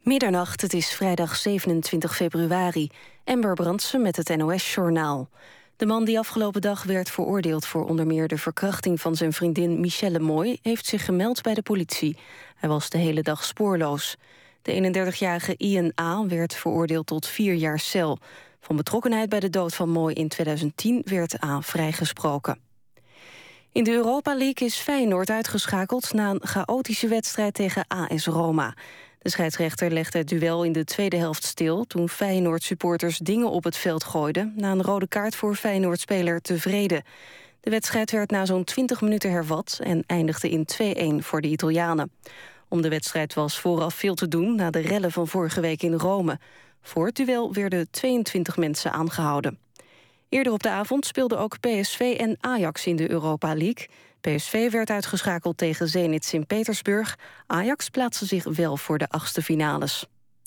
Middernacht, het is vrijdag 27 februari. Amber Brandsen met het NOS-journaal. De man die afgelopen dag werd veroordeeld voor onder meer de verkrachting van zijn vriendin Michelle Moy heeft zich gemeld bij de politie. Hij was de hele dag spoorloos. De 31-jarige Ian A. werd veroordeeld tot 4 jaar cel. Van betrokkenheid bij de dood van Moy in 2010 werd A. vrijgesproken. In de Europa League is Feyenoord uitgeschakeld na een chaotische wedstrijd tegen AS Roma. De scheidsrechter legde het duel in de tweede helft stil toen Feyenoord-supporters dingen op het veld gooiden na een rode kaart voor Feyenoord-speler Tevreden. De wedstrijd werd na zo'n 20 minuten hervat en eindigde in 2-1 voor de Italianen. Om de wedstrijd was vooraf veel te doen na de rellen van vorige week in Rome. Voor het duel werden 22 mensen aangehouden. Eerder op de avond speelden ook PSV en Ajax in de Europa League. PSV werd uitgeschakeld tegen Zenit Sint-Petersburg. Ajax plaatste zich wel voor de achtste finales.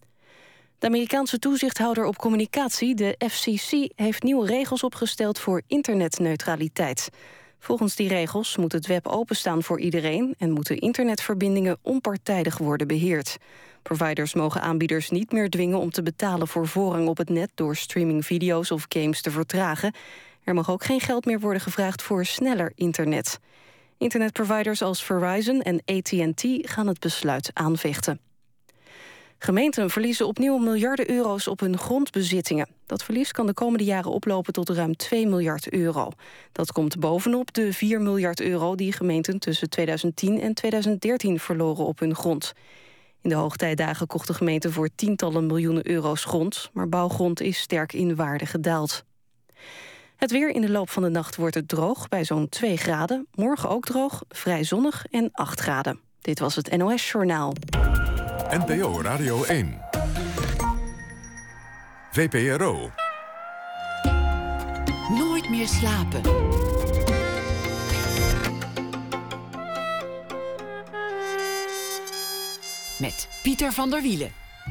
De Amerikaanse toezichthouder op communicatie, de FCC, heeft nieuwe regels opgesteld voor internetneutraliteit. Volgens die regels moet het web openstaan voor iedereen en moeten internetverbindingen onpartijdig worden beheerd. Providers mogen aanbieders niet meer dwingen om te betalen voor voorrang op het net door streamingvideo's of games te vertragen. Er mag ook geen geld meer worden gevraagd voor sneller internet. Internetproviders als Verizon en AT&T gaan het besluit aanvechten. Gemeenten verliezen opnieuw miljarden euro's op hun grondbezittingen. Dat verlies kan de komende jaren oplopen tot ruim 2 miljard euro. Dat komt bovenop de 4 miljard euro die gemeenten tussen 2010 en 2013 verloren op hun grond. In de hoogtijdagen kochten gemeenten voor tientallen miljoenen euro's grond, maar bouwgrond is sterk in waarde gedaald. Het weer: in de loop van de nacht wordt het droog bij zo'n 2 graden. Morgen ook droog, vrij zonnig en 8 graden. Dit was het NOS Journaal. NPO Radio 1. VPRO. Nooit meer slapen. Met Pieter van der Wielen.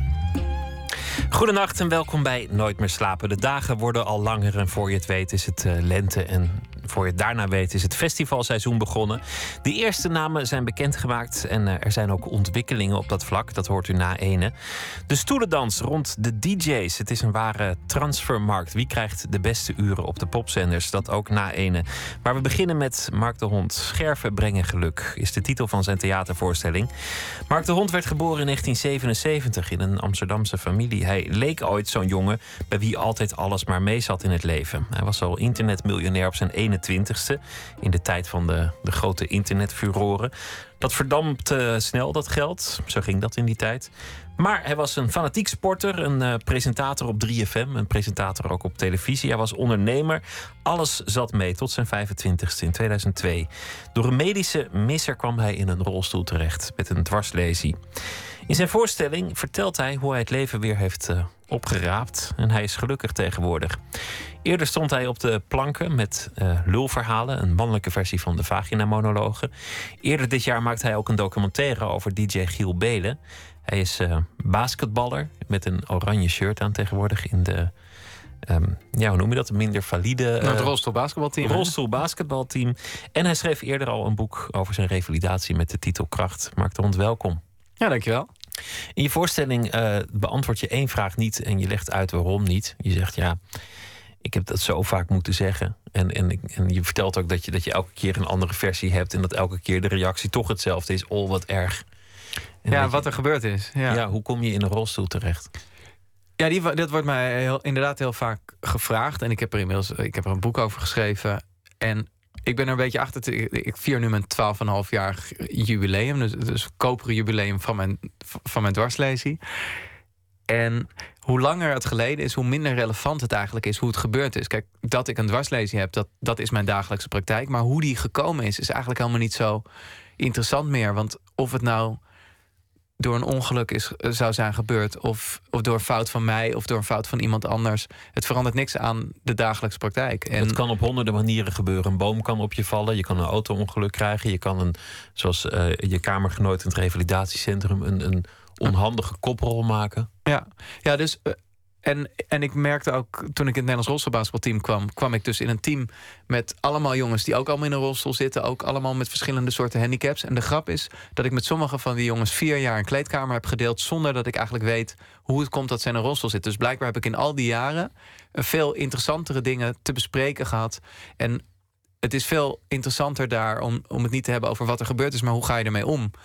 Goedenacht en welkom bij Nooit meer slapen. De dagen worden al langer en voor je het weet is het lente en voor je het daarna weet is het festivalseizoen begonnen. De eerste namen zijn bekendgemaakt en er zijn ook ontwikkelingen op dat vlak. Dat hoort u na ene. De stoelendans rond de DJ's. Het is een ware transfermarkt. Wie krijgt de beste uren op de popzenders? Dat ook na ene. Maar we beginnen met Mark de Hond. Scherven brengen geluk is de titel van zijn theatervoorstelling. Mark de Hond werd geboren in 1977 in een Amsterdamse familie. Hij leek ooit zo'n jongen bij wie altijd alles maar mee zat in het leven. Hij was al internetmiljonair op zijn 21ste, in de tijd van de grote internetfuroren. Dat verdampt snel, dat geld. Zo ging dat in die tijd. Maar hij was een fanatiek sporter, een presentator op 3FM, een presentator ook op televisie. Hij was ondernemer. Alles zat mee tot zijn 25ste in 2002. Door een medische misser kwam hij in een rolstoel terecht met een dwarslesie. In zijn voorstelling vertelt hij hoe hij het leven weer heeft opgeraapt. En hij is gelukkig tegenwoordig. Eerder stond hij op de planken met lulverhalen, een mannelijke versie van de vagina-monologen. Eerder dit jaar maakte hij ook een documentaire over DJ Giel Belen. Hij is basketballer met een oranje shirt aan tegenwoordig in de... hoe noem je dat? Een minder valide... het rolstoelbasketbalteam. En hij schreef eerder al een boek over zijn revalidatie met de titel Kracht. Mark de Hond, welkom. Ja, dankjewel. In je voorstelling beantwoord je 1 vraag niet en je legt uit waarom niet. Je zegt ik heb dat zo vaak moeten zeggen. En je vertelt ook dat je elke keer een andere versie hebt en dat elke keer de reactie toch hetzelfde is. Oh, wat erg. En wat er gebeurd is. Ja, hoe kom je in een rolstoel terecht? Ja, dat wordt mij inderdaad heel vaak gevraagd. En ik heb er een boek over geschreven. En ik ben er een beetje achter. Ik vier nu mijn 12,5-jarig jubileum. Dus koperen jubileum van mijn dwarslesie. En hoe langer het geleden is, hoe minder relevant het eigenlijk is hoe het gebeurd is. Kijk, dat ik een dwarslesie heb, dat is mijn dagelijkse praktijk. Maar hoe die gekomen is eigenlijk helemaal niet zo interessant meer. Want of het nou door een ongeluk zou zijn gebeurd, of door een fout van mij of door een fout van iemand anders, het verandert niks aan de dagelijkse praktijk. En het kan op honderden manieren gebeuren. Een boom kan op je vallen, je kan een auto-ongeluk krijgen, je kan zoals je kamergenoot in het revalidatiecentrum, een onhandige koprol maken. Ja, dus En ik merkte ook, toen ik in het Nederlands rolstoelbasketbalteam kwam ik dus in een team met allemaal jongens die ook allemaal in een rolstoel zitten. Ook allemaal met verschillende soorten handicaps. En de grap is dat ik met sommige van die jongens 4 jaar een kleedkamer heb gedeeld, zonder dat ik eigenlijk weet hoe het komt dat ze in een rolstoel zitten. Dus blijkbaar heb ik in al die jaren veel interessantere dingen te bespreken gehad. En het is veel interessanter daar om het niet te hebben over wat er gebeurd is, maar hoe ga je ermee om?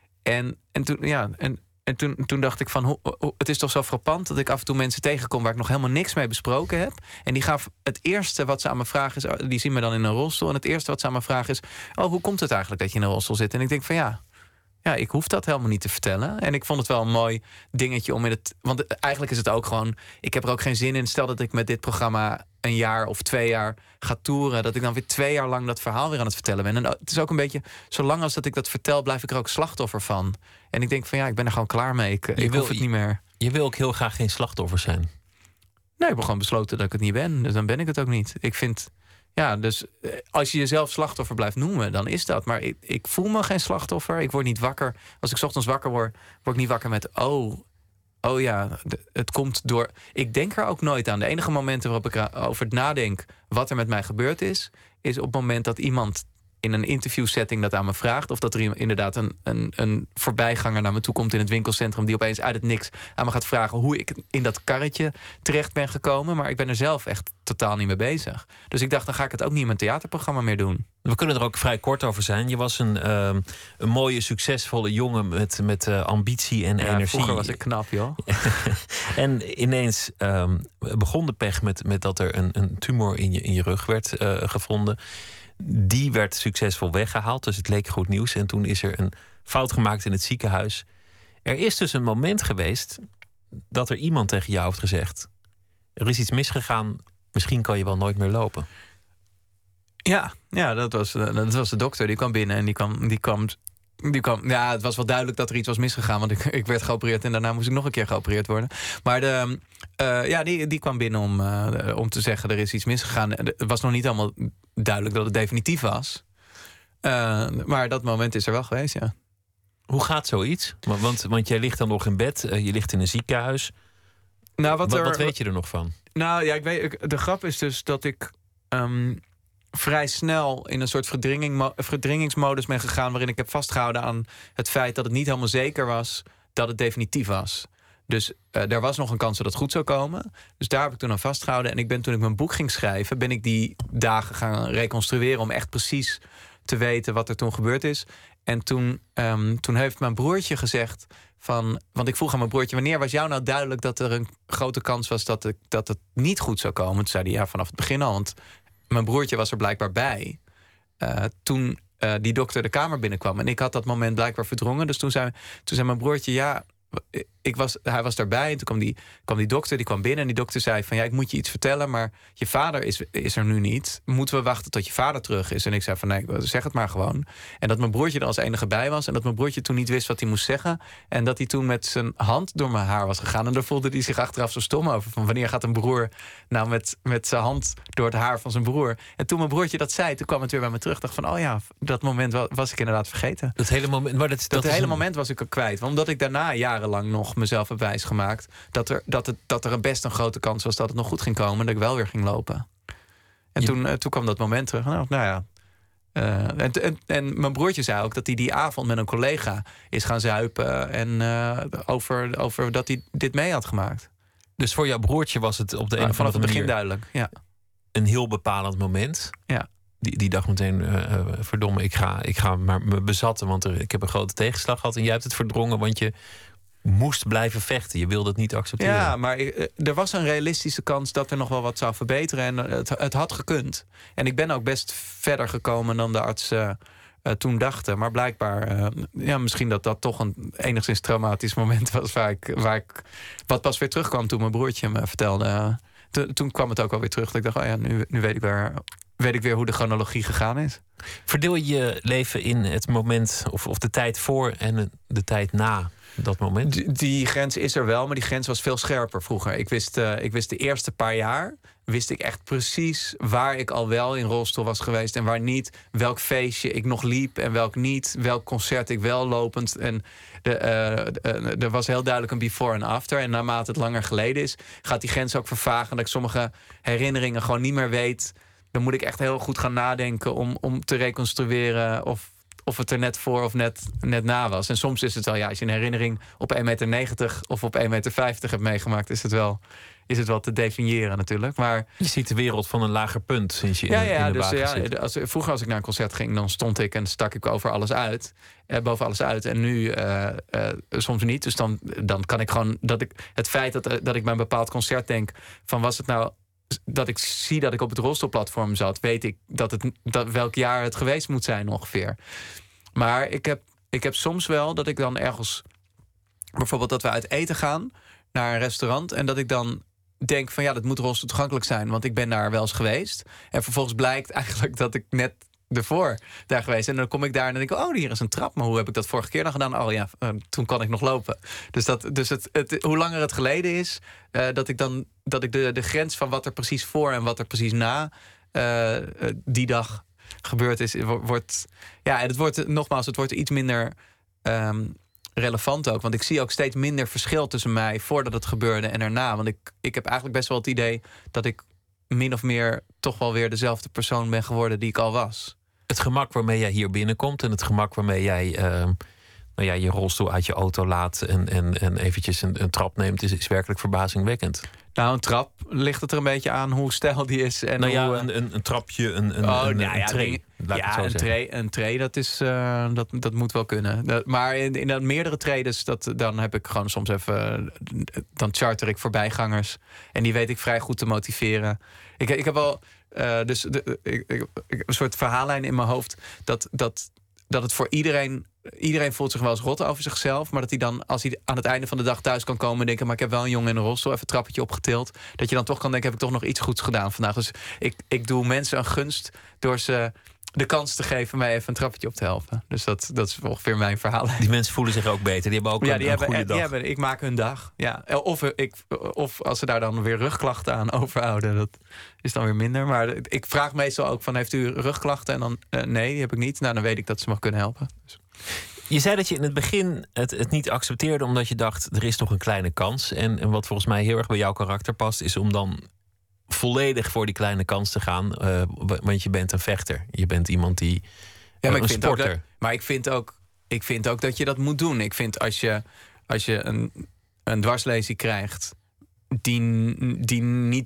En toen dacht ik van, het is toch zo frappant dat ik af en toe mensen tegenkom waar ik nog helemaal niks mee besproken heb. En die gaan het eerste wat ze aan me vragen is, die zien me dan in een rolstoel. En het eerste wat ze aan me vragen is, hoe komt het eigenlijk dat je in een rolstoel zit? En ik denk van ja, ik hoef dat helemaal niet te vertellen. En ik vond het wel een mooi dingetje om in het... Want eigenlijk is het ook gewoon, ik heb er ook geen zin in. Stel dat ik met dit programma 1 jaar of 2 jaar ga toeren, dat ik dan weer 2 jaar lang dat verhaal weer aan het vertellen ben. En het is ook een beetje, zolang als dat ik dat vertel, blijf ik er ook slachtoffer van. En ik denk van ik ben er gewoon klaar mee. Ik hoef het niet meer. Je wil ook heel graag geen slachtoffer zijn. Nee, ik heb gewoon besloten dat ik het niet ben. Dus dan ben ik het ook niet. Ik vind, dus als je jezelf slachtoffer blijft noemen, dan is dat. Maar ik voel me geen slachtoffer. Ik word niet wakker. Als ik 's ochtends wakker word ik niet wakker met het komt door. Ik denk er ook nooit aan. De enige momenten waarop ik over het nadenk wat er met mij gebeurd is op het moment dat iemand in een interviewsetting dat aan me vraagt, of dat er inderdaad een voorbijganger naar me toe komt in het winkelcentrum die opeens uit het niks aan me gaat vragen hoe ik in dat karretje terecht ben gekomen. Maar ik ben er zelf echt totaal niet mee bezig. Dus ik dacht, dan ga ik het ook niet in mijn theaterprogramma meer doen. We kunnen er ook vrij kort over zijn. Je was een mooie, succesvolle jongen met ambitie en energie. Vroeger was ik knap, joh. En ineens begon de pech met dat er een tumor in je rug werd gevonden. Die werd succesvol weggehaald, dus het leek goed nieuws. En toen is er een fout gemaakt in het ziekenhuis. Er is dus een moment geweest dat er iemand tegen jou heeft gezegd: er is iets misgegaan, misschien kan je wel nooit meer lopen. Ja, dat was de dokter. Die kwam binnen en die kwam. Ja, het was wel duidelijk dat er iets was misgegaan, want ik werd geopereerd en daarna moest ik nog een keer geopereerd worden. Maar die kwam binnen om te zeggen, er is iets misgegaan. Het was nog niet allemaal duidelijk dat het definitief was. Maar dat moment is er wel geweest, ja. Hoe gaat zoiets? Want jij ligt dan nog in bed, je ligt in een ziekenhuis. Nou, wat weet je er nog van? Nou ja, de grap is dus dat ik vrij snel in een soort verdringingsmodus ben gegaan, waarin ik heb vastgehouden aan het feit dat het niet helemaal zeker was dat het definitief was. Dus er was nog een kans dat het goed zou komen. Dus daar heb ik toen aan vastgehouden. En toen ik mijn boek ging schrijven, ben ik die dagen gaan reconstrueren om echt precies te weten wat er toen gebeurd is. En toen heeft mijn broertje gezegd want ik vroeg aan mijn broertje, wanneer was jou nou duidelijk dat er een grote kans was dat het niet goed zou komen? Toen zei hij, vanaf het begin al, want mijn broertje was er blijkbaar bij toen die dokter de kamer binnenkwam. En ik had dat moment blijkbaar verdrongen. Dus toen zei mijn broertje, hij was daarbij. En toen kwam die dokter, die kwam binnen. En die dokter zei van, ik moet je iets vertellen, maar je vader is er nu niet. Moeten we wachten tot je vader terug is? En ik zei van, nee, zeg het maar gewoon. En dat mijn broertje er als enige bij was. En dat mijn broertje toen niet wist wat hij moest zeggen. En dat hij toen met zijn hand door mijn haar was gegaan. En daar voelde hij zich achteraf zo stom over. Van wanneer gaat een broer nou met zijn hand door het haar van zijn broer? En toen mijn broertje dat zei, toen kwam het weer bij me terug. Dacht van, dat moment was ik inderdaad vergeten. Dat hele moment, maar dat hele moment was ik ook kwijt. Omdat ik daarna jarenlang nog mezelf heb wijsgemaakt dat er best een grote kans was dat het nog goed ging komen en dat ik wel weer ging lopen. En toen kwam dat moment terug. En mijn broertje zei ook dat hij die avond met een collega is gaan zuipen en over dat hij dit mee had gemaakt. Dus voor jouw broertje was het op de een of andere manier vanaf het begin duidelijk. Ja. Een heel bepalend moment. Ja. Die dacht meteen, verdomme, ik ga maar me bezatten, want ik heb een grote tegenslag gehad. En jij hebt het verdrongen, want je moest blijven vechten. Je wilde het niet accepteren. Ja, maar er was een realistische kans dat er nog wel wat zou verbeteren. En het had gekund. En ik ben ook best verder gekomen dan de artsen toen dachten. Maar blijkbaar, misschien dat toch een enigszins traumatisch moment was wat pas weer terugkwam toen mijn broertje me vertelde. Toen kwam het ook alweer terug. Dat ik dacht, nu weet ik weer hoe de chronologie gegaan is. Verdeel je je leven in het moment of de tijd voor en de tijd na dat moment? Die grens is er wel, maar die grens was veel scherper vroeger. Ik wist de eerste paar jaar wist ik echt precies waar ik al wel in rolstoel was geweest en waar niet. Welk feestje ik nog liep en welk niet. Welk concert ik wel lopend. En er was heel duidelijk een before en after. En naarmate het langer geleden is, gaat die grens ook vervagen. Dat ik sommige herinneringen gewoon niet meer weet. Dan moet ik echt heel goed gaan nadenken om te reconstrueren of het er net voor of net na was. En soms is het wel, als je een herinnering op 1,90 meter of op 1,50 meter hebt meegemaakt, is het wel te definiëren natuurlijk. Maar je ziet de wereld van een lager punt sinds je in de wagen zit. Vroeger als ik naar een concert ging, dan stond ik en stak ik boven alles uit. En nu soms niet. Dus dan kan ik gewoon het feit dat ik bij een bepaald concert denk van was het nou dat ik zie dat ik op het rolstoelplatform zat, weet ik welk jaar het geweest moet zijn ongeveer. Maar ik heb soms wel dat ik dan ergens, bijvoorbeeld dat we uit eten gaan naar een restaurant en dat ik dan denk van dat moet rolstoel toegankelijk zijn, want ik ben daar wel eens geweest. En vervolgens blijkt eigenlijk dat ik net ervoor daar geweest. En dan kom ik daar en dan denk ik, hier is een trap. Maar hoe heb ik dat vorige keer dan gedaan? Toen kon ik nog lopen. Dus hoe langer het geleden is, dat ik de grens van wat er precies voor en wat er precies na die dag gebeurd is, wordt. Ja, en het wordt iets minder relevant ook. Want ik zie ook steeds minder verschil tussen mij voordat het gebeurde en erna. Want ik heb eigenlijk best wel het idee dat ik min of meer toch wel weer dezelfde persoon ben geworden die ik al was. Het gemak waarmee jij hier binnenkomt en het gemak waarmee jij je rolstoel uit je auto laat en eventjes een trap neemt, is werkelijk verbazingwekkend. Nou, een trap ligt het er een beetje aan hoe stijl die is. En een trapje, een tray. Een tray, dat moet wel kunnen. Maar in meerdere trades, dan heb ik gewoon soms even, dan charter ik voorbijgangers. En die weet ik vrij goed te motiveren. Ik heb wel een soort verhaallijn in mijn hoofd dat het voor iedereen voelt zich wel eens rot over zichzelf, maar dat hij dan, als hij aan het einde van de dag thuis kan komen en denken, maar ik heb wel een jongen in een rolstoel, even een trappetje opgetild, dat je dan toch kan denken, heb ik toch nog iets goeds gedaan vandaag. Dus ik doe mensen een gunst door ze de kans te geven mij even een trappetje op te helpen. Dus dat is ongeveer mijn verhaal. Die mensen voelen zich ook beter. Die hebben ook een goede dag. Ik maak hun dag. Ja. Of als ze daar dan weer rugklachten aan overhouden, dat is dan weer minder. Maar ik vraag meestal ook van, heeft u rugklachten? En dan, nee, die heb ik niet. Nou, dan weet ik dat ze me kunnen helpen. Dus. Je zei dat je in het begin het niet accepteerde omdat je dacht, er is nog een kleine kans. En wat volgens mij heel erg bij jouw karakter past, is om dan volledig voor die kleine kans te gaan. Want je bent een vechter. Je bent iemand die een sporter. Maar ik vind ook dat je dat moet doen. Ik vind als je een dwarslesie krijgt die niet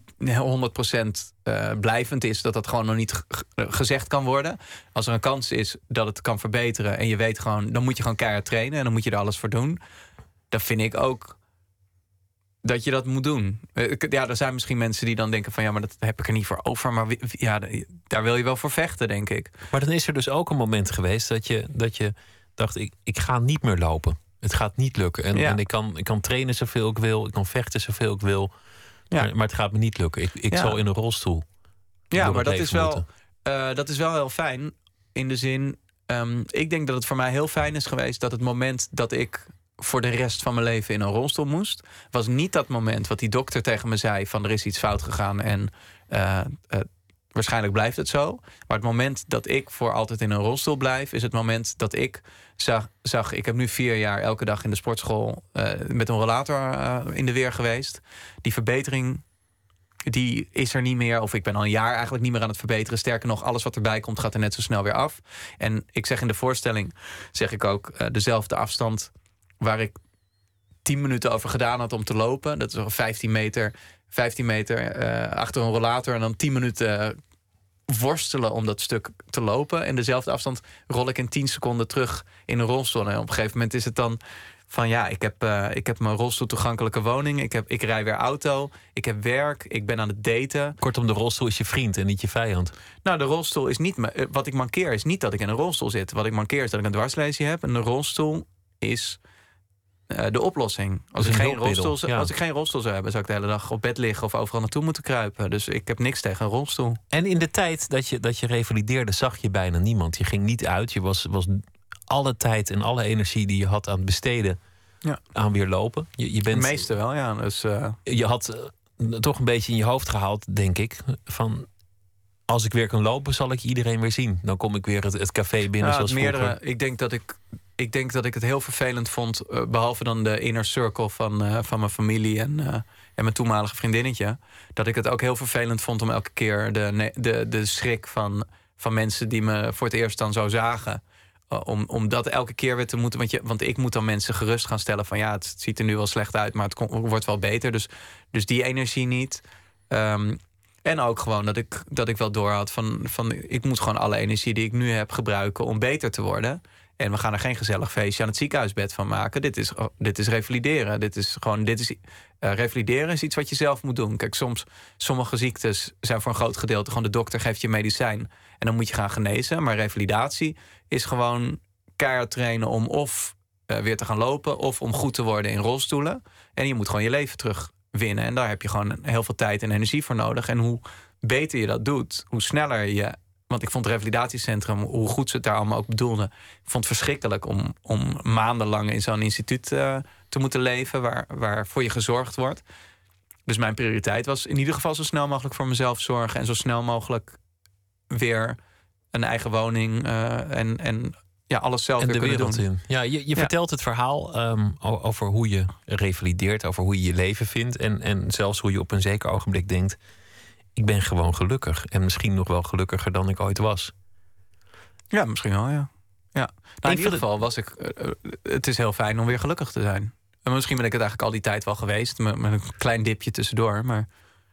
100% blijvend is, dat gewoon nog niet gezegd kan worden. Als er een kans is dat het kan verbeteren en je weet gewoon, dan moet je gewoon keihard trainen en dan moet je er alles voor doen. Dan vind ik ook dat je dat moet doen. Er zijn misschien mensen die dan denken van, maar dat heb ik er niet voor over. Maar daar wil je wel voor vechten, denk ik. Maar dan is er dus ook een moment geweest dat je dacht, ik ga niet meer lopen. Het gaat niet lukken. En ik kan trainen zoveel ik wil. Ik kan vechten zoveel ik wil. Maar het gaat me niet lukken. Ik zal in een rolstoel. Ja, maar dat is wel heel fijn. In de zin, ik denk dat het voor mij heel fijn is geweest dat het moment dat ik voor de rest van mijn leven in een rolstoel moest, was niet dat moment wat die dokter tegen me zei van, er is iets fout gegaan en waarschijnlijk blijft het zo. Maar het moment dat ik voor altijd in een rolstoel blijf, is het moment dat ik zag, ik heb nu 4 jaar elke dag in de sportschool met een rollator in de weer geweest. Die verbetering, die is er niet meer. Of ik ben al een jaar eigenlijk niet meer aan het verbeteren. Sterker nog, alles wat erbij komt gaat er net zo snel weer af. En ik zeg in de voorstelling, zeg ik ook, dezelfde afstand waar ik 10 minuten over gedaan had om te lopen. Dat is 15 meter achter een rollator en dan 10 minuten worstelen om dat stuk te lopen. En dezelfde afstand rol ik in 10 seconden terug in een rolstoel. En op een gegeven moment is het dan van, ik heb mijn rolstoel toegankelijke woning. Ik rij weer auto. Ik heb werk. Ik ben aan het daten. Kortom, de rolstoel is je vriend en niet je vijand. Nou, de rolstoel is niet, wat ik mankeer is niet dat ik in een rolstoel zit. Wat ik mankeer is dat ik een dwarslesie heb. En de rolstoel is de oplossing. Als ik geen rolstoel zou hebben, zou ik de hele dag op bed liggen of overal naartoe moeten kruipen. Dus ik heb niks tegen een rolstoel. En in de tijd dat je revalideerde, zag je bijna niemand. Je ging niet uit. Je was alle tijd en alle energie die je had aan het besteden aan weer lopen. Je bent, De meeste wel, ja. Dus, je had toch een beetje in je hoofd gehaald, denk ik, van als ik weer kan lopen, zal ik iedereen weer zien. Dan kom ik weer het café binnen zoals vroeger. Ik denk dat ik het heel vervelend vond, behalve dan de inner circle van mijn familie en mijn toenmalige vriendinnetje, dat ik het ook heel vervelend vond om elke keer de schrik van mensen die me voor het eerst dan zo zagen, om dat elke keer weer te moeten. Want ik moet dan mensen gerust gaan stellen van ja, het ziet er nu wel slecht uit, maar het wordt wel beter. Dus die energie niet. En ook gewoon dat ik wel doorhad van ik moet gewoon alle energie die ik nu heb gebruiken om beter te worden. En we gaan er geen gezellig feestje aan het ziekenhuisbed van maken. Dit is revalideren. Revalideren is iets wat je zelf moet doen. Kijk, sommige ziektes zijn voor een groot gedeelte gewoon de dokter geeft je medicijn en dan moet je gaan genezen. Maar revalidatie is gewoon keihard trainen om of weer te gaan lopen of om goed te worden in rolstoelen. En je moet gewoon je leven terugwinnen. En daar heb je gewoon heel veel tijd en energie voor nodig. En hoe beter je dat doet, hoe sneller je. Want ik vond het revalidatiecentrum, hoe goed ze het daar allemaal ook bedoelden, ik vond het verschrikkelijk om maandenlang in zo'n instituut te moeten leven waar voor je gezorgd wordt. Dus mijn prioriteit was in ieder geval zo snel mogelijk voor mezelf zorgen en zo snel mogelijk weer een eigen woning en alles zelf en weer de kunnen wereld doen. in. Ja, je vertelt het verhaal over hoe je revalideert, over hoe je je leven vindt en zelfs hoe je op een zeker ogenblik denkt, ik ben gewoon gelukkig. En misschien nog wel gelukkiger dan ik ooit was. Ja, misschien wel, ja. Nou, in ieder geval was ik. Het is heel fijn om weer gelukkig te zijn. En misschien ben ik het eigenlijk al die tijd wel geweest. Met een klein dipje tussendoor. Maar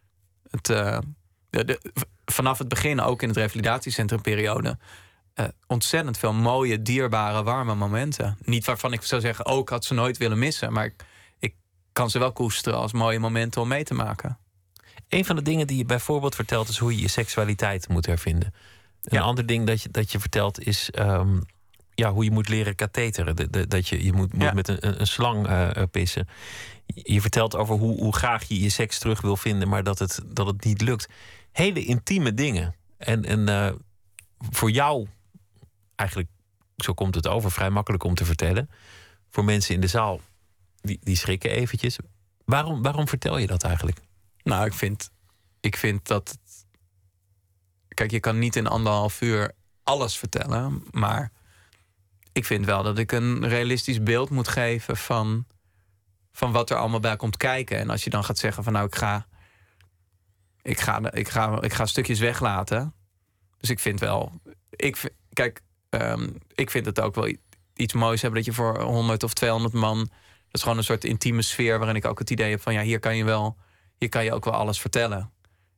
vanaf het begin, ook in het revalidatiecentrumperiode, ontzettend veel mooie, dierbare, warme momenten. Niet waarvan ik zou zeggen, ik had ze nooit willen missen. Maar ik kan ze wel koesteren als mooie momenten om mee te maken. Een van de dingen die je bijvoorbeeld vertelt is hoe je je seksualiteit moet hervinden. Een ander ding dat je vertelt is hoe je moet leren katheteren. Dat je moet met een slang pissen. Je vertelt over hoe graag je je seks terug wil vinden, maar dat het niet lukt. Hele intieme dingen. En voor jou, eigenlijk, zo komt het over, vrij makkelijk om te vertellen. Voor mensen in de zaal, die schrikken eventjes. Waarom vertel je dat eigenlijk? Nou, ik vind dat. Kijk, je kan niet in 1,5 uur alles vertellen. Maar ik vind wel dat ik een realistisch beeld moet geven van wat er allemaal bij komt kijken. En als je dan gaat zeggen van nou, ik ga stukjes weglaten. Dus ik vind wel. Ik vind het ook wel iets moois hebben dat je voor 100 of 200 man. Dat is gewoon een soort intieme sfeer waarin ik ook het idee heb van ja, hier kan je ook wel alles vertellen.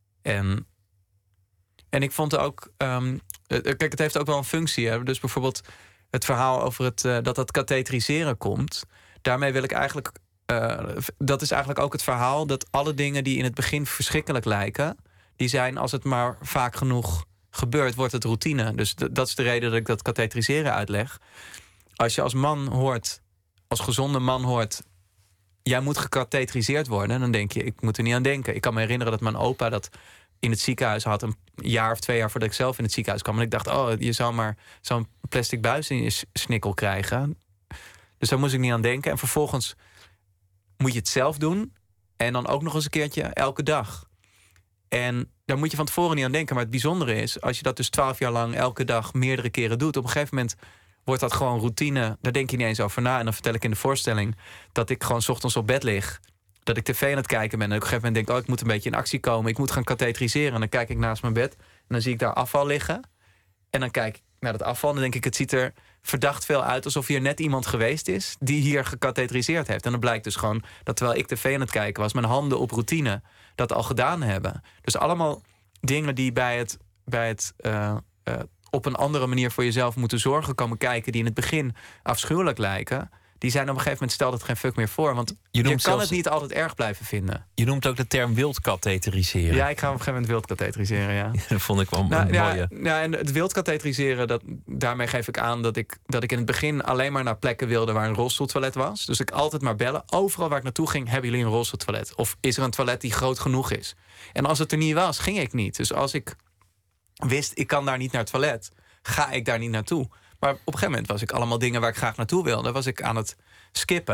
En ik vond ook. Kijk, het heeft ook wel een functie. Hè? Dus bijvoorbeeld het verhaal over dat katheteriseren komt. Daarmee wil ik eigenlijk. Dat is eigenlijk ook het verhaal dat alle dingen die in het begin verschrikkelijk lijken, die zijn, als het maar vaak genoeg gebeurt, wordt het routine. Dus dat is de reden dat ik dat katheteriseren uitleg. Als je als man hoort, als gezonde man hoort, jij moet gekatheteriseerd worden, dan denk je, ik moet er niet aan denken. Ik kan me herinneren dat mijn opa dat in het ziekenhuis had, een jaar of 2 jaar voordat ik zelf in het ziekenhuis kwam. En ik dacht, je zou maar zo'n plastic buis in je snikkel krijgen. Dus daar moest ik niet aan denken. En vervolgens moet je het zelf doen. En dan ook nog eens een keertje elke dag. En daar moet je van tevoren niet aan denken. Maar het bijzondere is, als je dat dus 12 jaar lang elke dag meerdere keren doet, op een gegeven moment wordt dat gewoon routine. Daar denk je niet eens over na. En dan vertel ik in de voorstelling dat ik gewoon 's ochtends op bed lig, dat ik tv aan het kijken ben. En op een gegeven moment denk ik, ik moet een beetje in actie komen. Ik moet gaan katheteriseren. En dan kijk ik naast mijn bed. En dan zie ik daar afval liggen. En dan kijk ik naar dat afval. En dan denk ik, het ziet er verdacht veel uit alsof hier net iemand geweest is die hier gekatheteriseerd heeft. En dan blijkt dus gewoon dat terwijl ik tv aan het kijken was, mijn handen op routine dat al gedaan hebben. Dus allemaal dingen die bij het op een andere manier voor jezelf moeten zorgen komen kijken, die in het begin afschuwelijk lijken, die zijn op een gegeven moment, stelt het geen fuck meer voor. Want je kan het niet altijd erg blijven vinden. Je noemt ook de term wildkatheteriseren. Ja, ik ga op een gegeven moment wildkatheteriseren, ja. Dat vond ik wel een mooie. Ja, en het wildkatheteriseren, daarmee geef ik aan dat ik in het begin alleen maar naar plekken wilde waar een rolstoeltoilet was. Dus ik altijd maar bellen. Overal waar ik naartoe ging, hebben jullie een rolstoeltoilet? Of is er een toilet die groot genoeg is? En als het er niet was, ging ik niet. Dus als ik wist, ik kan daar niet naar het toilet, ga ik daar niet naartoe. Maar op een gegeven moment was ik allemaal dingen waar ik graag naartoe wilde, was ik aan het skippen.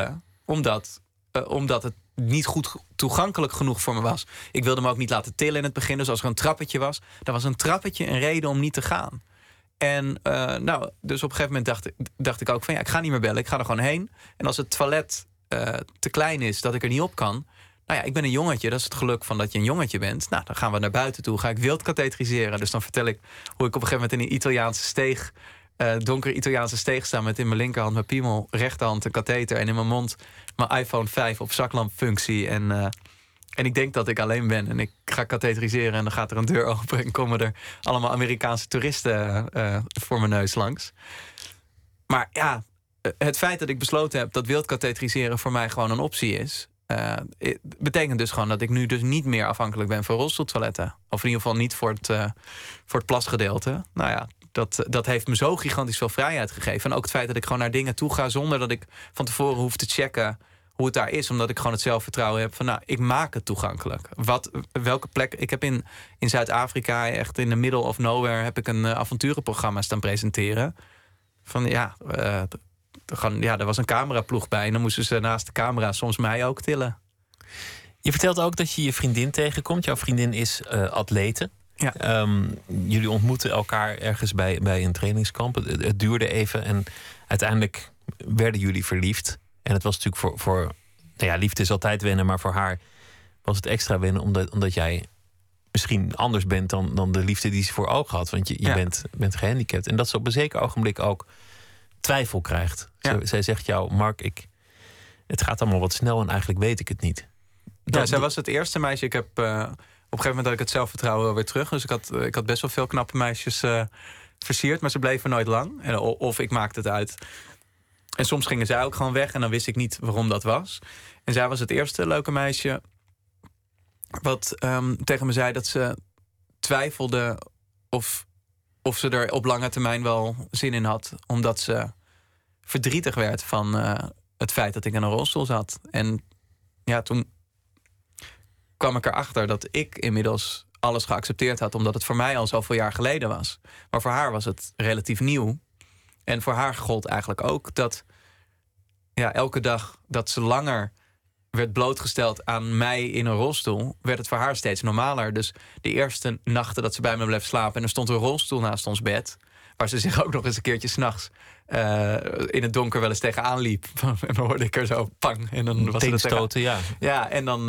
omdat het niet goed toegankelijk genoeg voor me was. Ik wilde me ook niet laten tillen in het begin. Dus als er een trappetje was, dan was een trappetje een reden om niet te gaan. En dus op een gegeven moment dacht ik ook van... ik ga niet meer bellen, ik ga er gewoon heen. En als het toilet te klein is, dat ik er niet op kan... ik ben een jongetje, dat is het geluk van dat je een jongetje bent. Nou, dan gaan we naar buiten toe, ga ik wild katheteriseren. Dus dan vertel ik hoe ik op een gegeven moment in een Italiaanse steeg... donkere Italiaanse steeg staan met in mijn linkerhand mijn piemel... rechterhand een katheter en in mijn mond mijn iPhone 5 op zaklampfunctie. En ik denk dat ik alleen ben en ik ga katheteriseren... en dan gaat er een deur open en komen er allemaal Amerikaanse toeristen voor mijn neus langs. Maar ja, het feit dat ik besloten heb dat wild katheteriseren voor mij gewoon een optie is... betekent dus gewoon dat ik nu dus niet meer afhankelijk ben van rolstoeltoiletten. Of in ieder geval niet voor het plasgedeelte. Nou ja, dat heeft me zo gigantisch veel vrijheid gegeven. En ook het feit dat ik gewoon naar dingen toe ga... zonder dat ik van tevoren hoef te checken hoe het daar is. Omdat ik gewoon het zelfvertrouwen heb van... ik maak het toegankelijk. Welke plek... Ik heb in Zuid-Afrika, echt in the middle of nowhere... heb ik een avonturenprogramma staan presenteren. Van er was een cameraploeg bij. En dan moesten ze naast de camera soms mij ook tillen. Je vertelt ook dat je je vriendin tegenkomt. Jouw vriendin is atlete. Ja. Jullie ontmoeten elkaar ergens bij een trainingskamp. Het duurde even en uiteindelijk werden jullie verliefd. En het was natuurlijk voor liefde is altijd wennen, maar voor haar was het extra wennen omdat jij misschien anders bent dan de liefde die ze voor ogen had. Want je bent gehandicapt. En dat ze op een zeker ogenblik ook twijfel krijgt. Ja. Zij zegt jou, Mark, het gaat allemaal wat snel en eigenlijk weet ik het niet. Zij was het eerste meisje. Ik heb op een gegeven moment had ik het zelfvertrouwen weer terug. Dus ik had best wel veel knappe meisjes versierd, maar ze bleven nooit lang. Of ik maakte het uit. En soms gingen zij ook gewoon weg en dan wist ik niet waarom dat was. En zij was het eerste leuke meisje wat tegen me zei dat ze twijfelde of ze er op lange termijn wel zin in had. Omdat ze verdrietig werd van het feit dat ik in een rolstoel zat. En ja, toen kwam ik erachter dat ik inmiddels alles geaccepteerd had, omdat het voor mij al zoveel jaar geleden was. Maar voor haar was het relatief nieuw. En voor haar gold eigenlijk ook dat elke dag dat ze langer werd blootgesteld aan mij in een rolstoel, werd het voor haar steeds normaler. Dus de eerste nachten dat ze bij me bleef slapen en er stond een rolstoel naast ons bed, waar ze zich ook nog eens een keertje 's nachts in het donker wel eens tegenaan liep. En dan hoorde ik er zo pang. En dan was het stoten, ja. Ja, en dan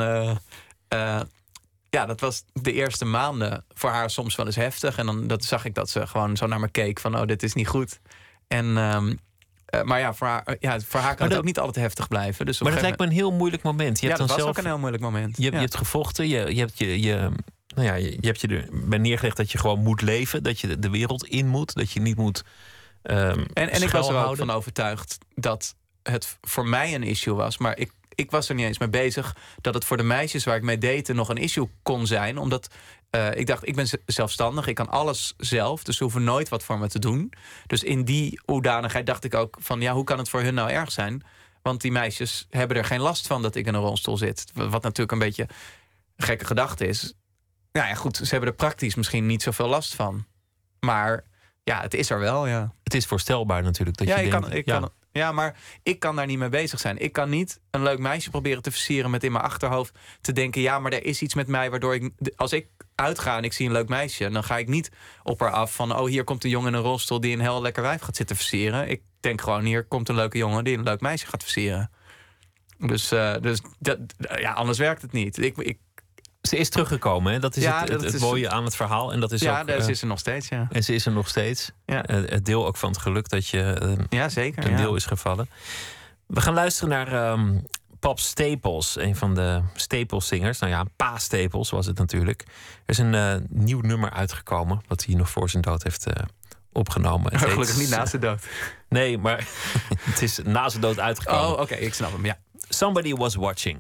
dat was de eerste maanden voor haar soms wel eens heftig. En dan zag ik dat ze gewoon zo naar me keek van, dit is niet goed. En maar ja, voor haar kan het ook niet altijd heftig blijven. Dus maar dat lijkt me een heel moeilijk moment. Je hebt dat dan was zelf, ook een heel moeilijk moment. Je hebt gevochten, je hebt je erbij neergelegd dat je gewoon moet leven. Dat je de wereld in moet. Dat je niet moet en ik was er ook van overtuigd dat het voor mij een issue was. Maar ik was er niet eens mee bezig dat het voor de meisjes waar ik mee date nog een issue kon zijn. Omdat ik dacht, ik ben zelfstandig, ik kan alles zelf. Dus ze hoeven nooit wat voor me te doen. Dus in die hoedanigheid dacht ik ook van, hoe kan het voor hun nou erg zijn? Want die meisjes hebben er geen last van dat ik in een rolstoel zit. Wat natuurlijk een beetje een gekke gedachte is. Nou ja, goed, ze hebben er praktisch misschien niet zoveel last van. Maar ja, het is er wel, ja. Het is voorstelbaar natuurlijk dat maar ik kan daar niet mee bezig zijn. Ik kan niet een leuk meisje proberen te versieren met in mijn achterhoofd te denken, maar er is iets met mij waardoor als ik uitga en ik zie een leuk meisje, dan ga ik niet op haar af van, hier komt een jongen in een rolstoel die een heel lekker wijf gaat zitten versieren. Ik denk gewoon, hier komt een leuke jongen die een leuk meisje gaat versieren. Dus anders werkt het niet. Ze is teruggekomen, hè? Dat is het mooie aan het verhaal. En dat is ook, ze is er nog steeds, ja. En ze is er nog steeds. Ja. Het deel ook van het geluk dat je zeker, een deel is gevallen. We gaan luisteren naar Pop Staples, een van de Staples-zingers. Nou ja, Pa Staples was het natuurlijk. Er is een nieuw nummer uitgekomen, wat hij nog voor zijn dood heeft opgenomen. Gelukkig niet na zijn dood. Nee, maar het is na zijn dood uitgekomen. Oh, oké, ik snap hem, ja. Somebody Was Watching.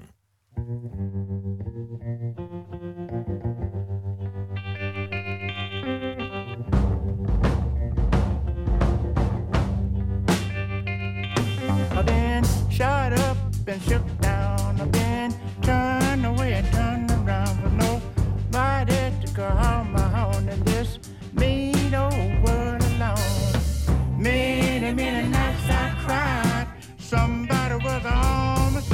I've been shot up and shook down. I've been turned away and turned around for nobody to call my own in this mean old world alone. Many, many nights I cried. Somebody was on my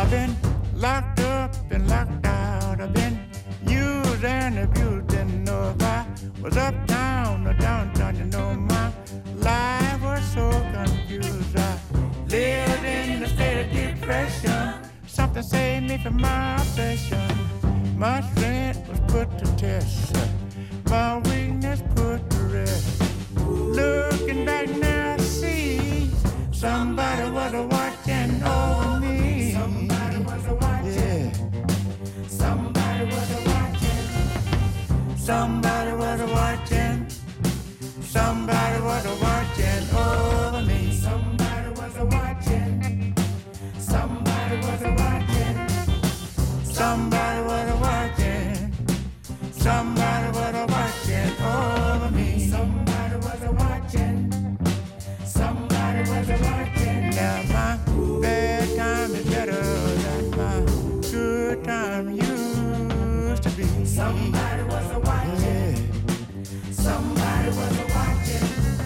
I've been locked up and locked out. I've been used and abused. Didn't know if I was uptown or downtown. You know my life was so confused. I lived in a state of depression. Something saved me from my obsession. My strength was put to test. My weakness put to rest. Looking back now, I see somebody was watching over me. Somebody was watching. Yeah. Somebody was watching. Somebody was watching. Somebody was watching over me. Somebody was watching. Somebody was watching. Somebody was watching. Somebody was watching over me. Somebody was watching. Somebody was watching. Now my bad time is better than my good time used to be. Somebody was watching. Yeah. Somebody was watching.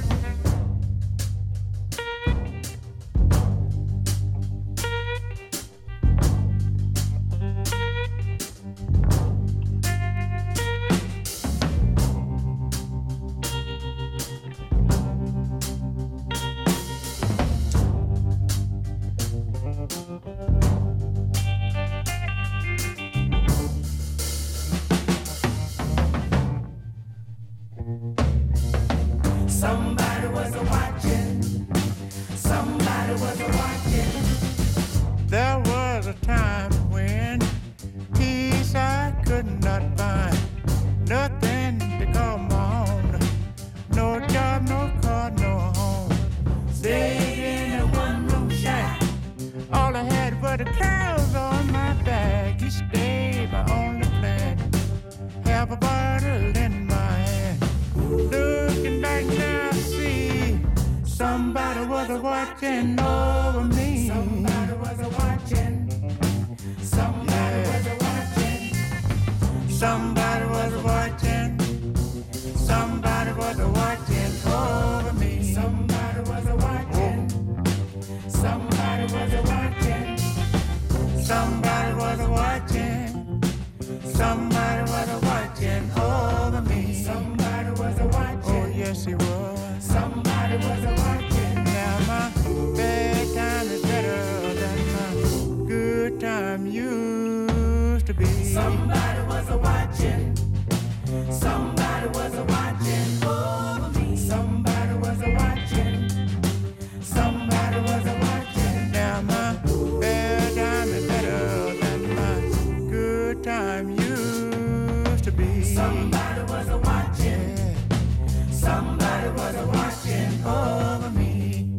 Somebody was watching. Somebody was watching. There was a time when peace I could not find. Nothing to call my own. No job, no car, no home. Stayed in a one-room shack. All I had were the clothes on my back. Each day my only plan. Have a bottle in my hand. Looking back now, I see somebody was watching over me. Somebody was watching. Somebody was watching. Somebody was watching. Somebody was watching over me. Somebody was watching. Somebody was watching. Somebody was watching. Somebody was watching over me. Somebody was watching. Oh yes, he was. Somebody was watching. Now my bad time is better than my good time used to be. Somebody was watching. Somebody was watching over me. Somebody was watching. Somebody was watching. Now my bad time is better than my good time used to be. Somebody was watching. Yeah. Somebody was watching over me.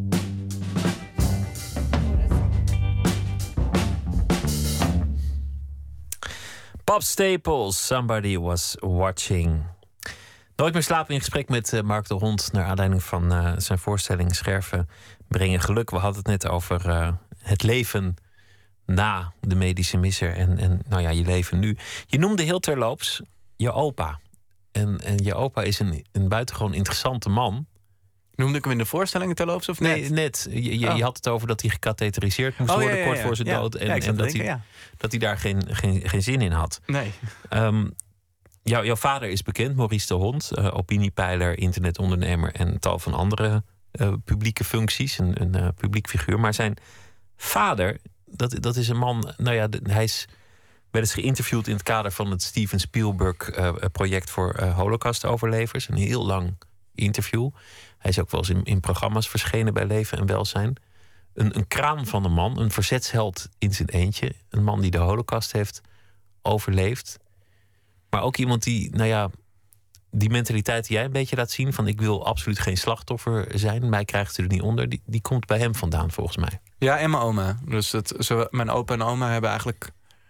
Bob Staples, Somebody Was Watching. Nooit meer slapen in gesprek met Mark de Hond naar aanleiding van zijn voorstelling Scherven brengen geluk. We hadden het net over het leven na de medische misser en nou ja, je leven nu. Je noemde heel terloops je opa. En je opa is een buitengewoon interessante man. Noemde ik hem in de voorstelling terloops of net? Nee, net. Je had het over dat hij gecatheteriseerd moest worden kort voor zijn dood. En dat hij daar geen zin in had. Nee. Jouw vader is bekend, Maurice de Hond. Opiniepeiler, internetondernemer en tal van andere publieke functies. Een publiek figuur. Maar zijn vader, dat is een man... Nou ja, hij is wel eens geïnterviewd in het kader van het Steven Spielberg-project voor Holocaust-overlevers. Een heel lang interview. Hij is ook wel eens in programma's verschenen bij Leven en Welzijn. Een kraan van een man, een verzetsheld in zijn eentje. Een man die de Holocaust heeft overleefd. Maar ook iemand die, nou ja, die mentaliteit die jij een beetje laat zien... van ik wil absoluut geen slachtoffer zijn, mij krijgt u er niet onder... die komt bij hem vandaan, volgens mij. Ja, en mijn oma. Dus mijn opa en oma hebben eigenlijk...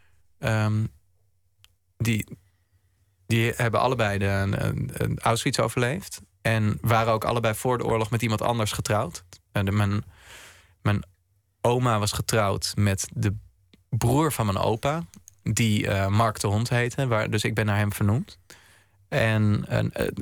die hebben allebei de Auschwitz overleefd. En waren ook allebei voor de oorlog met iemand anders getrouwd. Mijn oma was getrouwd met de broer van mijn opa... die Mark de Hond heette, dus ik ben naar hem vernoemd. En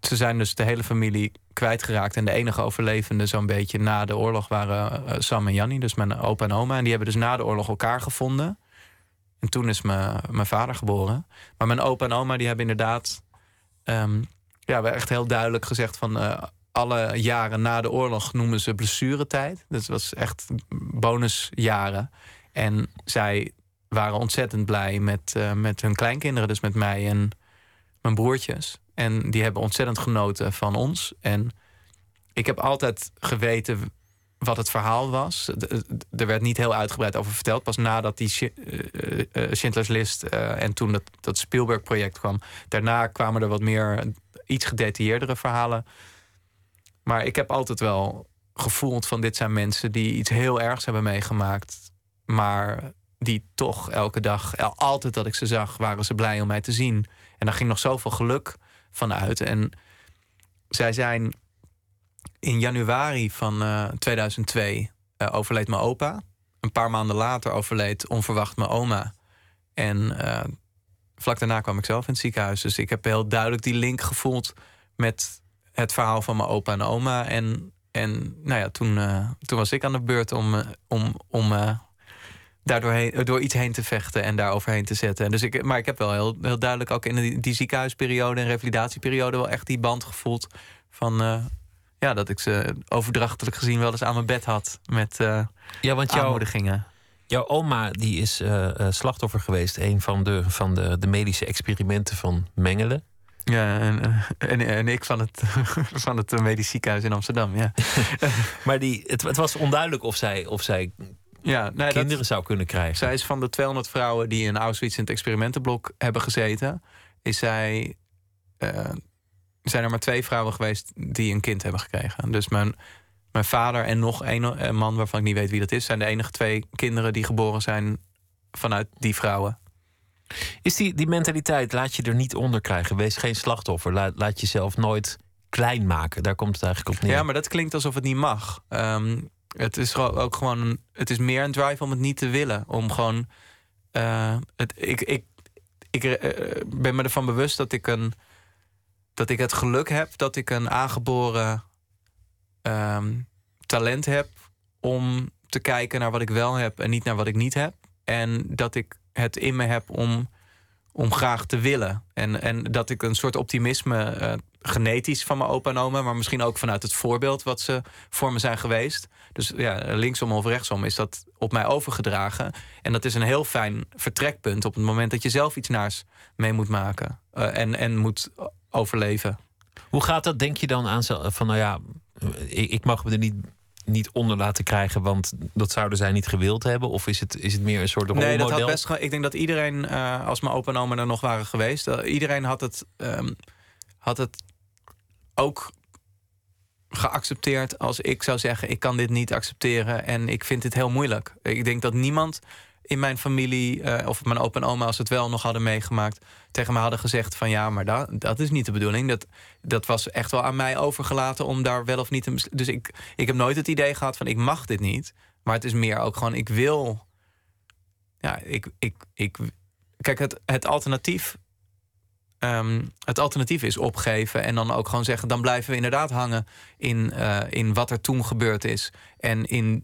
ze zijn dus de hele familie kwijtgeraakt. En de enige overlevenden zo'n beetje na de oorlog waren Sam en Jannie. Dus mijn opa en oma. En die hebben dus na de oorlog elkaar gevonden. En toen is mijn vader geboren. Maar mijn opa en oma die hebben inderdaad... hebben echt heel duidelijk gezegd van... alle jaren na de oorlog noemen ze blessuretijd. Dat was echt bonusjaren. En zij waren ontzettend blij met hun kleinkinderen. Dus met mij en mijn broertjes. En die hebben ontzettend genoten van ons. En ik heb altijd geweten wat het verhaal was. Er werd niet heel uitgebreid over verteld. Pas nadat die Schindler's List en toen dat Spielberg-project kwam. Daarna kwamen er wat meer iets gedetailleerdere verhalen. Maar ik heb altijd wel gevoeld van dit zijn mensen die iets heel ergs hebben meegemaakt. Maar die toch elke dag, altijd dat ik ze zag, waren ze blij om mij te zien. En daar ging nog zoveel geluk van uit. En zij zijn in januari van 2002 overleed mijn opa. Een paar maanden later overleed onverwacht mijn oma. En vlak daarna kwam ik zelf in het ziekenhuis. Dus ik heb heel duidelijk die link gevoeld met het verhaal van mijn opa en oma. En nou ja, toen was ik aan de beurt om door iets heen te vechten en daar overheen te zetten. Dus maar ik heb wel heel duidelijk ook in die ziekenhuisperiode en revalidatieperiode wel echt die band gevoeld van dat ik ze overdrachtelijk gezien wel eens aan mijn bed had met aanmoedigingen. Jouw oma die is slachtoffer geweest, een van de medische experimenten van Mengele. Ja, en ik van het medisch ziekenhuis in Amsterdam, ja. Maar het was onduidelijk of zij kinderen zou kunnen krijgen. Zij is van de 200 vrouwen die in Auschwitz in het experimentenblok hebben gezeten. Zijn er maar 2 vrouwen geweest die een kind hebben gekregen. Dus mijn vader en nog een man waarvan ik niet weet wie dat is, zijn de enige 2 kinderen die geboren zijn vanuit die vrouwen. Is die mentaliteit, laat je er niet onder krijgen. Wees geen slachtoffer. Laat jezelf nooit klein maken. Daar komt het eigenlijk op neer. Ja, maar dat klinkt alsof het niet mag. Het is ook gewoon het is meer een drive om het niet te willen. Om gewoon... Ik ben me ervan bewust dat ik het geluk heb dat ik een aangeboren talent heb om te kijken naar wat ik wel heb en niet naar wat ik niet heb. En dat ik het in me heb om graag te willen. En dat ik een soort optimisme, genetisch van mijn opa en oma, maar misschien ook vanuit het voorbeeld wat ze voor me zijn geweest. Dus ja, linksom of rechtsom is dat op mij overgedragen. En dat is een heel fijn vertrekpunt op het moment dat je zelf iets naars mee moet maken. En moet overleven. Hoe gaat dat, denk je dan aan van ik mag me er niet onder laten krijgen, want dat zouden zij niet gewild hebben? Of is het meer een soort rolmodel? Nee, dat had best. Ik denk dat iedereen, als mijn opa en oma er nog waren geweest, iedereen had het ook geaccepteerd als ik zou zeggen, ik kan dit niet accepteren en ik vind dit heel moeilijk. Ik denk dat niemand in mijn familie, of mijn opa en oma, als het wel nog hadden meegemaakt, tegen me hadden gezegd van ja, maar dat is niet de bedoeling. Dat was echt wel aan mij overgelaten om daar wel of niet te... Dus ik heb nooit het idee gehad van ik mag dit niet. Maar het is meer ook gewoon ik wil... Ja, kijk, het alternatief... het alternatief is opgeven en dan ook gewoon zeggen, dan blijven we inderdaad hangen in wat er toen gebeurd is. En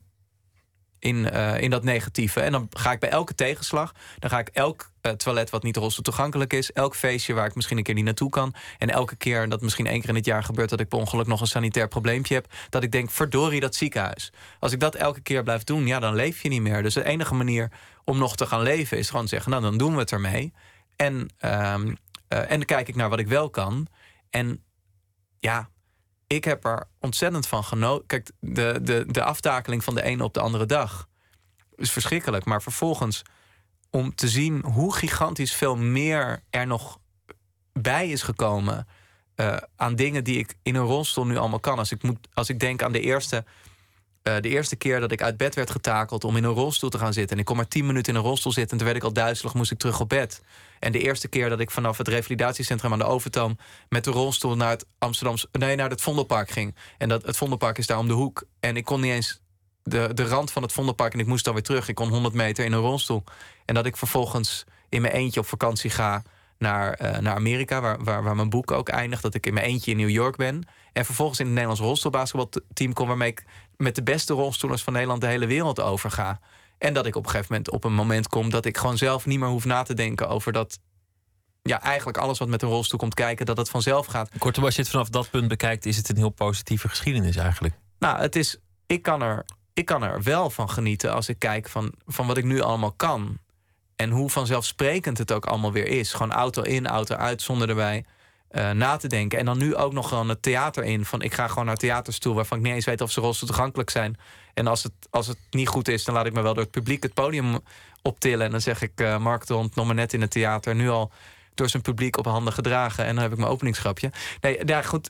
in dat negatieve. En dan ga ik bij elke tegenslag, dan ga ik elk toilet wat niet rolstoel toegankelijk is, elk feestje waar ik misschien een keer niet naartoe kan, en elke keer dat misschien 1 keer in het jaar gebeurt dat ik per ongeluk nog een sanitair probleempje heb, dat ik denk, verdorie dat ziekenhuis. Als ik dat elke keer blijf doen, ja, dan leef je niet meer. Dus de enige manier om nog te gaan leven is gewoon zeggen, nou, dan doen we het ermee. En dan kijk ik naar wat ik wel kan. En ja, ik heb er ontzettend van genoten. Kijk, de aftakeling van de ene op de andere dag is verschrikkelijk. Maar vervolgens, om te zien hoe gigantisch veel meer er nog bij is gekomen aan dingen die ik in een rolstoel nu allemaal kan. Als ik denk aan de eerste keer dat ik uit bed werd getakeld om in een rolstoel te gaan zitten. En ik kon maar 10 minuten in een rolstoel zitten en toen werd ik al duizelig, moest ik terug op bed. En de eerste keer dat ik vanaf het revalidatiecentrum aan de Overtoom met de rolstoel naar het Vondelpark ging. En het Vondelpark is daar om de hoek. En ik kon niet eens de rand van het Vondelpark en ik moest dan weer terug. Ik kon 100 meter in een rolstoel. En dat ik vervolgens in mijn eentje op vakantie ga naar Amerika, waar mijn boek ook eindigt. Dat ik in mijn eentje in New York ben. En vervolgens in het Nederlands rolstoelbasketbalteam kom, waarmee ik met de beste rolstoelers van Nederland de hele wereld over ga. En dat ik op een gegeven moment op een moment kom dat ik gewoon zelf niet meer hoef na te denken over dat. Ja, eigenlijk alles wat met een rolstoel komt kijken, dat het vanzelf gaat. Kortom, als je het vanaf dat punt bekijkt, is het een heel positieve geschiedenis eigenlijk. Nou, het is. Ik kan er wel van genieten als ik kijk van wat ik nu allemaal kan. En hoe vanzelfsprekend het ook allemaal weer is. Gewoon auto in, auto uit, zonder erbij na te denken. En dan nu ook nog gewoon het theater in. Van ik ga gewoon naar theaterstoel waarvan ik niet eens weet of ze rolstoel toegankelijk zijn. En als het niet goed is, dan laat ik me wel door het publiek het podium optillen. En dan zeg ik, Mark de Hond, nog maar net in het theater. Nu al door zijn publiek op handen gedragen. En dan heb ik mijn openingsgrapje. Nee, ja, goed.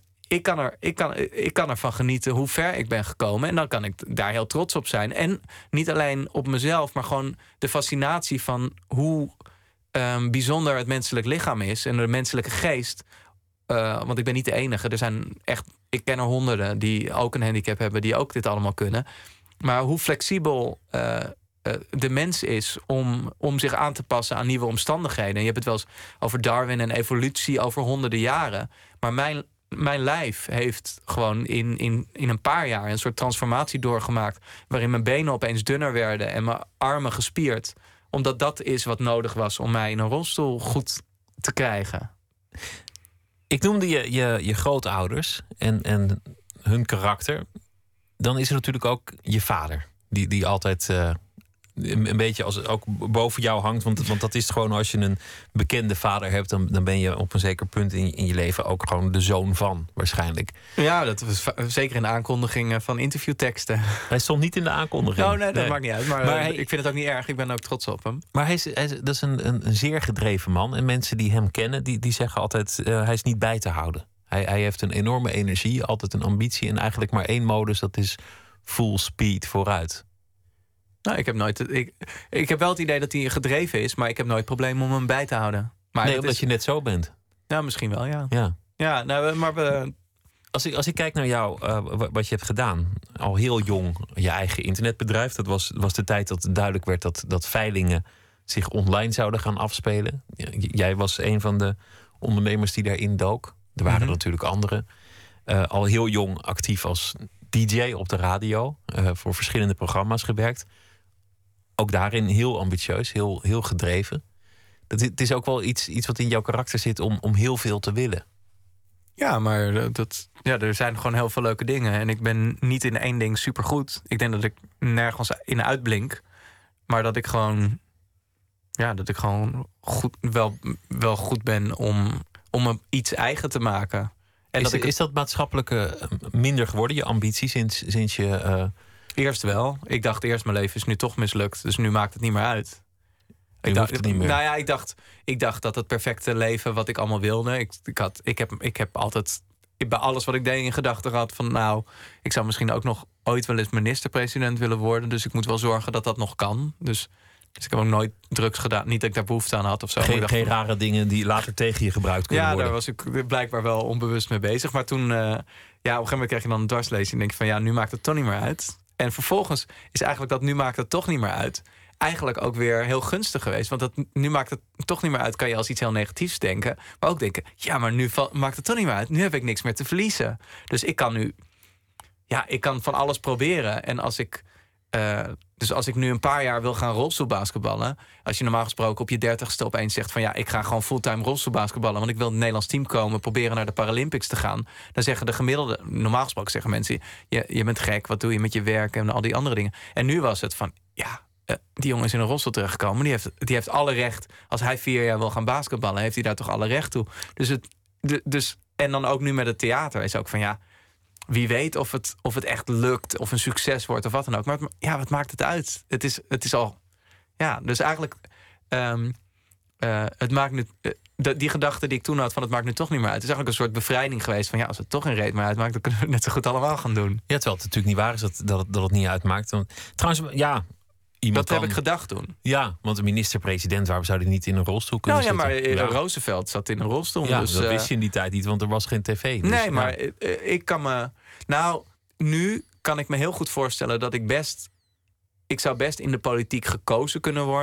Ik kan ervan genieten hoe ver ik ben gekomen. En dan kan ik daar heel trots op zijn. En niet alleen op mezelf, maar gewoon de fascinatie van hoe bijzonder het menselijk lichaam is. En de menselijke geest. Want ik ben niet de enige. Er zijn echt, ik ken er honderden die ook een handicap hebben, die ook dit allemaal kunnen. Maar hoe flexibel de mens is om zich aan te passen aan nieuwe omstandigheden. En je hebt het wel eens over Darwin en evolutie over honderden jaren. Maar mijn lijf heeft gewoon in een paar jaar een soort transformatie doorgemaakt, waarin mijn benen opeens dunner werden en mijn armen gespierd. Omdat dat is wat nodig was om mij in een rolstoel goed te krijgen. Ik noemde je grootouders en hun karakter. Dan is er natuurlijk ook je vader. Die altijd een beetje ook boven jou hangt. Want dat is gewoon, als je een bekende vader hebt, dan ben je op een zeker punt in je leven ook gewoon de zoon van, waarschijnlijk. Ja, dat was zeker in de aankondiging van interviewteksten. Hij stond niet in de aankondiging. Oh, nee, dat maakt niet uit. Maar ik vind het ook niet erg. Ik ben ook trots op hem. Maar dat is een zeer gedreven man. En mensen die hem kennen, die zeggen altijd, hij is niet bij te houden. Hij heeft een enorme energie, altijd een ambitie. En eigenlijk maar één modus, dat is full speed vooruit. Nou, ik heb wel het idee dat hij gedreven is, maar ik heb nooit probleem om hem bij te houden. Maar nee, omdat je net zo bent. Nou, misschien wel, ja. Ja, nou, maar Als ik kijk naar jou, wat je hebt gedaan, al heel jong je eigen internetbedrijf. Dat was de tijd dat duidelijk werd dat veilingen zich online zouden gaan afspelen. Jij was een van de ondernemers die daarin dook. Er waren natuurlijk anderen. Al heel jong actief als DJ op de radio. Voor verschillende programma's gewerkt. Ook daarin heel ambitieus, heel gedreven. Het is ook wel iets wat in jouw karakter zit om heel veel te willen. Ja, maar er zijn gewoon heel veel leuke dingen. En ik ben niet in één ding supergoed. Ik denk dat ik nergens in uitblink. Maar dat ik gewoon goed, wel goed ben om iets eigen te maken. En is dat maatschappelijke minder geworden, je ambitie, sinds je... Eerst wel. Ik dacht eerst, mijn leven is nu toch mislukt. Dus nu maakt het niet meer uit. Ik dacht dat het perfecte leven wat ik allemaal wilde. Ik heb altijd bij alles wat ik deed in gedachten gehad van, nou, ik zou misschien ook nog ooit wel eens minister-president willen worden. Dus ik moet wel zorgen dat dat nog kan. Dus ik heb ook nooit drugs gedaan. Niet dat ik daar behoefte aan had of zo. Geen rare dingen die later tegen je gebruikt kunnen worden. Ja, daar was ik blijkbaar wel onbewust mee bezig. Maar toen, op een gegeven moment krijg je dan een dwarslezing en denk je van, ja, nu maakt het toch niet meer uit. En vervolgens is eigenlijk dat nu maakt het toch niet meer uit eigenlijk ook weer heel gunstig geweest. Want nu maakt het toch niet meer uit, kan je als iets heel negatiefs denken. Maar ook denken, ja, maar nu maakt het toch niet meer uit. Nu heb ik niks meer te verliezen. Dus ik kan nu, ik kan van alles proberen. En als ik nu een paar jaar wil gaan rolstoelbasketballen, als je normaal gesproken op je 30ste opeens zegt van, ja, ik ga gewoon fulltime rolstoelbasketballen, want ik wil in het Nederlands team komen, proberen naar de Paralympics te gaan. Dan zeggen de gemiddelde, normaal gesproken zeggen mensen, je bent gek, wat doe je met je werk en al die andere dingen. En nu was het van, die jongen is in een rolstoel terechtgekomen. Die heeft alle recht. Als hij 4 jaar wil gaan basketballen, heeft hij daar toch alle recht toe. Dus en dan ook nu met het theater is ook van, wie weet of het echt lukt, of een succes wordt of wat dan ook. Maar wat maakt het uit? Het is al, dus eigenlijk het maakt nu, die gedachte die ik toen had van, het maakt nu toch niet meer uit, is eigenlijk een soort bevrijding geweest van, als het toch een reet maar uitmaakt, dan kunnen we het net zo goed allemaal gaan doen. Ja, terwijl het natuurlijk niet waar is dat het niet uitmaakt. Want, trouwens, dat heb ik gedacht toen. Ja, want de minister-president, waarom zou hij niet in een rolstoel kunnen zitten? Maar Roosevelt zat in een rolstoel. Ja, dus, dat wist je in die tijd niet, want er was geen tv. Dus, nee, maar ik kan me... Nou, nu kan ik me heel goed voorstellen dat ik zou best in de politiek gekozen kunnen worden.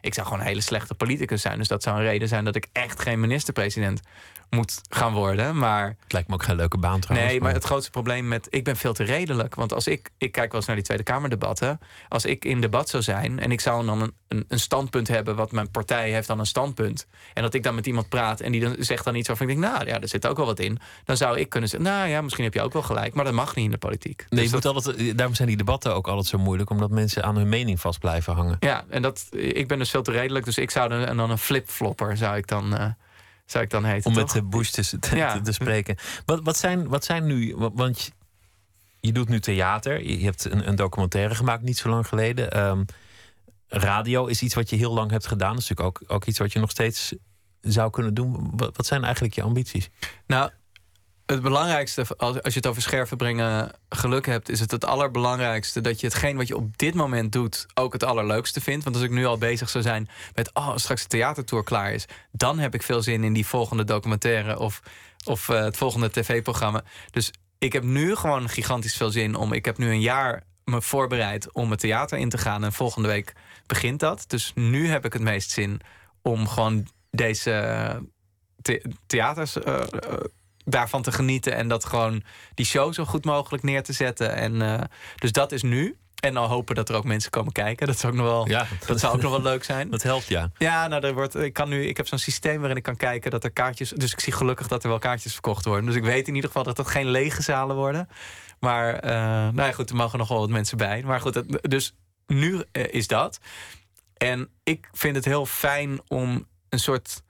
Ik zou gewoon een hele slechte politicus zijn. Dus dat zou een reden zijn dat ik echt geen minister-president moet gaan worden. Maar Het lijkt me ook geen leuke baan trouwens. nee, maar het grootste probleem ik ben veel te redelijk. Want als ik kijk wel eens naar die Tweede Kamerdebatten. Als ik in debat zou zijn en ik zou dan een standpunt hebben, wat mijn partij heeft dan een standpunt. En dat ik dan met iemand praat en die dan zegt dan iets waarvan ik denk, nou ja, er zit ook wel wat in. Dan zou ik kunnen zeggen, nou ja, misschien heb je ook wel gelijk. Maar dat mag niet in de politiek. Nee, Dus daarom zijn die debatten ook altijd zo moeilijk, omdat mensen aan hun mening vast blijven hangen. ja, en ik ben dus veel te redelijk. Dus ik zou dan een flipflopper zou ik dan heten. Om toch? met Bush te spreken. Wat zijn nu... Want je doet nu theater. Je hebt een documentaire gemaakt niet zo lang geleden. Radio is iets wat je heel lang hebt gedaan. Dat is natuurlijk ook iets wat je nog steeds zou kunnen doen. Wat zijn eigenlijk je ambities? Nou, het belangrijkste, als je het over scherven brengen geluk hebt, is het allerbelangrijkste dat je hetgeen wat je op dit moment doet ook het allerleukste vindt. Want als ik nu al bezig zou zijn met straks de theatertour klaar is, dan heb ik veel zin in die volgende documentaire of het volgende tv-programma. Dus ik heb nu gewoon gigantisch veel zin om. Ik heb nu een jaar me voorbereid om het theater in te gaan en volgende week begint dat. Dus nu heb ik het meest zin om gewoon deze theaters daarvan te genieten en dat gewoon die show zo goed mogelijk neer te zetten. En dus dat is nu. En dan hopen dat er ook mensen komen kijken. Dat zou ook nog wel, dat zou ook nog wel leuk zijn. Dat helpt, ja. Ja, nou, ik heb zo'n systeem waarin ik kan kijken dat er kaartjes. Dus ik zie gelukkig dat er wel kaartjes verkocht worden. Dus ik weet in ieder geval dat het geen lege zalen worden. Maar nou ja, goed, er mogen nog wel wat mensen bij. Maar goed, dus nu is dat. En ik vind het heel fijn om een soort.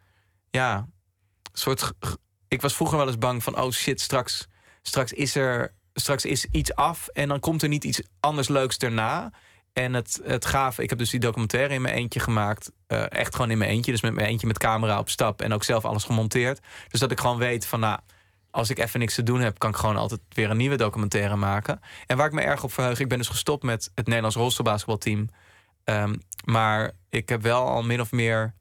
Ik was vroeger wel eens bang van, oh shit, straks is iets af en dan komt er niet iets anders leuks erna. En het gave, ik heb dus die documentaire in mijn eentje gemaakt. Echt gewoon in mijn eentje, dus met mijn eentje met camera op stap en ook zelf alles gemonteerd. Dus dat ik gewoon weet van, nou, als ik even niks te doen heb, kan ik gewoon altijd weer een nieuwe documentaire maken. En waar ik me erg op verheug, ik ben dus gestopt met het Nederlands rolstoelbasketbalteam. Maar ik heb wel al min of meer,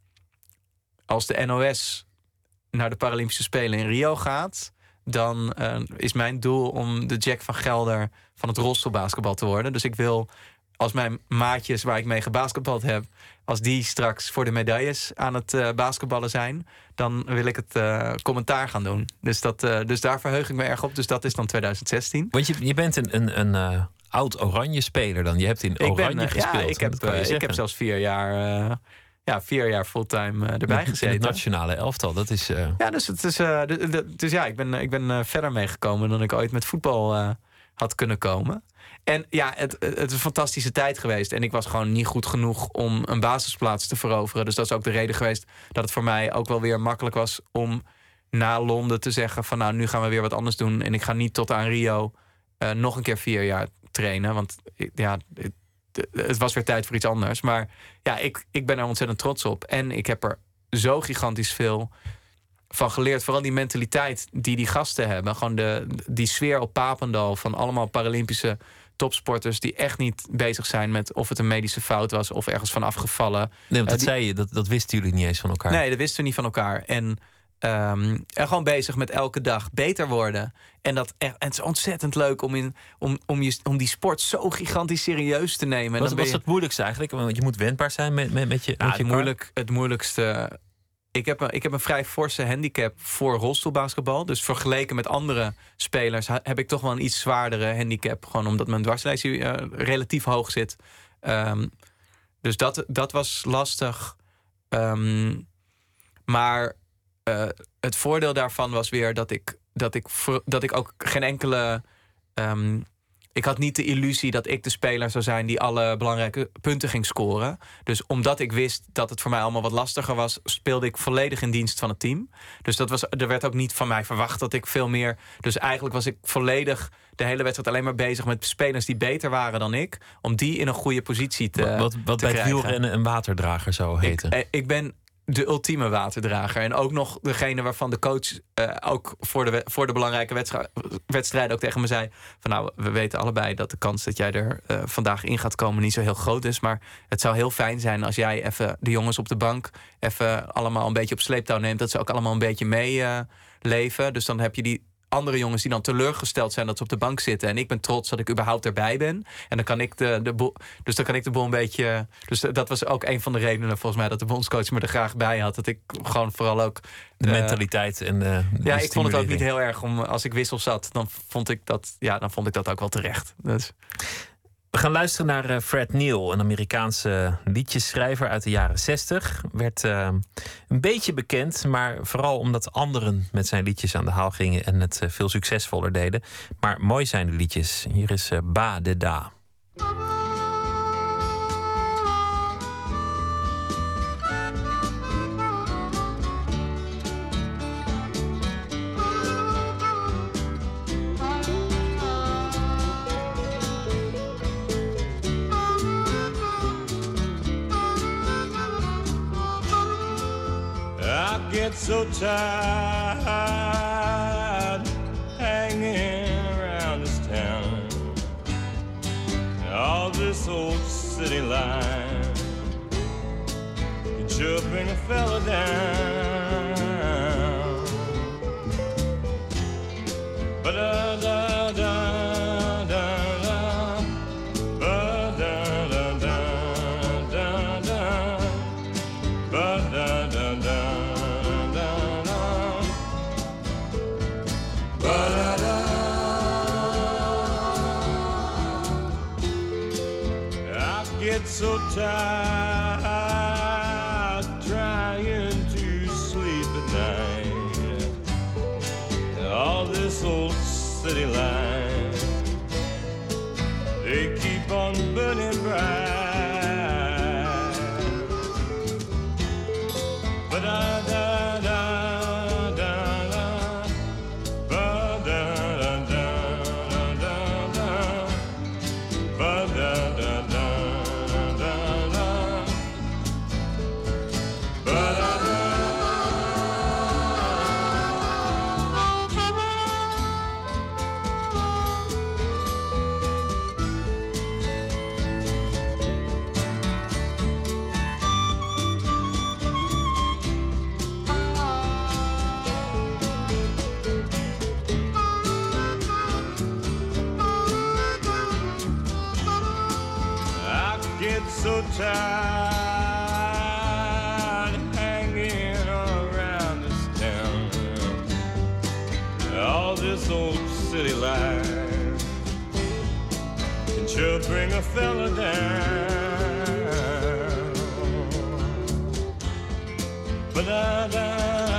als de NOS naar de Paralympische Spelen in Rio gaat, dan is mijn doel om de Jack van Gelder van het rolstoelbasketbal te worden. Dus ik wil, als mijn maatjes waar ik mee gebasketbald heb, als die straks voor de medailles aan het basketballen zijn, dan wil ik het commentaar gaan doen. Dus daar verheug ik me erg op. Dus dat is dan 2016. Want je bent een oud oranje speler dan. Je hebt in oranje gespeeld. Ja, ik heb zelfs 4 jaar... 4 jaar fulltime erbij gezeten. In het nationale elftal, dat is... Ja, dus het is... Dus ja, ik ben verder meegekomen dan ik ooit met voetbal had kunnen komen. En ja, het is een fantastische tijd geweest. En ik was gewoon niet goed genoeg om een basisplaats te veroveren. Dus dat is ook de reden geweest dat het voor mij ook wel weer makkelijk was om na Londen te zeggen van, nou, nu gaan we weer wat anders doen. En ik ga niet tot aan Rio nog een keer 4 jaar trainen. Want ja, het was weer tijd voor iets anders. Maar ja, ik ben er ontzettend trots op. En ik heb er zo gigantisch veel van geleerd. Vooral die mentaliteit die gasten hebben. Gewoon die sfeer op Papendal van allemaal Paralympische topsporters die echt niet bezig zijn met of het een medische fout was of ergens van afgevallen. Nee, want dat zei je, dat wisten jullie niet eens van elkaar. Nee, dat wisten we niet van elkaar. En gewoon bezig met elke dag beter worden. En het is ontzettend leuk om die sport zo gigantisch serieus te nemen. Wat was het moeilijkste eigenlijk? Want je moet wendbaar zijn met je het moeilijkste. Ik heb een vrij forse handicap voor rolstoelbasketbal. Dus vergeleken met andere spelers heb ik toch wel een iets zwaardere handicap. Gewoon omdat mijn dwarslijstje relatief hoog zit. Dus dat was lastig. Maar het voordeel daarvan was weer dat ik ook geen enkele. Ik had niet de illusie dat ik de speler zou zijn die alle belangrijke punten ging scoren. Dus omdat ik wist dat het voor mij allemaal wat lastiger was, speelde ik volledig in dienst van het team. Dus er werd ook niet van mij verwacht dat ik veel meer. Dus eigenlijk was ik volledig de hele wedstrijd alleen maar bezig met spelers die beter waren dan ik, om die in een goede positie te krijgen. Wat bij het wielrennen een waterdrager zou heten. Ik ben de ultieme waterdrager. En ook nog degene waarvan de coach ook voor de belangrijke wedstrijden ook tegen me zei van, nou, we weten allebei dat de kans dat jij er vandaag in gaat komen niet zo heel groot is. Maar het zou heel fijn zijn als jij even de jongens op de bank even allemaal een beetje op sleeptouw neemt. Dat ze ook allemaal een beetje meeleven. Dus dan heb je andere jongens die dan teleurgesteld zijn dat ze op de bank zitten. En ik ben trots dat ik überhaupt erbij ben. En dan kan ik de boel een beetje... Dus dat was ook een van de redenen volgens mij dat de bondscoach me er graag bij had. Dat ik gewoon vooral ook... De mentaliteit en ja, ik vond het ook niet heel erg om als ik wissel zat. Dan vond ik dat ook wel terecht. Dus. We gaan luisteren naar Fred Neil, een Amerikaanse liedjesschrijver uit de jaren 60. Werd een beetje bekend, maar vooral omdat anderen met zijn liedjes aan de haal gingen en het veel succesvoller deden. Maar mooi zijn de liedjes. Hier is Ba de Da. I get so tired hanging around this town, all this old city line can sure bring a fella down. But da da da. So tired trying to sleep at night, all this old city life, they keep on burning bright. But da da da da da, ba da da da da da, ba da da da. So tired hanging around this town, all this old city life can sure bring a fella down. But da da.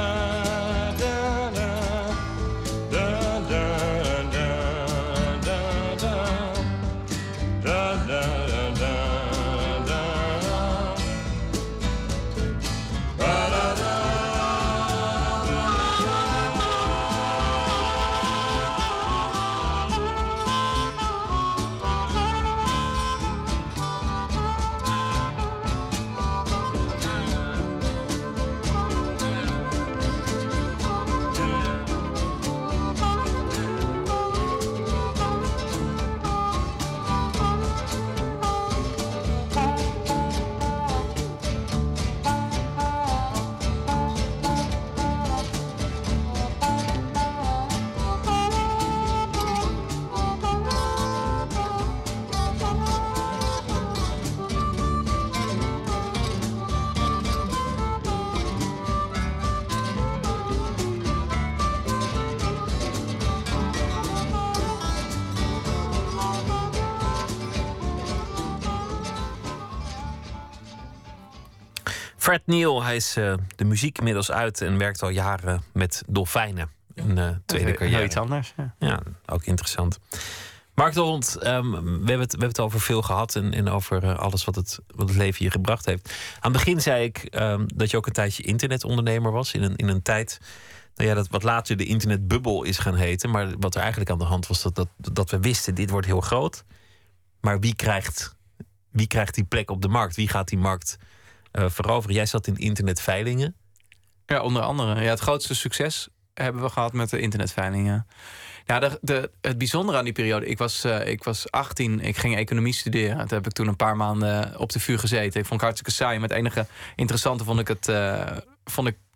Fred Neil, hij is de muziek inmiddels uit en werkt al jaren met dolfijnen. Een tweede carrière. Iets anders. Ja. Ja, ook interessant. Mark de Hond, we hebben het over veel gehad en over alles wat het leven je gebracht heeft. Aan het begin zei ik dat je ook een tijdje internetondernemer was. In een tijd dat wat later de internetbubbel is gaan heten. Maar wat er eigenlijk aan de hand was, dat we wisten, dit wordt heel groot. Maar wie krijgt die plek op de markt? Wie gaat die markt veroveren? Jij zat in internetveilingen. Ja, onder andere. Ja, het grootste succes hebben we gehad met de internetveilingen. Ja, het bijzondere aan die periode... Ik was 18, ik ging economie studeren. Toen heb ik toen een paar maanden op de vuur gezeten. Ik vond het hartstikke saai. Maar het enige interessante vond ik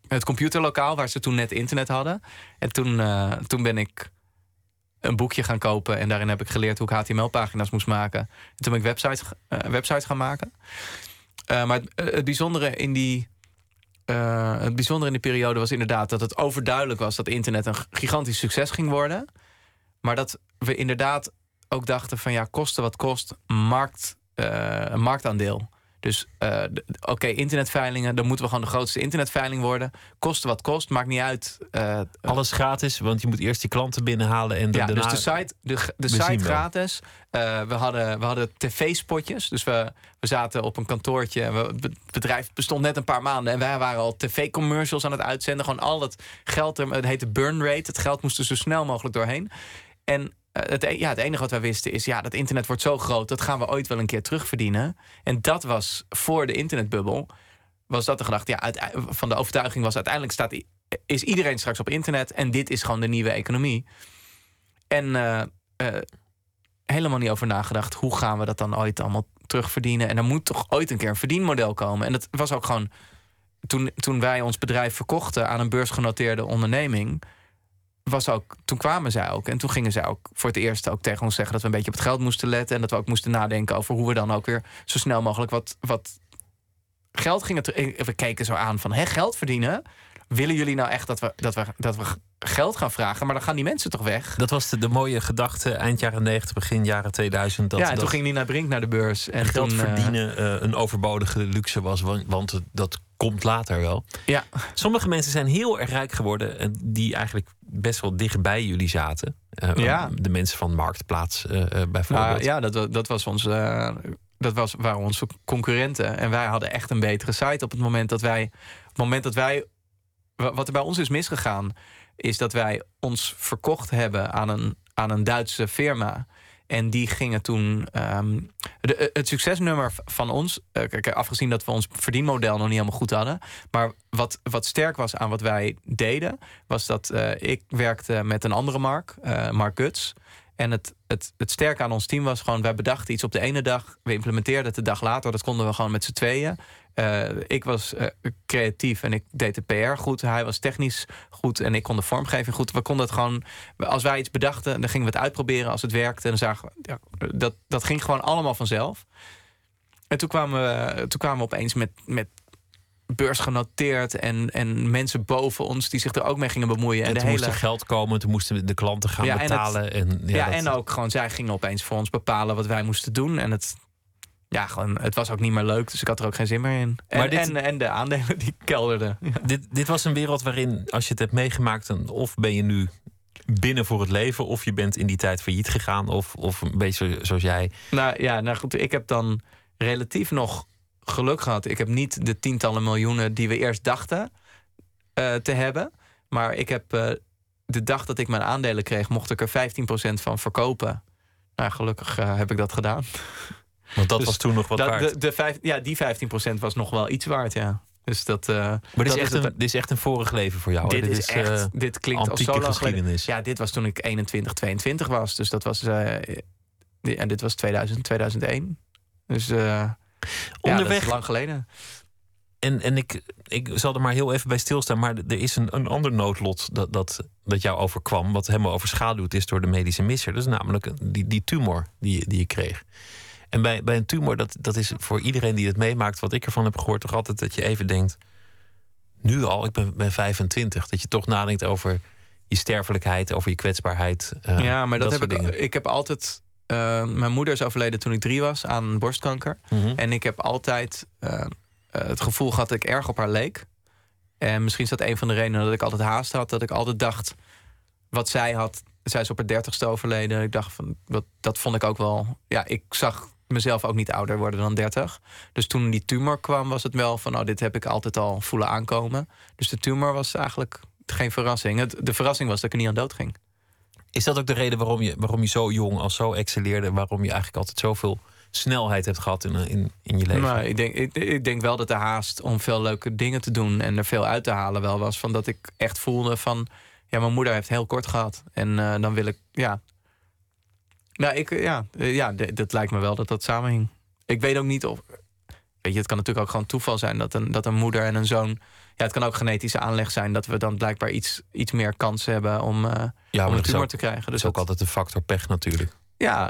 het computerlokaal waar ze toen net internet hadden. En toen ben ik een boekje gaan kopen. En daarin heb ik geleerd hoe ik HTML-pagina's moest maken. En toen ben ik websites gaan maken. Maar het bijzondere in die periode was inderdaad dat het overduidelijk was dat internet een gigantisch succes ging worden. Maar dat we inderdaad ook dachten van kosten wat kost, een marktaandeel. Dus internetveilingen, dan moeten we gewoon de grootste internetveiling worden. Kosten wat kost, maakt niet uit. Alles gratis, want je moet eerst die klanten binnenhalen. En daarna dus de site gratis. We hadden tv-spotjes. Dus we zaten op een kantoortje. Het bedrijf bestond net een paar maanden. En wij waren al tv-commercials aan het uitzenden. Gewoon al het geld, het heette burn rate. Het geld moest er zo snel mogelijk doorheen. En het enige wat wij wisten is, dat internet wordt zo groot, dat gaan we ooit wel een keer terugverdienen. En dat was voor de internetbubbel, was dat de gedachte. Van de overtuiging was uiteindelijk is iedereen straks op internet en dit is gewoon de nieuwe economie. En helemaal niet over nagedacht, hoe gaan we dat dan ooit allemaal terugverdienen? En er moet toch ooit een keer een verdienmodel komen. En dat was ook gewoon, toen wij ons bedrijf verkochten aan een beursgenoteerde onderneming, toen kwamen zij ook. En toen gingen zij ook voor het eerst ook tegen ons zeggen dat we een beetje op het geld moesten letten. En dat we ook moesten nadenken over hoe we dan ook weer zo snel mogelijk wat geld gingen. We keken zo aan van, geld verdienen? Willen jullie nou echt dat we geld gaan vragen? Maar dan gaan die mensen toch weg? Dat was de mooie gedachte eind jaren 90, begin jaren 2000. Toen ging Nina Brink naar de beurs. En geld verdienen een overbodige luxe was, want dat komt later wel. Ja. Sommige mensen zijn heel erg rijk geworden en die eigenlijk best wel dichtbij jullie zaten. De mensen van Marktplaats bijvoorbeeld. Dat waren onze concurrenten. En wij hadden echt een betere site op het moment dat wij... Wat er bij ons is misgegaan, is dat wij ons verkocht hebben aan een Duitse firma. En die gingen toen... het succesnummer van ons, afgezien dat we ons verdienmodel nog niet helemaal goed hadden, maar wat sterk was aan wat wij deden, was dat ik werkte met een andere Mark Guts. En het sterke aan ons team was gewoon, wij bedachten iets op de ene dag, we implementeerden het de dag later, dat konden we gewoon met z'n tweeën. Ik was creatief en ik deed de PR goed. Hij was technisch goed en ik kon de vormgeving goed. We konden het gewoon, als wij iets bedachten, dan gingen we het uitproberen. Als het werkte, dan zagen we, dat ging gewoon allemaal vanzelf. En toen kwamen we opeens met beursgenoteerd en mensen boven ons die zich er ook mee gingen bemoeien. En toen moest er geld komen, toen moesten de klanten gaan betalen. En ook gewoon, zij gingen opeens voor ons bepalen wat wij moesten doen. En het was ook niet meer leuk, dus ik had er ook geen zin meer in. En de aandelen die kelderden. Ja. Dit was een wereld waarin, als je het hebt meegemaakt, dan of ben je nu binnen voor het leven, of je bent in die tijd failliet gegaan, of een beetje zoals jij. Nou goed, ik heb dan relatief nog geluk gehad. Ik heb niet de tientallen miljoenen die we eerst dachten te hebben. Maar ik heb de dag dat ik mijn aandelen kreeg, mocht ik er 15% van verkopen. Nou, gelukkig heb ik dat gedaan. Want dat was toen nog wat waard. Die 15% was nog wel iets waard, ja. Dus maar dit is echt een vorig leven voor jou. Dit klinkt als zo lang geschiedenis. Ja, dit was toen ik 21, 22 was. Dus dat was... en dit was 2001. Dus onderweg, dat is lang geleden. En ik zal er maar heel even bij stilstaan. Maar er is een ander noodlot dat jou overkwam. Wat helemaal overschaduwd is door de medische misser. Dat is namelijk die tumor die je kreeg. En bij een tumor, dat is voor iedereen die het meemaakt, wat ik ervan heb gehoord, toch altijd dat je even denkt, nu al, ik ben 25, dat je toch nadenkt over je sterfelijkheid, over je kwetsbaarheid. Maar dat heb ik heb altijd. Mijn moeder is overleden toen ik 3 was aan borstkanker. Mm-hmm. En ik heb altijd het gevoel gehad dat ik erg op haar leek. En misschien is dat een van de redenen dat ik altijd haast had. Dat ik altijd dacht, wat zij had. Zij is op haar 30ste overleden. Ik dacht van, dat vond ik ook wel. Ja, ik zag mezelf ook niet ouder worden dan 30. Dus toen die tumor kwam, was het wel van, dit heb ik altijd al voelen aankomen. Dus de tumor was eigenlijk geen verrassing. De verrassing was dat ik er niet aan dood ging. Is dat ook de reden waarom je zo jong al zo excelleerde? Waarom je eigenlijk altijd zoveel snelheid hebt gehad in je leven? Nou, ik denk wel dat de haast om veel leuke dingen te doen en er veel uit te halen wel was. Van dat ik echt voelde van, mijn moeder heeft heel kort gehad. En dan wil ik, dat lijkt me wel dat samenhing. Ik weet ook niet of... weet je, het kan natuurlijk ook gewoon toeval zijn dat een moeder en een zoon... Ja, het kan ook genetische aanleg zijn dat we dan blijkbaar iets meer kans hebben om een tumor te krijgen. Dus dat is ook altijd een factor pech natuurlijk. Ja,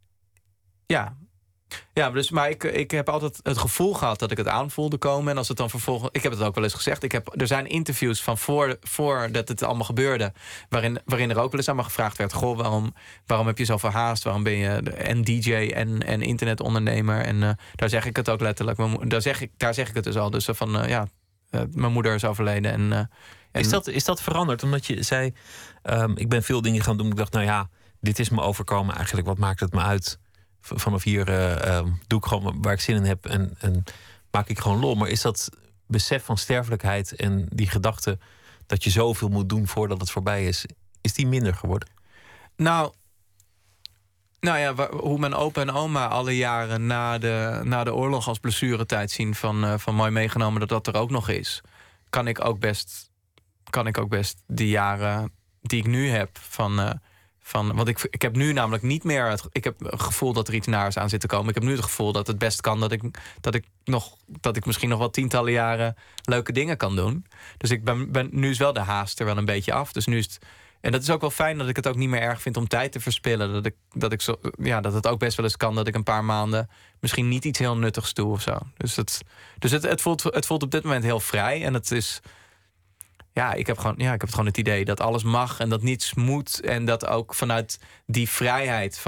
dus, maar ik heb altijd het gevoel gehad dat ik het aan voelde komen. En als het dan vervolgens... Ik heb het ook wel eens gezegd. Er zijn interviews van voordat het allemaal gebeurde... waarin er ook wel eens aan me gevraagd werd... Goh, waarom heb je zoveel haast? Waarom ben je en DJ en internetondernemer? En daar zeg ik het ook letterlijk. Daar zeg ik het dus al. Dus van, mijn moeder is overleden. En Is dat veranderd? Omdat je zei... ik ben veel dingen gaan doen. Ik dacht, nou ja, dit is me overkomen eigenlijk. Wat maakt het me uit? Vanaf hier doe ik gewoon waar ik zin in heb en maak ik gewoon lol. Maar is dat besef van sterfelijkheid en die gedachte dat je zoveel moet doen voordat het voorbij is die minder geworden? Nou ja, hoe mijn opa en oma alle jaren na de oorlog als blessuretijd zien van mooi meegenomen dat er ook nog is, kan ik ook best die jaren die ik nu heb want ik heb nu namelijk niet meer... Ik heb het gevoel dat er iets naars aan zit te komen. Ik heb nu het gevoel dat het best kan dat ik misschien nog wel tientallen jaren leuke dingen kan doen. Dus nu is wel de haast er wel een beetje af. Dus nu is het... En dat is ook wel fijn dat ik het ook niet meer erg vind om tijd te verspillen. Dat het ook best wel eens kan dat ik een paar maanden misschien niet iets heel nuttigs doe of zo. Dus het voelt op dit moment heel vrij. En het is... Ja, ik heb gewoon het idee dat alles mag en dat niets moet. En dat ook vanuit die vrijheid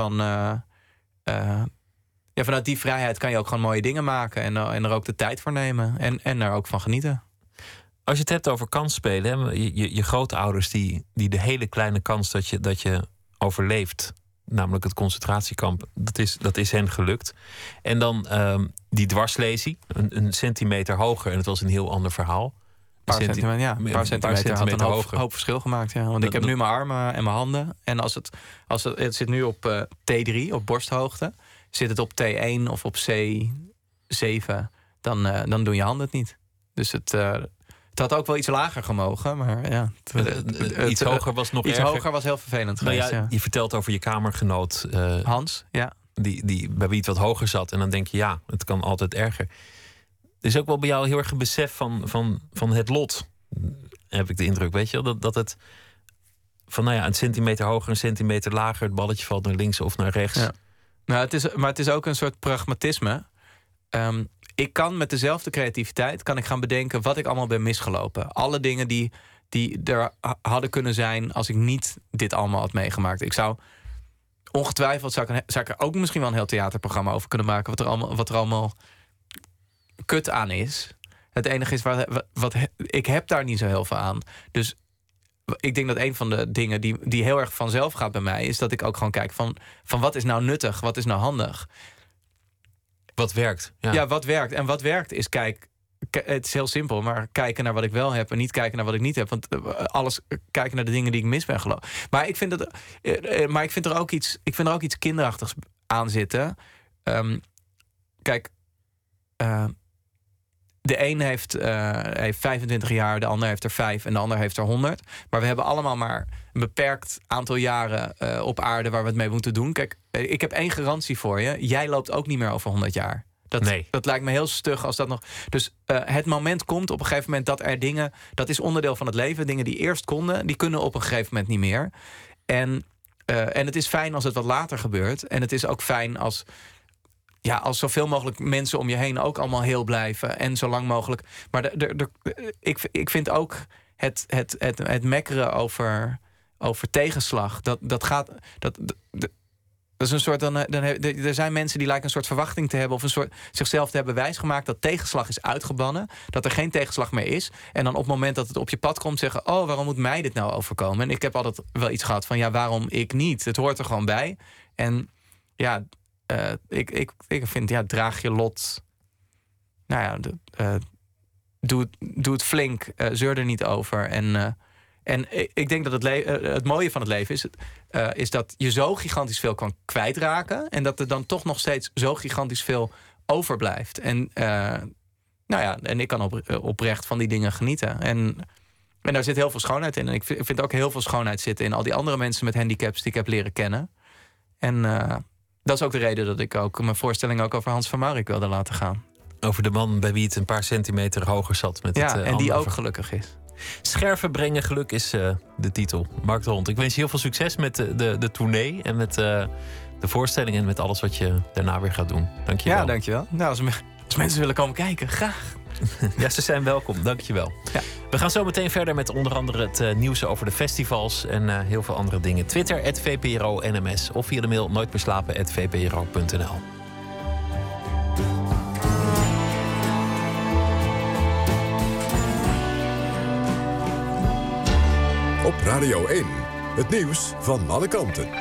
vanuit die vrijheid kan je ook gewoon mooie dingen maken. En er ook de tijd voor nemen. En er ook van genieten. Als je het hebt over kansspelen, hè, je grootouders die de hele kleine kans dat je overleeft, namelijk het concentratiekamp, dat is hen gelukt. En dan die dwarslesie, een centimeter hoger, en het was een heel ander verhaal. Een paar centimeter had een hoop verschil gemaakt. Ja. Want ik heb nu mijn armen en mijn handen. En het zit nu op T3, op borsthoogte. Zit het op T1 of op C7, dan doen je handen het niet. Dus het had ook wel iets lager gemogen. Maar ja, iets hoger was nog iets erger. Hoger was heel vervelend geweest. Ja. Je vertelt over je kamergenoot Hans, ja. Bij wie het wat hoger zat. En dan denk je, ja, het kan altijd erger. Er is ook wel bij jou heel erg een besef van het lot, heb ik de indruk. Weet je wel? Dat het van een centimeter hoger, een centimeter lager, het balletje valt naar links of naar rechts. Ja. Nou, het is ook een soort pragmatisme. Ik kan met dezelfde creativiteit gaan bedenken wat ik allemaal ben misgelopen. Alle dingen die er hadden kunnen zijn als ik niet dit allemaal had meegemaakt. Ik zou ongetwijfeld zou ik er ook misschien wel een heel theaterprogramma over kunnen maken wat er allemaal kut aan is. Het enige is wat ik heb daar niet zo heel veel aan. Dus ik denk dat een van de dingen die heel erg vanzelf gaat bij mij is dat ik ook gewoon kijk van wat is nou nuttig, wat is nou handig. Wat werkt. Ja, wat werkt. En wat werkt is het is heel simpel, maar kijken naar wat ik wel heb en niet kijken naar wat ik niet heb. Want kijken naar de dingen die ik mis ben gelopen. Maar ik vind er ook iets kinderachtigs aan zitten. Kijk, de een heeft 25 jaar, de ander heeft er 5 en de ander heeft er 100. Maar we hebben allemaal maar een beperkt aantal jaren op aarde waar we het mee moeten doen. Kijk, ik heb 1 garantie voor je. Jij loopt ook niet meer over 100 jaar. Dat lijkt me heel stug als dat nog... Dus het moment komt op een gegeven moment dat er dingen... Dat is onderdeel van het leven. Dingen die eerst konden, die kunnen op een gegeven moment niet meer. En het is fijn als het wat later gebeurt. En het is ook fijn als zoveel mogelijk mensen om je heen ook allemaal heel blijven. En zo lang mogelijk. Maar ik vind ook het mekkeren over tegenslag. Dat gaat... Dat is een soort, er zijn mensen die lijken een soort verwachting te hebben of een soort zichzelf te hebben wijsgemaakt dat tegenslag is uitgebannen, dat er geen tegenslag meer is. En dan op het moment dat het op je pad komt zeggen, oh, waarom moet mij dit nou overkomen? En ik heb altijd wel iets gehad van, ja, waarom ik niet? Het hoort er gewoon bij. En ja, ik vind, ja, draag je lot. Nou ja, doe het flink, zeur er niet over. En ik denk dat het mooie van het leven is dat je zo gigantisch veel kan kwijtraken en dat er dan toch nog steeds zo gigantisch veel overblijft. En en ik kan oprecht van die dingen genieten. En daar zit heel veel schoonheid in. En ik vind ook heel veel schoonheid zitten in al die andere mensen met handicaps die ik heb leren kennen. En dat is ook de reden dat ik ook mijn voorstelling ook over Hans van Maurik wilde laten gaan. Over de man bij wie het een paar centimeter hoger zat. Met het, en die ook gelukkig is. Scherven brengen geluk is de titel. Mark de Hond, ik wens je heel veel succes met de tournee... en met de voorstelling en met alles wat je daarna weer gaat doen. Dank je wel. Ja, dankjewel. Nou, als mensen willen komen kijken, graag. Ja, ze zijn welkom. Dank je wel. Ja. We gaan zo meteen verder met onder andere het nieuws over de festivals... en heel veel andere dingen. Twitter, @VPRO-NMS of via de mail nooitmeerslapen@vpro.nl. Op Radio 1, het nieuws van alle kanten.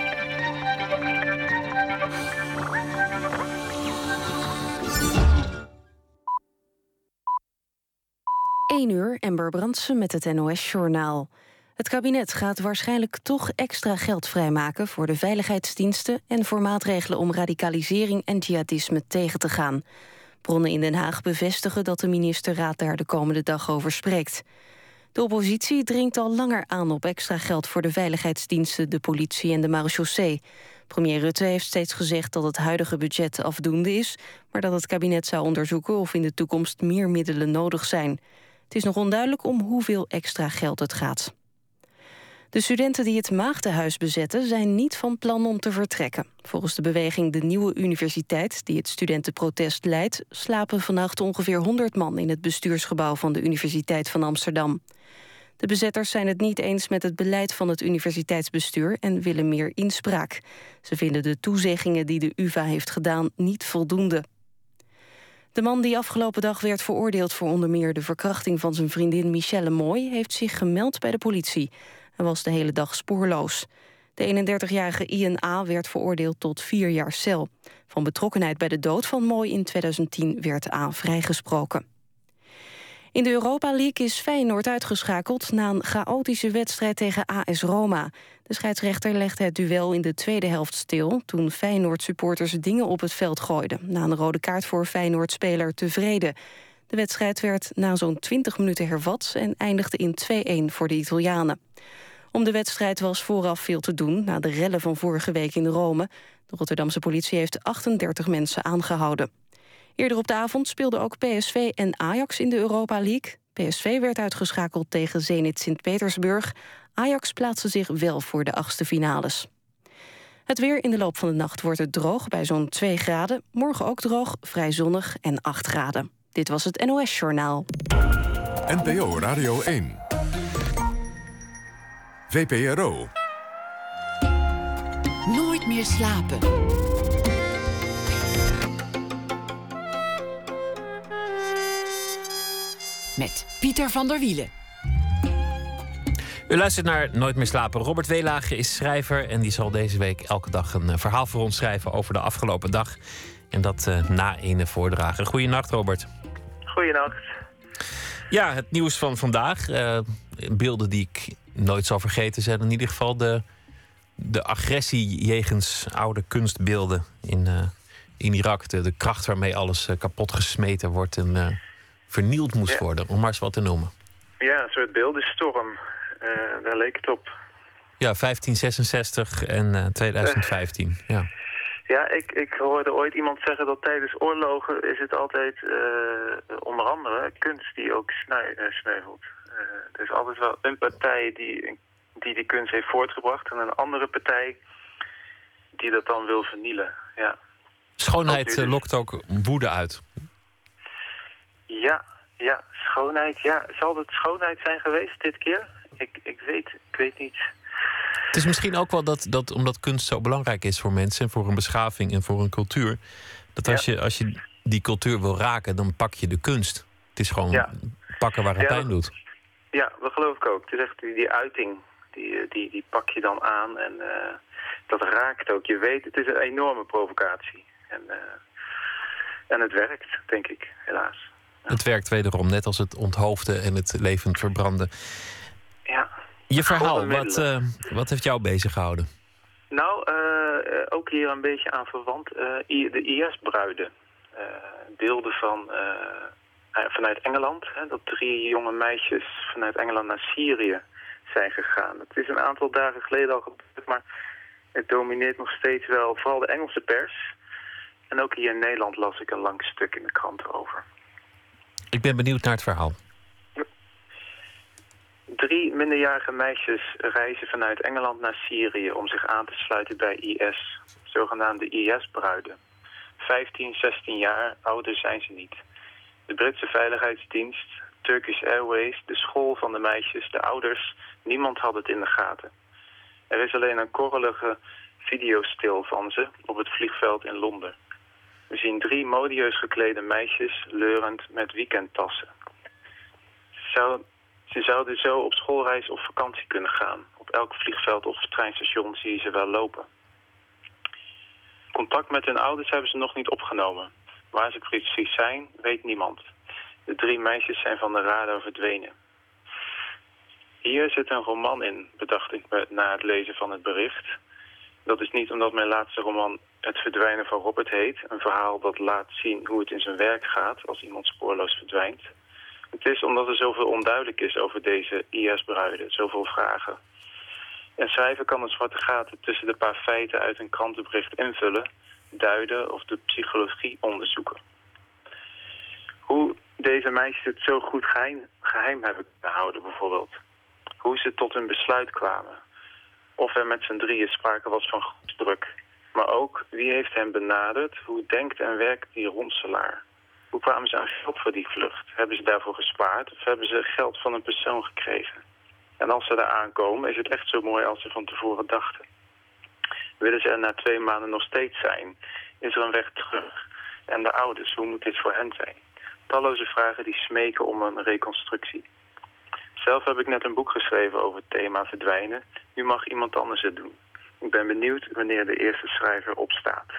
1:00, Ember Brandsen met het NOS-journaal. Het kabinet gaat waarschijnlijk toch extra geld vrijmaken voor de veiligheidsdiensten en voor maatregelen om radicalisering en jihadisme tegen te gaan. Bronnen in Den Haag bevestigen dat de ministerraad daar de komende dag over spreekt. De oppositie dringt al langer aan op extra geld voor de veiligheidsdiensten, de politie en de marechaussee. Premier Rutte heeft steeds gezegd dat het huidige budget afdoende is, maar dat het kabinet zou onderzoeken of in de toekomst meer middelen nodig zijn. Het is nog onduidelijk om hoeveel extra geld het gaat. De studenten die het Maagdenhuis bezetten zijn niet van plan om te vertrekken. Volgens de beweging De Nieuwe Universiteit, die het studentenprotest leidt, slapen vannacht ongeveer 100 man in het bestuursgebouw van de Universiteit van Amsterdam. De bezetters zijn het niet eens met het beleid van het universiteitsbestuur en willen meer inspraak. Ze vinden de toezeggingen die de UvA heeft gedaan niet voldoende. De man die afgelopen dag werd veroordeeld voor onder meer de verkrachting van zijn vriendin Michelle Mooi heeft zich gemeld bij de politie. Hij was de hele dag spoorloos. De 31-jarige Ian A. werd veroordeeld tot 4 jaar cel. Van betrokkenheid bij de dood van Mooi in 2010 werd A. vrijgesproken. In de Europa League is Feyenoord uitgeschakeld na een chaotische wedstrijd tegen AS Roma. De scheidsrechter legde het duel in de tweede helft stil toen Feyenoord-supporters dingen op het veld gooiden. Na een rode kaart voor Feyenoord-speler Tevreden. De wedstrijd werd na zo'n 20 minuten hervat en eindigde in 2-1 voor de Italianen. Om de wedstrijd was vooraf veel te doen na de rellen van vorige week in Rome. De Rotterdamse politie heeft 38 mensen aangehouden. Eerder op de avond speelden ook PSV en Ajax in de Europa League. PSV werd uitgeschakeld tegen Zenit Sint-Petersburg. Ajax plaatste zich wel voor de 8e finales. Het weer: in de loop van de nacht wordt het droog bij zo'n 2 graden. Morgen ook droog, vrij zonnig en 8 graden. Dit was het NOS-journaal. NPO Radio 1. VPRO. Nooit meer slapen. Met Pieter van der Wielen. U luistert naar Nooit meer slapen. Robert Weelage is schrijver en die zal deze week elke dag een verhaal voor ons schrijven over de afgelopen dag. En dat na ene voordragen. Goeienacht, Robert. Goeienacht. Ja, het nieuws van vandaag. Beelden die ik nooit zal vergeten zijn in ieder geval de agressie jegens oude kunstbeelden in Irak. De kracht waarmee alles kapot gesmeten wordt en vernield moest worden, om maar eens wat te noemen. Ja, een soort beeldenstorm. Daar leek het op. Ja, 1566 en 2015. Ja. Ja, ik hoorde ooit iemand zeggen dat tijdens oorlogen is het altijd onder andere kunst die ook sneuvelt. Er is altijd wel een partij die kunst heeft voortgebracht en een andere partij die dat dan wil vernielen. Ja. Schoonheid lokt ook woede uit. Ja, schoonheid. Ja, zal het schoonheid zijn geweest dit keer? Ik weet niet. Het is misschien ook wel dat omdat kunst zo belangrijk is voor mensen en voor een beschaving en voor een cultuur, dat als je die cultuur wil raken, dan pak je de kunst. Het is gewoon pakken waar het pijn doet. Ja, dat geloof ik ook. Het is echt die uiting, die pak je dan aan en dat raakt ook. Je weet, het is een enorme provocatie. En het werkt, denk ik, helaas. Ja. Het werkt wederom, net als het onthoofden en het levend verbranden. Ja. Je verhaal, wat heeft jou bezig gehouden? Nou, ook hier een beetje aan verwant. De IS-bruiden. Beelden vanuit Engeland. Dat 3 jonge meisjes vanuit Engeland naar Syrië zijn gegaan. Het is een aantal dagen geleden al gebeurd, maar het domineert nog steeds wel. Vooral de Engelse pers. En ook hier in Nederland las ik een lang stuk in de krant over. Ik ben benieuwd naar het verhaal. 3 minderjarige meisjes reizen vanuit Engeland naar Syrië om zich aan te sluiten bij IS. Zogenaamde IS-bruiden. 15, 16 jaar, ouder zijn ze niet. De Britse Veiligheidsdienst, Turkish Airways, de school van de meisjes, de ouders, niemand had het in de gaten. Er is alleen een korrelige videostil van ze op het vliegveld in Londen. We zien 3 modieus geklede meisjes leurend met weekendtassen. Ze zouden zo op schoolreis of vakantie kunnen gaan. Op elk vliegveld of treinstation zie je ze wel lopen. Contact met hun ouders hebben ze nog niet opgenomen. Waar ze precies zijn, weet niemand. De 3 meisjes zijn van de radar verdwenen. Hier zit een roman in, bedacht ik me na het lezen van het bericht. Dat is niet omdat mijn laatste roman Het verdwijnen van Robert heet. Een verhaal dat laat zien hoe het in zijn werk gaat als iemand spoorloos verdwijnt. Het is omdat er zoveel onduidelijk is over deze IS-bruiden, zoveel vragen. Een schrijver kan de zwarte gaten tussen de paar feiten uit een krantenbericht invullen, duiden of de psychologie onderzoeken. Hoe deze meisjes het zo goed geheim hebben gehouden bijvoorbeeld. Hoe ze tot hun besluit kwamen. Of er met z'n drieën sprake was van groepsdruk. Maar ook wie heeft hen benaderd, hoe denkt en werkt die ronselaar. Hoe kwamen ze aan geld voor die vlucht? Hebben ze daarvoor gespaard of hebben ze geld van een persoon gekregen? En als ze daar aankomen, is het echt zo mooi als ze van tevoren dachten. Willen ze er na 2 maanden nog steeds zijn? Is er een weg terug? En de ouders, hoe moet dit voor hen zijn? Talloze vragen die smeken om een reconstructie. Zelf heb ik net een boek geschreven over het thema verdwijnen. Nu mag iemand anders het doen. Ik ben benieuwd wanneer de eerste schrijver opstaat.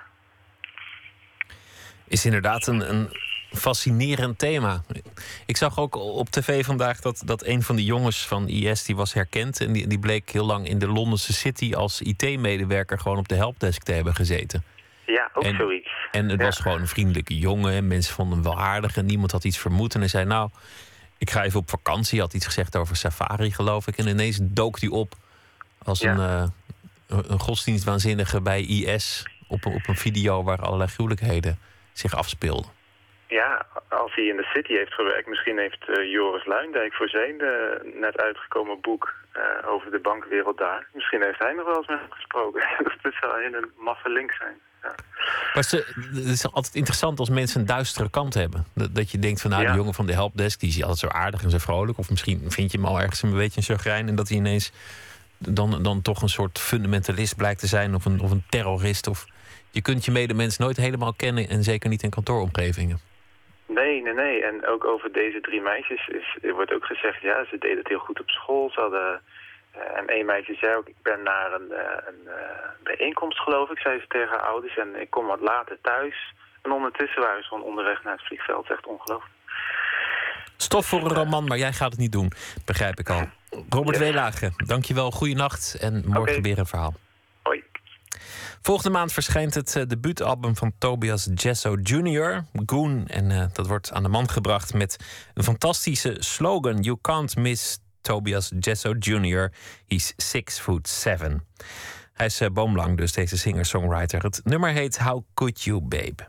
Is inderdaad een fascinerend thema. Ik zag ook op tv vandaag dat een van de jongens van IS die was herkend. En die bleek heel lang in de Londense City als IT-medewerker gewoon op de helpdesk te hebben gezeten. Ja, ook zoiets. En het was gewoon een vriendelijke jongen. En mensen vonden hem wel aardig. En niemand had iets vermoed. En hij zei, nou, ik ga even op vakantie. Hij had iets gezegd over safari, geloof ik. En ineens dook hij op als een godsdienstwaanzinnige bij IS. Op een video waar allerlei gruwelijkheden zich afspeelden. Ja, als hij in de City heeft gewerkt. Misschien heeft Joris Luijendijk voor zijn net uitgekomen boek over de bankwereld daar. Misschien heeft hij nog wel eens met hem gesproken. Dat zou een maffe link zijn. Ja. Maar het is altijd interessant als mensen een duistere kant hebben. Dat je denkt van, nou, die jongen van de helpdesk, die is altijd zo aardig en zo vrolijk. Of misschien vind je hem al ergens een beetje een chagrijn. En dat hij ineens dan toch een soort fundamentalist blijkt te zijn. Of een terrorist. Of je kunt je medemens nooit helemaal kennen. En zeker niet in kantooromgevingen. Nee. En ook over deze 3 meisjes wordt ook gezegd, ja, ze deden het heel goed op school. Ze hadden, en 1 meisje zei ook, ik ben naar een bijeenkomst, geloof ik, zei ze tegen haar ouders. En ik kom wat later thuis. En ondertussen waren ze gewoon onderweg naar het vliegveld. Het is echt ongelooflijk. Stof voor een roman, maar jij gaat het niet doen. Begrijp ik al. Robert Weelage, dankjewel. Goeienacht en morgen weer een verhaal. Hoi. Volgende maand verschijnt het debuutalbum van Tobias Jesso Jr., Goon. En dat wordt aan de man gebracht met een fantastische slogan. You can't miss Tobias Jesso Jr. He's 6'7". Hij is boomlang, dus deze singer-songwriter. Het nummer heet How Could You, Babe?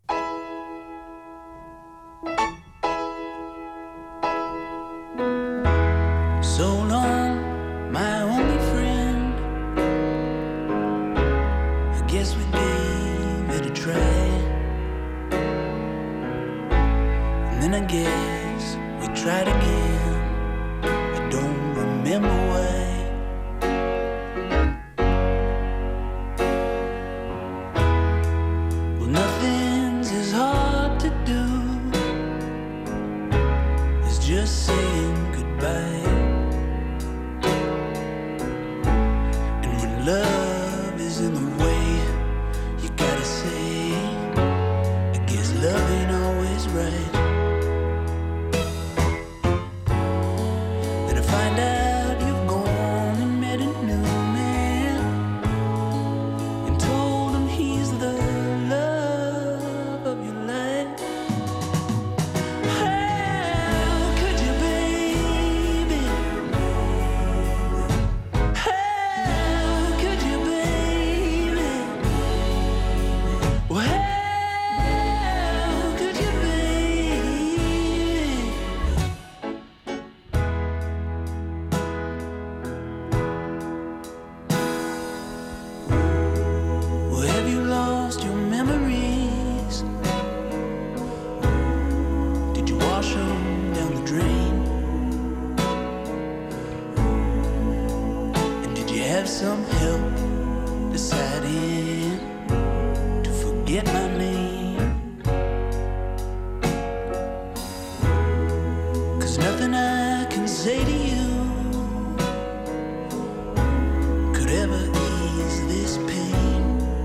So long, my only friend. I guess we gave it a try. And then I guess we tried again. I don't remember why. Well, nothing's as hard to do as just saying goodbye. Love is in the way, you gotta say, I guess love ain't always right. Then I find out you've gone and met a new man and told him he's the love of your life. How could you, baby? some help deciding to forget my name. 'Cause nothing I can say to you could ever ease this pain.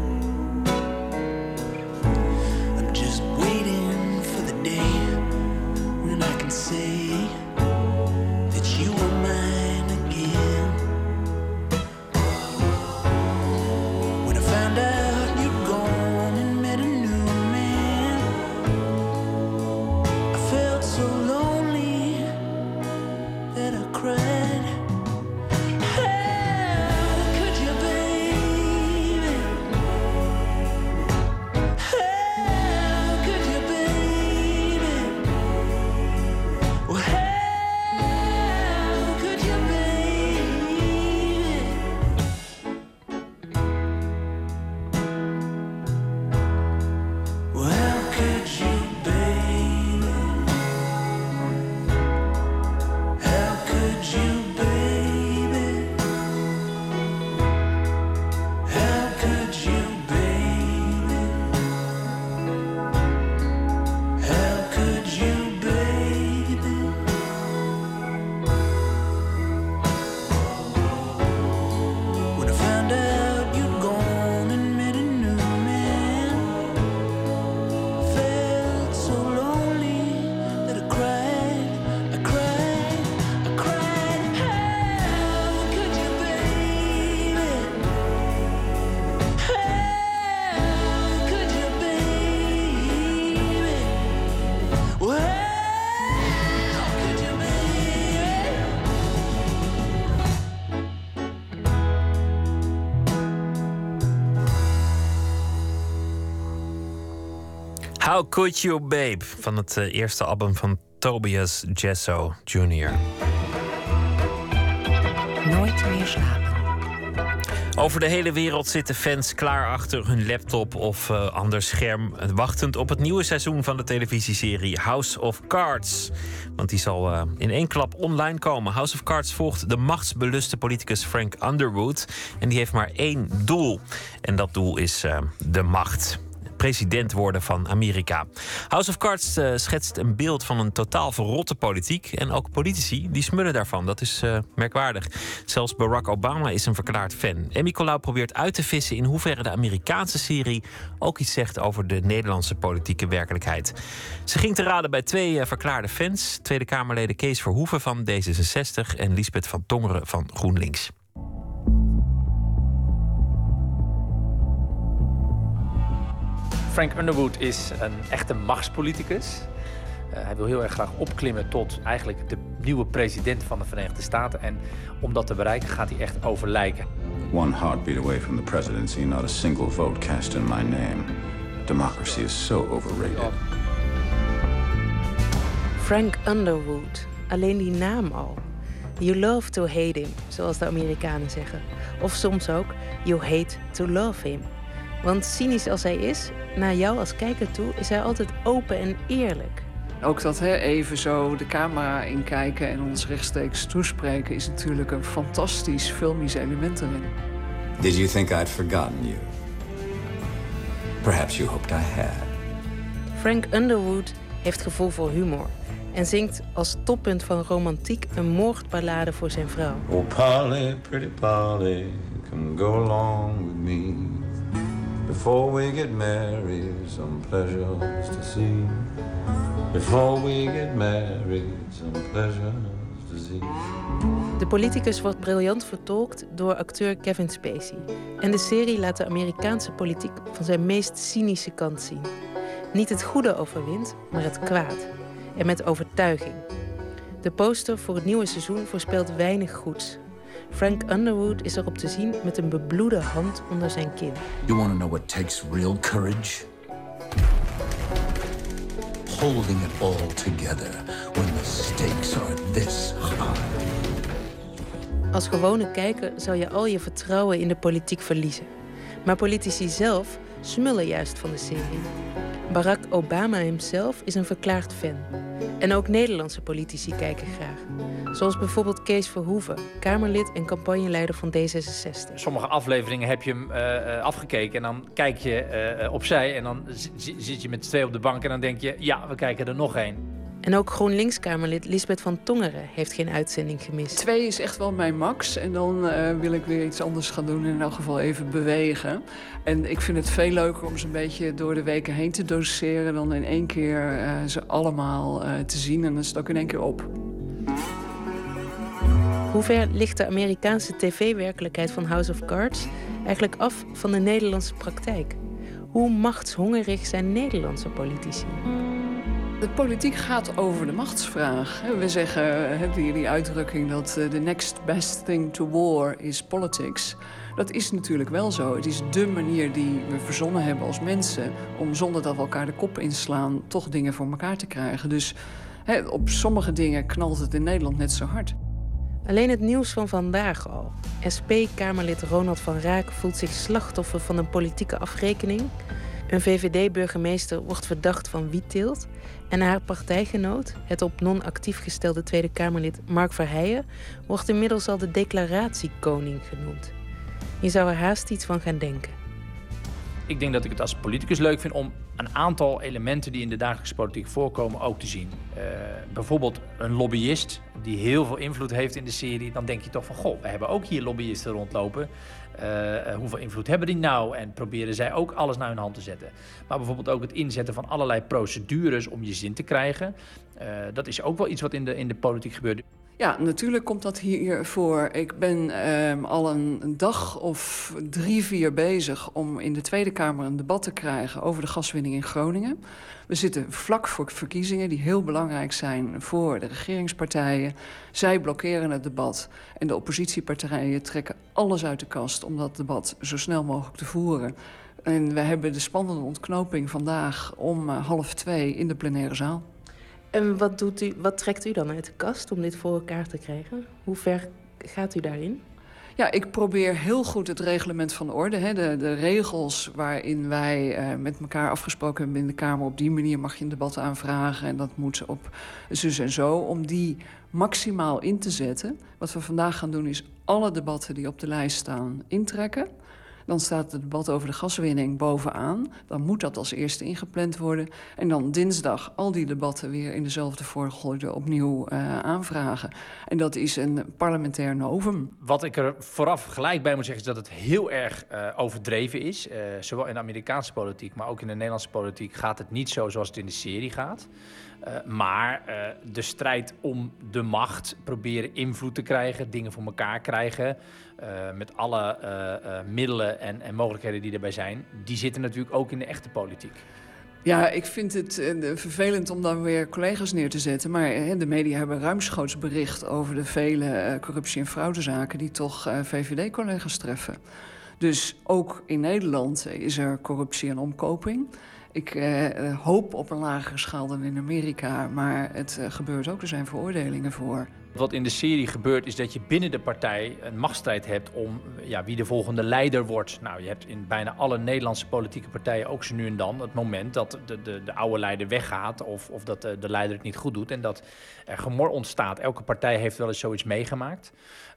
I'm just waiting for the day when I can say that you are mine again. When I found out you'd gone and met a new man, I felt so lonely that I cried. How could you, baby? How could you, baby? Well, how could you, baby? Well, how could you, baby? How could you, baby? How could you, baby? How could you, baby? When I found out you'd gone and met a new man, I felt so lonely that I cried. I cried. I cried. How could you, baby? How could you, baby? Well, how could you, baby? How Could You Babe van het eerste album van Tobias Jesso Jr. Nooit meer slapen. Over de hele wereld zitten fans klaar achter hun laptop of ander scherm, wachtend op het nieuwe seizoen van de televisieserie House of Cards. Want die zal in één klap online komen. House of Cards volgt de machtsbeluste politicus Frank Underwood. En die heeft maar één doel. En dat doel is de macht. President worden van Amerika. House of Cards schetst een beeld van een totaal verrotte politiek. En ook politici die smullen daarvan. Dat is merkwaardig. Zelfs Barack Obama is een verklaard fan. Emmy Colau probeert uit te vissen in hoeverre de Amerikaanse serie ook iets zegt over de Nederlandse politieke werkelijkheid. Ze ging te raden bij twee verklaarde fans. Tweede Kamerleden Kees Verhoeven van D66 en Liesbeth van Tongeren van GroenLinks. Frank Underwood is een echte machtspoliticus. Hij wil heel erg graag opklimmen tot eigenlijk de nieuwe president van de Verenigde Staten. En om dat te bereiken gaat hij echt overlijken. One heartbeat away from the presidency, not a single vote cast in my name. Democracy is so overrated. Frank Underwood. Alleen die naam al. You love to hate him, zoals de Amerikanen zeggen. Of soms ook, you hate to love him. Want cynisch als hij is, naar jou als kijker toe, is hij altijd open en eerlijk. Ook dat even zo de camera inkijken en ons rechtstreeks toespreken is natuurlijk een fantastisch filmisch element erin. Did you think I'd forgotten you? Perhaps you hoped I had. Frank Underwood heeft gevoel voor humor en zingt als toppunt van romantiek een moordballade voor zijn vrouw. Oh Polly, pretty Polly, come go along with me. Before we get married, some pleasures to see. Before we get married, some pleasures to see. De politicus wordt briljant vertolkt door acteur Kevin Spacey. En de serie laat de Amerikaanse politiek van zijn meest cynische kant zien. Niet het goede overwint, maar het kwaad. En met overtuiging. De poster voor het nieuwe seizoen voorspelt weinig goeds. Frank Underwood is erop te zien met een bebloede hand onder zijn kin. You want to know what takes real courage? Holding it all together when the stakes are this high. Als gewone kijker zou je al je vertrouwen in de politiek verliezen. Maar politici zelf smullen juist van de serie. Barack Obama hemzelf is een verklaard fan. En ook Nederlandse politici kijken graag. Zoals bijvoorbeeld Kees Verhoeven, Kamerlid en campagneleider van D66. Sommige afleveringen heb je hem afgekeken en dan kijk je opzij... en dan zit je met 2 op de bank en dan denk je... ja, we kijken er nog 1. En ook GroenLinks-Kamerlid Lisbeth van Tongeren heeft geen uitzending gemist. 2 is echt wel mijn max. En dan wil ik weer iets anders gaan doen. In elk geval even bewegen. En ik vind het veel leuker om ze een beetje door de weken heen te doseren... dan in 1 keer ze allemaal te zien. En dan is het ook in 1 keer op. Hoe ver ligt de Amerikaanse tv-werkelijkheid van House of Cards eigenlijk af van de Nederlandse praktijk? Hoe machtshongerig zijn Nederlandse politici? De politiek gaat over de machtsvraag. We zeggen die uitdrukking dat the next best thing to war is politics. Dat is natuurlijk wel zo. Het is dé manier die we verzonnen hebben als mensen... om zonder dat we elkaar de kop inslaan toch dingen voor elkaar te krijgen. Dus op sommige dingen knalt het in Nederland net zo hard. Alleen het nieuws van vandaag al. SP-Kamerlid Ronald van Raak voelt zich slachtoffer van een politieke afrekening. Een VVD-burgemeester wordt verdacht van wietteelt. En haar partijgenoot, het op non-actief gestelde Tweede Kamerlid Mark Verheijen... wordt inmiddels al de declaratiekoning genoemd. Je zou er haast iets van gaan denken. Ik denk dat ik het als politicus leuk vind om een aantal elementen... die in de dagelijkse politiek voorkomen ook te zien. Bijvoorbeeld een lobbyist die heel veel invloed heeft in de serie. Dan denk je toch van, goh, we hebben ook hier lobbyisten rondlopen... hoeveel invloed hebben die nou? En proberen zij ook alles naar hun hand te zetten. Maar bijvoorbeeld ook het inzetten van allerlei procedures om je zin te krijgen. Dat is ook wel iets wat in de politiek gebeurt. Ja, natuurlijk komt dat hier voor. Ik ben al een dag of 3-4 bezig om in de Tweede Kamer een debat te krijgen over de gaswinning in Groningen. We zitten vlak voor verkiezingen die heel belangrijk zijn voor de regeringspartijen. Zij blokkeren het debat en de oppositiepartijen trekken alles uit de kast om dat debat zo snel mogelijk te voeren. En we hebben de spannende ontknoping vandaag om 1:30 in de plenaire zaal. En wat trekt u dan uit de kast om dit voor elkaar te krijgen? Hoe ver gaat u daarin? Ja, ik probeer heel goed het reglement van orde. De regels waarin wij met elkaar afgesproken hebben in de Kamer... op die manier mag je een debat aanvragen en dat moet op zus en zo... om die maximaal in te zetten. Wat we vandaag gaan doen is alle debatten die op de lijst staan intrekken. Dan staat het debat over de gaswinning bovenaan. Dan moet dat als eerste ingepland worden. En dan dinsdag al die debatten weer in dezelfde volgorde opnieuw aanvragen. En dat is een parlementair novum. Wat ik er vooraf gelijk bij moet zeggen is dat het heel erg overdreven is. Zowel in de Amerikaanse politiek, maar ook in de Nederlandse politiek gaat het niet zo zoals het in de serie gaat. Maar de strijd om de macht, proberen invloed te krijgen, dingen voor elkaar krijgen... met alle middelen en mogelijkheden die erbij zijn... die zitten natuurlijk ook in de echte politiek. Ja, ik vind het vervelend om dan weer collega's neer te zetten. Maar de media hebben ruimschoots bericht over de vele corruptie- en fraudezaken... die toch VVD-collega's treffen. Dus ook in Nederland is er corruptie en omkoping... Ik hoop op een lagere schaal dan in Amerika, maar het gebeurt ook. Er zijn veroordelingen voor. Wat in de serie gebeurt is dat je binnen de partij een machtsstrijd hebt om wie de volgende leider wordt. Nou, je hebt in bijna alle Nederlandse politieke partijen ook zo nu en dan het moment dat de oude leider weggaat of dat de leider het niet goed doet en dat er gemor ontstaat. Elke partij heeft wel eens zoiets meegemaakt.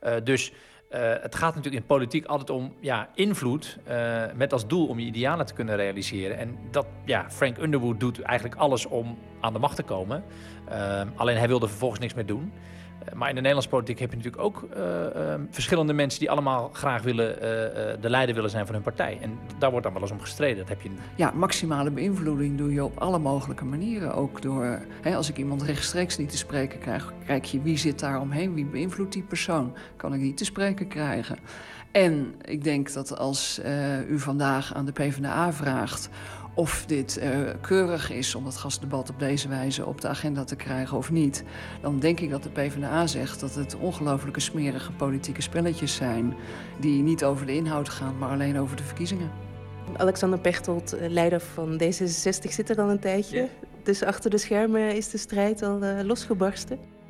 Het gaat natuurlijk in politiek altijd om invloed met als doel om je idealen te kunnen realiseren. En Frank Underwood doet eigenlijk alles om aan de macht te komen. Alleen hij wil er vervolgens niks mee doen. Maar in de Nederlandse politiek heb je natuurlijk ook verschillende mensen die allemaal graag de leider willen zijn van hun partij. En daar wordt dan wel eens om gestreden. Dat heb je... Ja, maximale beïnvloeding doe je op alle mogelijke manieren. Ook door, als ik iemand rechtstreeks niet te spreken krijg, kijk je wie zit daar omheen, wie beïnvloedt die persoon. Kan ik die te spreken krijgen? En ik denk dat als u vandaag aan de PvdA vraagt of dit keurig is om dat gasdebat op deze wijze op de agenda te krijgen of niet, dan denk ik dat de PvdA zegt dat het ongelooflijke smerige politieke spelletjes zijn die niet over de inhoud gaan, maar alleen over de verkiezingen. Alexander Pechtold, leider van D66, zit er al een tijdje. Ja. Dus achter de schermen is de strijd al losgebarsten.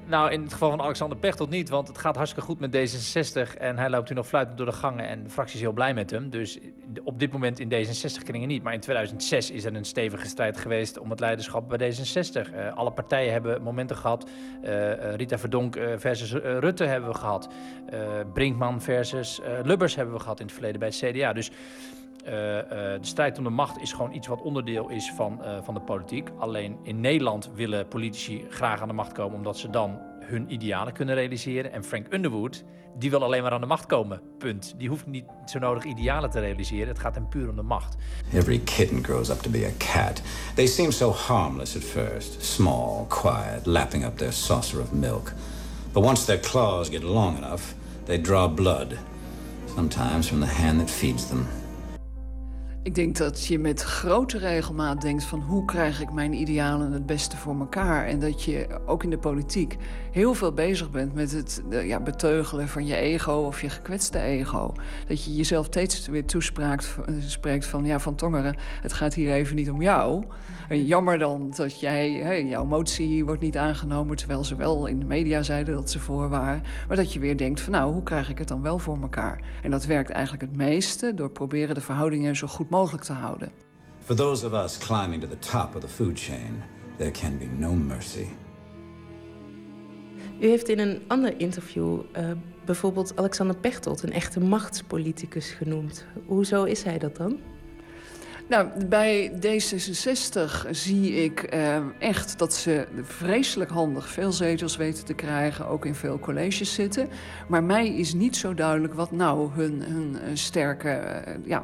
Nou, in het geval van Alexander Pechtold niet, want het gaat hartstikke goed met D66 en hij loopt nu nog fluitend door de gangen en de fractie is heel blij met hem. Dus op dit moment in D66-kringen niet, maar in 2006 is er een stevige strijd geweest om het leiderschap bij D66. Alle partijen hebben momenten gehad. Rita Verdonk versus Rutte hebben we gehad. Brinkman versus Lubbers hebben we gehad in het verleden bij het CDA. Dus de strijd om de macht is gewoon iets wat onderdeel is van de politiek. Alleen in Nederland willen politici graag aan de macht komen omdat ze dan hun idealen kunnen realiseren. En Frank Underwood, die wil alleen maar aan de macht komen. Punt. Die hoeft niet zo nodig idealen te realiseren. Het gaat hem puur om de macht. Every kitten grows up to be a cat. They seem so harmless at first. Small, quiet, lapping up their saucer of milk. But once their claws get long enough, they draw blood. Sometimes from the hand that feeds them. Ik denk dat je met grote regelmaat denkt van hoe krijg ik mijn idealen het beste voor elkaar. En dat je ook in de politiek heel veel bezig bent met het beteugelen van je ego of je gekwetste ego. Dat je jezelf steeds weer toespreekt van Van Tongeren, het gaat hier even niet om jou. En jammer dan dat jouw motie wordt niet aangenomen, terwijl ze wel in de media zeiden dat ze voor waren. Maar dat je weer denkt van hoe krijg ik het dan wel voor elkaar? En dat werkt eigenlijk het meeste door proberen de verhoudingen zo goed mogelijk te houden. For those of us climbing to the top of the food chain, there can be no mercy. U heeft in een ander interview bijvoorbeeld Alexander Pechtold een echte machtspoliticus genoemd. Hoezo is hij dat dan? Nou, bij D66 zie ik echt dat ze vreselijk handig veel zetels weten te krijgen, ook in veel colleges zitten. Maar mij is niet zo duidelijk wat nou hun sterke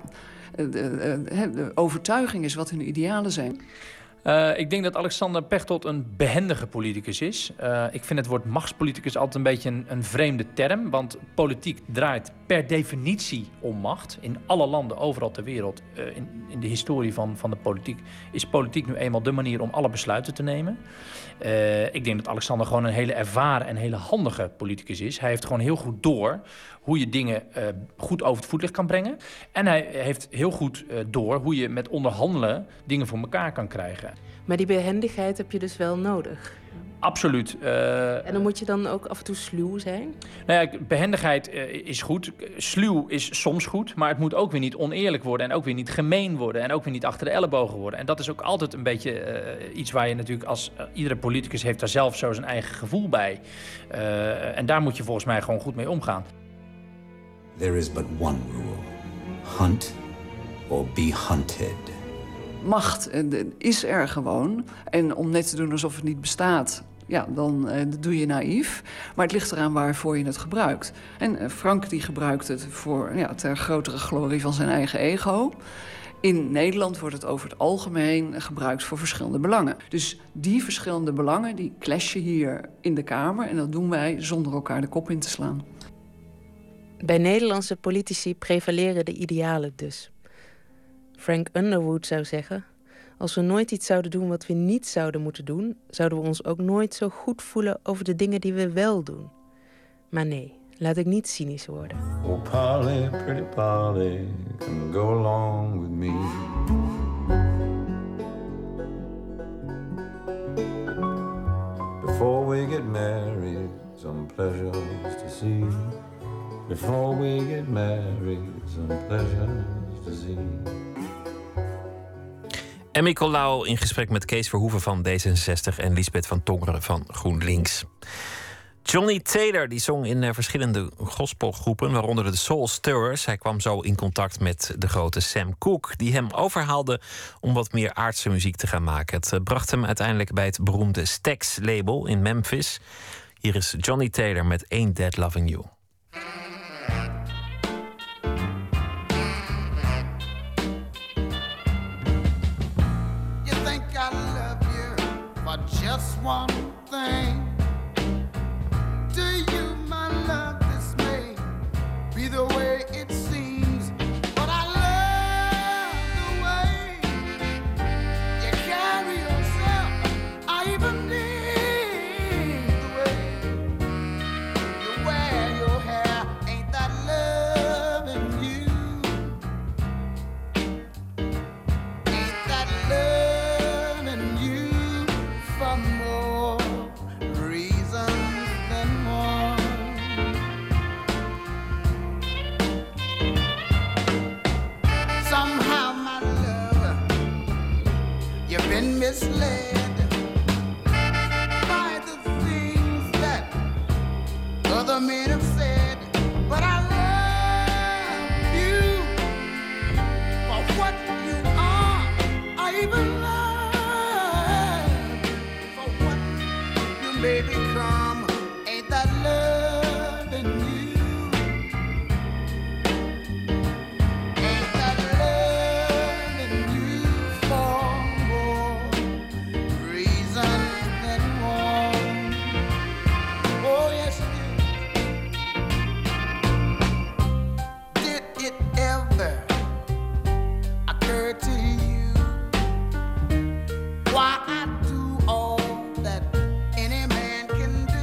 de overtuiging is, wat hun idealen zijn. Ik denk dat Alexander Pechtold een behendige politicus is. Ik vind het woord machtspoliticus altijd een beetje een vreemde term. Want politiek draait per definitie om macht. In alle landen, overal ter wereld, in de historie van de politiek, is politiek nu eenmaal de manier om alle besluiten te nemen. Ik denk dat Alexander gewoon een hele ervaren en hele handige politicus is. Hij heeft gewoon heel goed door hoe je dingen goed over het voetlicht kan brengen. En hij heeft heel goed door hoe je met onderhandelen dingen voor elkaar kan krijgen. Maar die behendigheid heb je dus wel nodig? Absoluut. En dan moet je dan ook af en toe sluw zijn? Nou ja, behendigheid is goed. Sluw is soms goed, maar het moet ook weer niet oneerlijk worden en ook weer niet gemeen worden en ook weer niet achter de ellebogen worden. En dat is ook altijd een beetje iets waar je natuurlijk als iedere politicus heeft daar zelf zo zijn eigen gevoel bij. En daar moet je volgens mij gewoon goed mee omgaan. There is but one rule. Hunt or be hunted. Macht is er gewoon. En om net te doen alsof het niet bestaat, dan doe je naïef. Maar het ligt eraan waarvoor je het gebruikt. En Frank die gebruikt het ter grotere glorie van zijn eigen ego. In Nederland wordt het over het algemeen gebruikt voor verschillende belangen. Dus die verschillende belangen die clashen hier in de Kamer. En dat doen wij zonder elkaar de kop in te slaan. Bij Nederlandse politici prevaleren de idealen dus. Frank Underwood zou zeggen: als we nooit iets zouden doen wat we niet zouden moeten doen, zouden we ons ook nooit zo goed voelen over de dingen die we wel doen. Maar nee, laat ik niet cynisch worden. Oh, Polly, pretty Polly, come go along with me. Before we get married, some pleasures to see. Before we get married, some pleasures to see. Emmy Colau in gesprek met Kees Verhoeven van D66 en Liesbeth van Tongeren van GroenLinks. Johnny Taylor die zong in verschillende gospelgroepen, waaronder de Soul Stirrers. Hij kwam zo in contact met de grote Sam Cooke, die hem overhaalde om wat meer aardse muziek te gaan maken. Het bracht hem uiteindelijk bij het beroemde Stax-label in Memphis. Hier is Johnny Taylor met Ain't That Loving You. Just one thing. To you, my love, this may be the way it seems, but I love the way you carry yourself. I even need the way you wear your hair. Ain't that loving you? Ain't that loving you? For more. led by the things that other men have said, but I love you for what you are. I even love for what you may become. Ain't that love in you? Ain't that love in you for more reasons than one? Oh yes it is. Did it ever occur to you why I do all that any man can do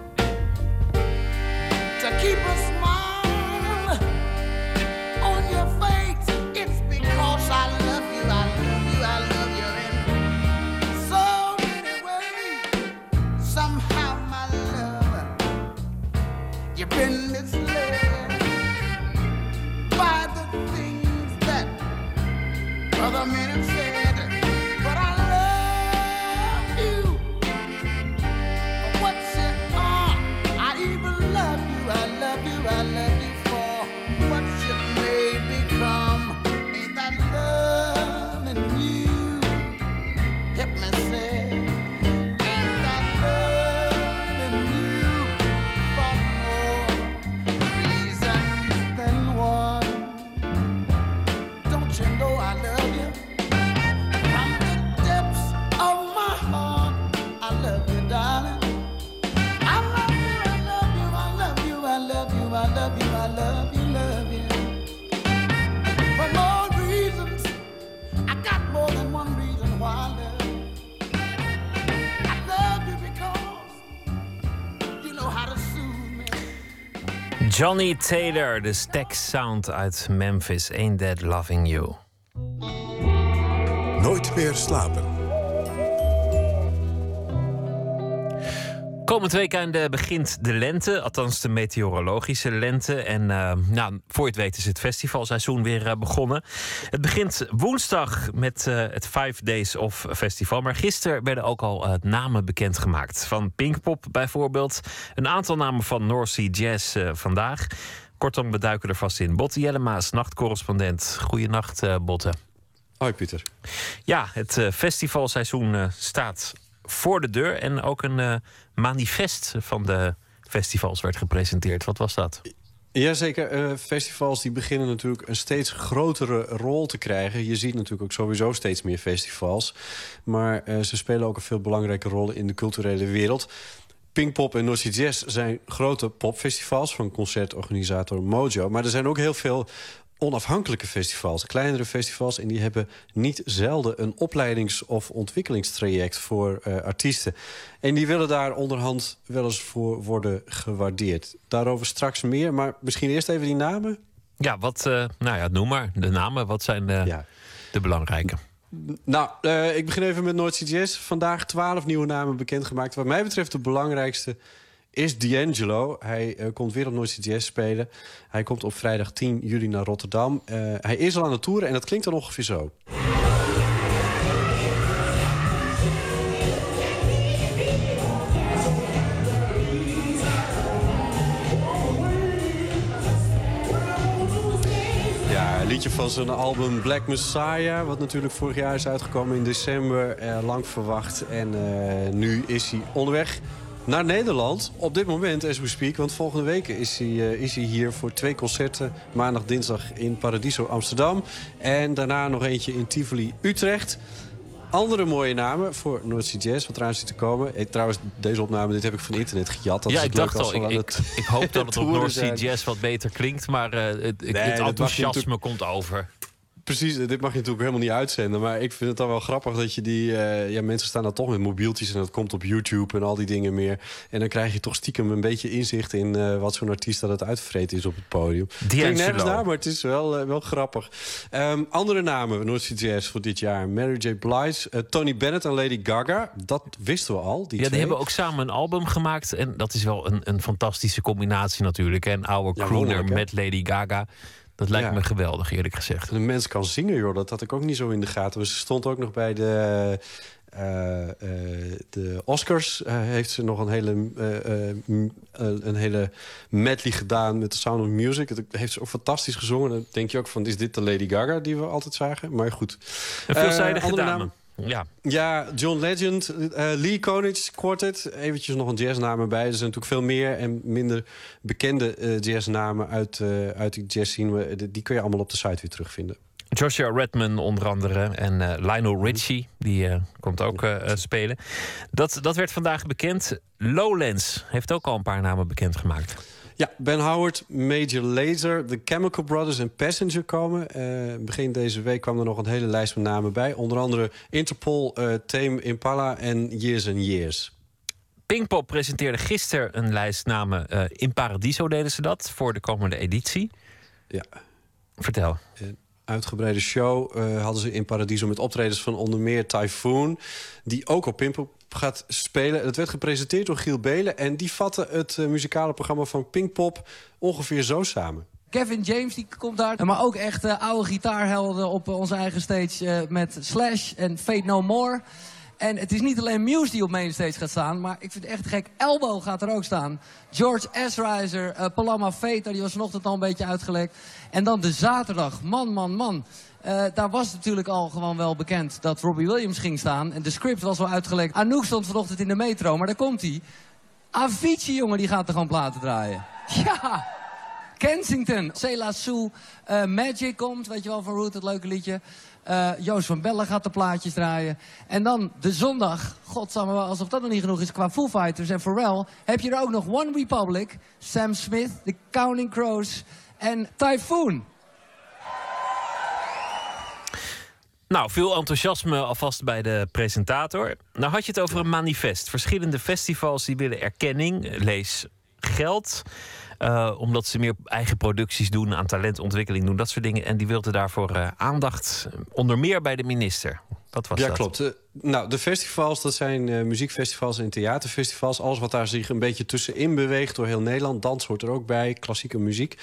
to keep a smile on your face? It's because I love you, I love you, I love you in so many ways. Somehow, my love, you've been misled by the things that other men have said, but I love you for what you are. I even love you, I love you, I love you for what you may become. Ain't that love in you? Help me say, ain't that love in you for more reasons than one? Don't you know I love you? From the depths of my heart, I love you, darling. I love you, I love you, I love you, I love you, I love you, I love you, love you. For more reasons, I got more than one reason why I love you. I love you because you know how to soothe me. Johnny Taylor, de Stax Sound uit Memphis. Ain't That Loving You. Nooit meer slapen. Komend weekend begint de lente, althans de meteorologische lente. En voor je het weet is het festivalseizoen weer begonnen. Het begint woensdag met het 5 Days of Festival. Maar gisteren werden ook al namen bekendgemaakt. Van Pinkpop bijvoorbeeld. Een aantal namen van North Sea Jazz vandaag. Kortom, we duiken er vast in. Botte Jellema is nachtcorrespondent. Goeienacht, Botte. Hoi, Pieter. Ja, het festivalseizoen staat voor de deur. En ook een manifest van de festivals werd gepresenteerd. Wat was dat? Jazeker, festivals die beginnen natuurlijk een steeds grotere rol te krijgen. Je ziet natuurlijk ook sowieso steeds meer festivals. Maar ze spelen ook een veel belangrijke rol in de culturele wereld. Pinkpop en North Sea Jazz zijn grote popfestivals van concertorganisator Mojo. Maar er zijn ook heel veel onafhankelijke festivals, kleinere festivals, en die hebben niet zelden een opleidings- of ontwikkelingstraject voor artiesten. En die willen daar onderhand wel eens voor worden gewaardeerd. Daarover straks meer, maar misschien eerst even die namen. Ja, noem maar de namen. Wat zijn de belangrijke? Nou, ik begin even met North Sea Jazz. Vandaag 12 nieuwe namen bekendgemaakt. Wat mij betreft de belangrijkste is D'Angelo. Hij komt weer op North Sea Jazz spelen. Hij komt op vrijdag 10 juli naar Rotterdam. Hij is al aan het toeren en dat klinkt dan ongeveer zo. Ja, een liedje van zijn album Black Messiah, wat natuurlijk vorig jaar is uitgekomen in december. Lang verwacht en nu is hij onderweg naar Nederland. Op dit moment, as we speak. Want volgende week is hij hier voor 2 concerten. Maandag, dinsdag in Paradiso Amsterdam. En daarna nog eentje in Tivoli Utrecht. Andere mooie namen voor North Sea Jazz, wat eraan zit te komen. Trouwens, deze opname, dit heb ik van internet gejat. Dat ja, is ik dacht al, ik hoop dat het op North Sea Jazz wat beter klinkt. Maar het enthousiasme komt over. Precies, dit mag je natuurlijk helemaal niet uitzenden. Maar ik vind het dan wel grappig dat je die... mensen staan dan toch met mobieltjes en dat komt op YouTube en al die dingen meer. En dan krijg je toch stiekem een beetje inzicht in wat zo'n artiest dat het uitvreten is op het podium. Klinkt nergens naar, maar het is wel grappig. Andere namen, North Sea Jazz voor dit jaar. Mary J. Blige, Tony Bennett en Lady Gaga. Dat wisten we al, die twee. hebben ook samen een album gemaakt. En dat is wel een fantastische combinatie natuurlijk. Een oude crooner met Lady Gaga. Dat lijkt me geweldig, eerlijk gezegd. Een mens kan zingen, joh. Dat had ik ook niet zo in de gaten. Dus ze stond ook nog bij de Oscars. Heeft ze nog een hele medley gedaan met The Sound of Music. Dat heeft ze ook fantastisch gezongen. Dan denk je ook van, is dit de Lady Gaga die we altijd zagen? Maar goed. Een veelzijdige dame. Ja, John Legend, Lee Konitz Quartet. Eventjes nog een jazznaam bij. Er zijn natuurlijk veel meer en minder bekende jazznamen uit die jazzscene. Die kun je allemaal op de site weer terugvinden. Joshua Redman onder andere en Lionel Richie, die komt ook spelen. Dat werd vandaag bekend. Lowlands heeft ook al een paar namen bekendgemaakt. Ja, Ben Howard, Major Lazer, The Chemical Brothers en Passenger komen. Begin deze week kwam er nog een hele lijst met namen bij. Onder andere Interpol, Tame Impala en Years and Years. Pinkpop presenteerde gisteren een lijst namen. In Paradiso deden ze dat voor de komende editie. Ja. Vertel. Uitgebreide show hadden ze in Paradiso met optredens van onder meer Typhoon, die ook op Pinkpop gaat spelen. Het werd gepresenteerd door Giel Belen en die vatte het muzikale programma van Pinkpop ongeveer zo samen. Kevin James die komt daar, maar ook echt oude gitaarhelden op onze eigen stage met Slash en Fate No More. En het is niet alleen Muse die op mainstage gaat staan, maar ik vind het echt gek. Elbow gaat er ook staan. George Ezreizer, Palama Faith, die was vanochtend al een beetje uitgelekt. En dan de zaterdag. Man. Daar was natuurlijk al gewoon wel bekend dat Robbie Williams ging staan. En de script was wel uitgelekt. Anouk stond vanochtend in de metro, maar daar komt hij. Avicii, jongen, die gaat er gewoon platen draaien. Ja! Kensington, Cela Sue, Magic komt, weet je wel, van Root, het leuke liedje. Joost van Bellen gaat de plaatjes draaien. En dan de zondag, godsamme, alsof dat nog niet genoeg is, qua Foo Fighters en Pharrell, heb je er ook nog One Republic, Sam Smith, The Counting Crows en Typhoon. Nou, veel enthousiasme alvast bij de presentator. Nou had je het over een manifest. Verschillende festivals die willen erkenning, lees geld, omdat ze meer eigen producties doen, aan talentontwikkeling doen, dat soort dingen. En die wilden daarvoor aandacht, onder meer bij de minister. Wat was dat? Klopt. De festivals, dat zijn muziekfestivals en theaterfestivals. Alles wat daar zich een beetje tussenin beweegt door heel Nederland. Dans hoort er ook bij, klassieke muziek.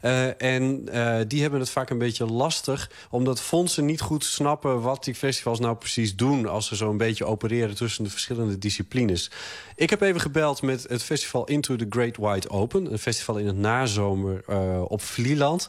Die hebben het vaak een beetje lastig, omdat fondsen niet goed snappen wat die festivals nou precies doen als ze zo'n beetje opereren tussen de verschillende disciplines. Ik heb even gebeld met het festival Into the Great Wide Open. Een festival in het nazomer op Vlieland.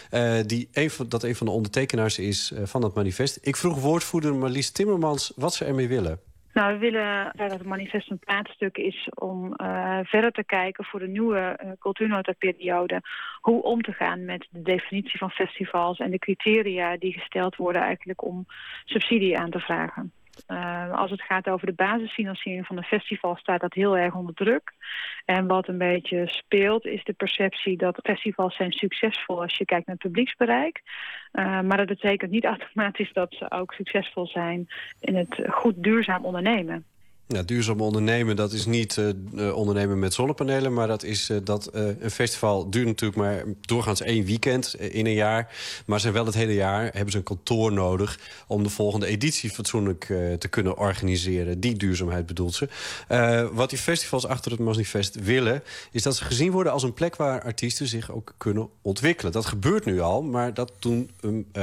Een van de ondertekenaars is van dat manifest. Ik vroeg woordvoerder Marlies Timmermans wat ze ermee willen. Nou, we willen dat het manifest een praatstuk is om verder te kijken voor de nieuwe cultuurnotaperiode hoe om te gaan met de definitie van festivals en de criteria die gesteld worden eigenlijk om subsidie aan te vragen. Als het gaat over de basisfinanciering van de festival staat dat heel erg onder druk. En wat een beetje speelt is de perceptie dat festivals zijn succesvol als je kijkt naar het publieksbereik. Maar dat betekent niet automatisch dat ze ook succesvol zijn in het goed duurzaam ondernemen. Ja, duurzaam ondernemen, dat is niet ondernemen met zonnepanelen, maar dat is dat een festival duurt natuurlijk maar doorgaans 1 weekend in een jaar. Maar zijn wel het hele jaar hebben ze een kantoor nodig om de volgende editie fatsoenlijk te kunnen organiseren. Die duurzaamheid bedoelt ze. Wat die festivals achter het manifest willen, is dat ze gezien worden als een plek waar artiesten zich ook kunnen ontwikkelen. Dat gebeurt nu al, maar dat doen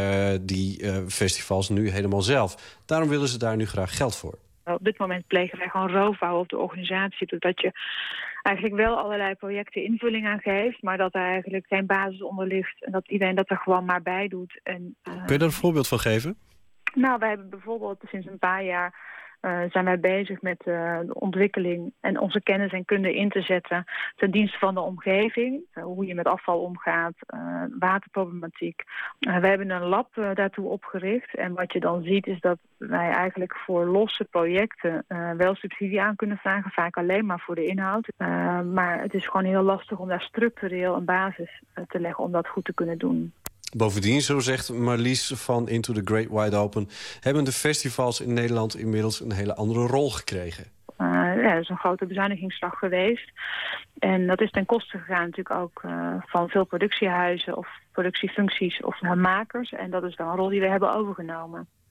die festivals nu helemaal zelf. Daarom willen ze daar nu graag geld voor. Op dit moment plegen wij gewoon roofbouw op de organisatie, doordat je eigenlijk wel allerlei projecten invulling aan geeft, maar dat er eigenlijk geen basis onder ligt en dat iedereen dat er gewoon maar bij doet. Kun je daar een voorbeeld van geven? Nou, wij hebben bijvoorbeeld sinds een paar jaar zijn wij bezig met de ontwikkeling en onze kennis en kunde in te zetten ten dienste van de omgeving. Hoe je met afval omgaat, waterproblematiek. We hebben een lab daartoe opgericht. En wat je dan ziet is dat wij eigenlijk voor losse projecten wel subsidie aan kunnen vragen. Vaak alleen maar voor de inhoud. Maar het is gewoon heel lastig om daar structureel een basis te leggen om dat goed te kunnen doen. Bovendien, zo zegt Marlies van Into the Great Wide Open, hebben de festivals in Nederland inmiddels een hele andere rol gekregen. Dat is een grote bezuinigingsslag geweest. En dat is ten koste gegaan natuurlijk ook van veel productiehuizen of productiefuncties of makers. En dat is wel een rol die we hebben overgenomen.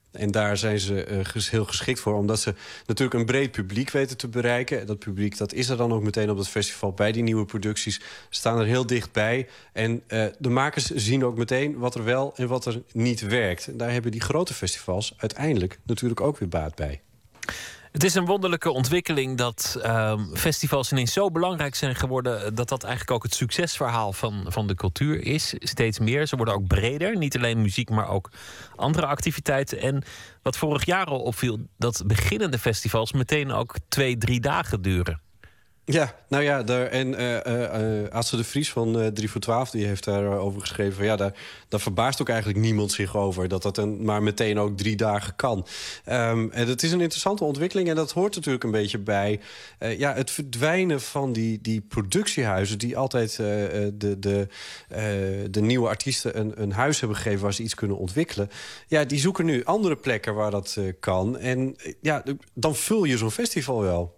En daar zijn ze heel geschikt voor. Omdat ze natuurlijk een breed publiek weten te bereiken. Dat publiek dat is er dan ook meteen op dat festival. Bij die nieuwe producties staan er heel dichtbij. En de makers zien ook meteen wat er wel en wat er niet werkt. En daar hebben die grote festivals uiteindelijk natuurlijk ook weer baat bij. Het is een wonderlijke ontwikkeling dat festivals ineens zo belangrijk zijn geworden... dat eigenlijk ook het succesverhaal van de cultuur is. Steeds meer. Ze worden ook breder. Niet alleen muziek, maar ook andere activiteiten. En wat vorig jaar al opviel, dat beginnende festivals meteen ook 2-3 dagen duren. Ja, nou ja, Asse de Vries van 3 voor 12... die heeft daarover geschreven van... ja, daar verbaast ook eigenlijk niemand zich over... dat maar meteen ook 3 dagen kan. En het is een interessante ontwikkeling... en dat hoort natuurlijk een beetje bij... het verdwijnen van die productiehuizen... die altijd de nieuwe artiesten een huis hebben gegeven... waar ze iets kunnen ontwikkelen. Ja, die zoeken nu andere plekken waar dat kan. En dan vul je zo'n festival wel.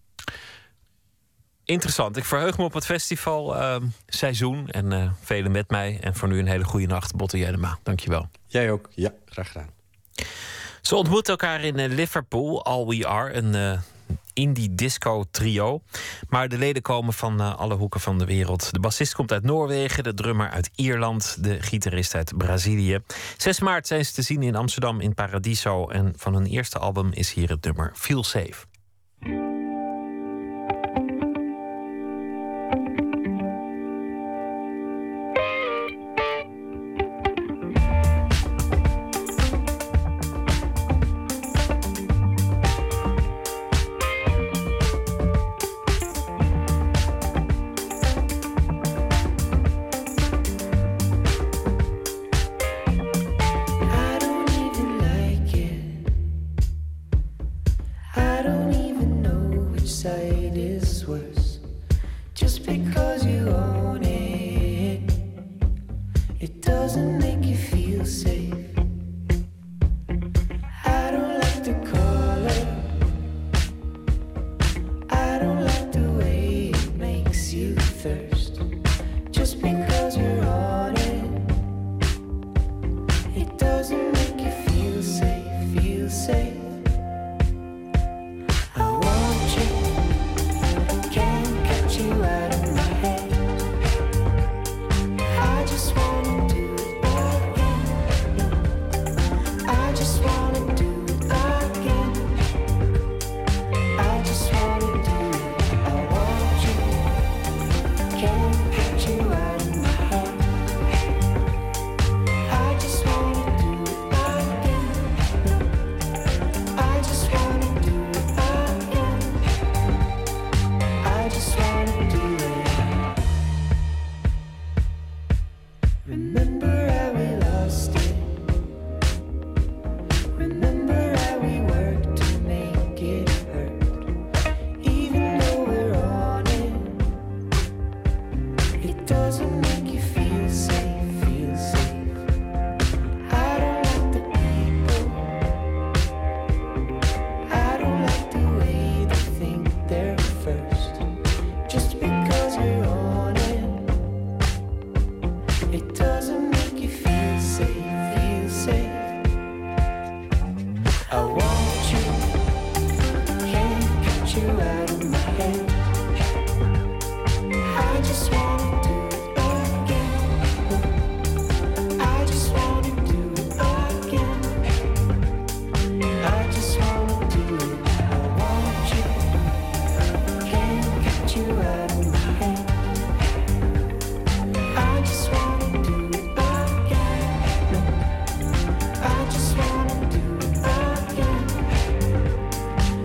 Interessant. Ik verheug me op het festivalseizoen. En velen met mij. En voor nu een hele goede nacht, Botte Jellema. Dankjewel. Jij ook. Ja, graag gedaan. Ze ontmoeten elkaar in Liverpool, All We Are. Een indie disco trio. Maar de leden komen van alle hoeken van de wereld. De bassist komt uit Noorwegen, de drummer uit Ierland... de gitarist uit Brazilië. 6 maart zijn ze te zien in Amsterdam in Paradiso. En van hun eerste album is hier het nummer Feel Safe.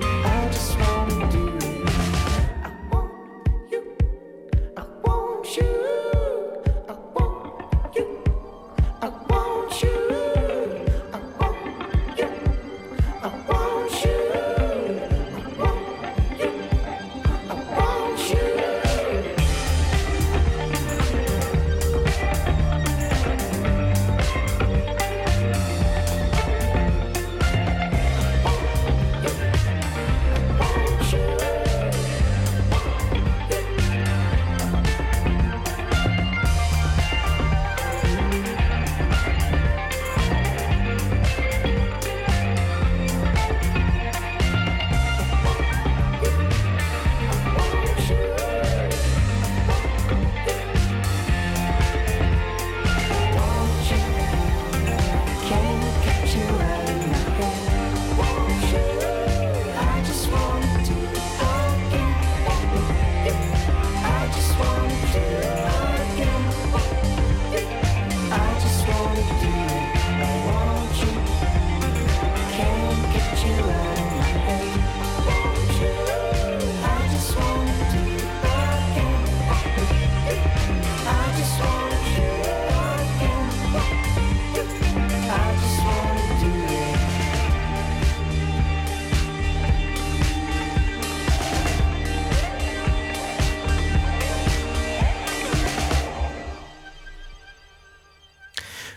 You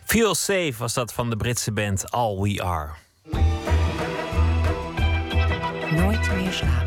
Feel Safe was dat van de Britse band All We Are. Nooit meer slapen.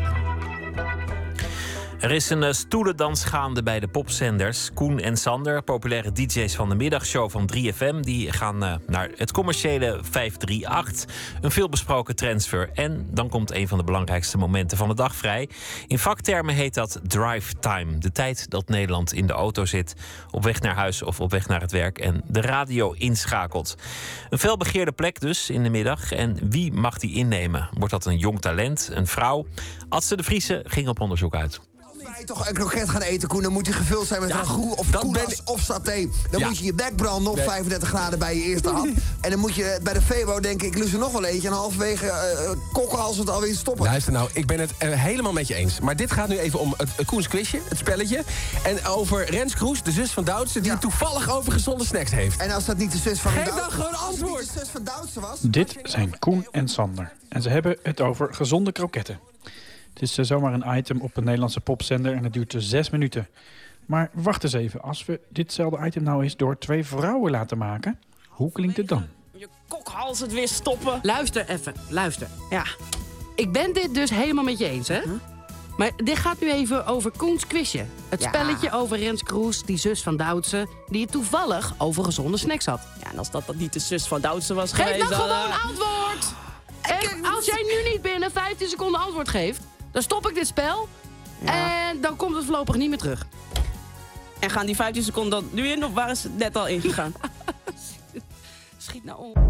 Er is een stoelendans gaande bij de popzenders. Koen en Sander, populaire DJ's van de middagshow van 3FM... die gaan naar het commerciële 538. Een veelbesproken transfer. En dan komt een van de belangrijkste momenten van de dag vrij. In vaktermen heet dat drive time. De tijd dat Nederland in de auto zit, op weg naar huis of op weg naar het werk... en de radio inschakelt. Een felbegeerde plek dus in de middag. En wie mag die innemen? Wordt dat een jong talent, een vrouw? Adse de Vriese ging op onderzoek uit. Wij toch een kroket gaan eten, Koen, dan moet die gevuld zijn met ragout of koelas of saté. Dan moet je je bek branden op 35 graden bij je eerste hap. En dan moet je bij de Febo denken, ik lust er nog wel eentje. En halverwege kokken als het alweer stoppen. Luister nou, ik ben het helemaal met je eens. Maar dit gaat nu even om het Koens quizje, het spelletje. En over Rens Kroes, de zus van Doutzen, die toevallig over gezonde snacks heeft. En als dat niet de zus van Geef dan gewoon antwoord. de zus van Doutzen was. Dit zijn Koen en Sander. En ze hebben het over gezonde kroketten. Het is zomaar een item op een Nederlandse popzender en het duurt 6 minuten. Maar wacht eens even, als we ditzelfde item nou eens door 2 vrouwen laten maken, hoe klinkt het dan? Je kokhals het weer stoppen. Luister even, luister. Ja, ik ben dit dus helemaal met je eens, hè? Maar dit gaat nu even over Koens quizje. Het spelletje over Rens Kroes, die zus van Doutzen, die toevallig over gezonde snacks had. Ja, en als dat niet de zus van Doutzen was geweest... Geef nou gewoon antwoord! En als jij nu niet binnen 15 seconden antwoord geeft, dan stop ik dit spel en dan komt het voorlopig niet meer terug. En gaan die 15 seconden dan nu in of waar is het net al ingegaan? Schiet nou om.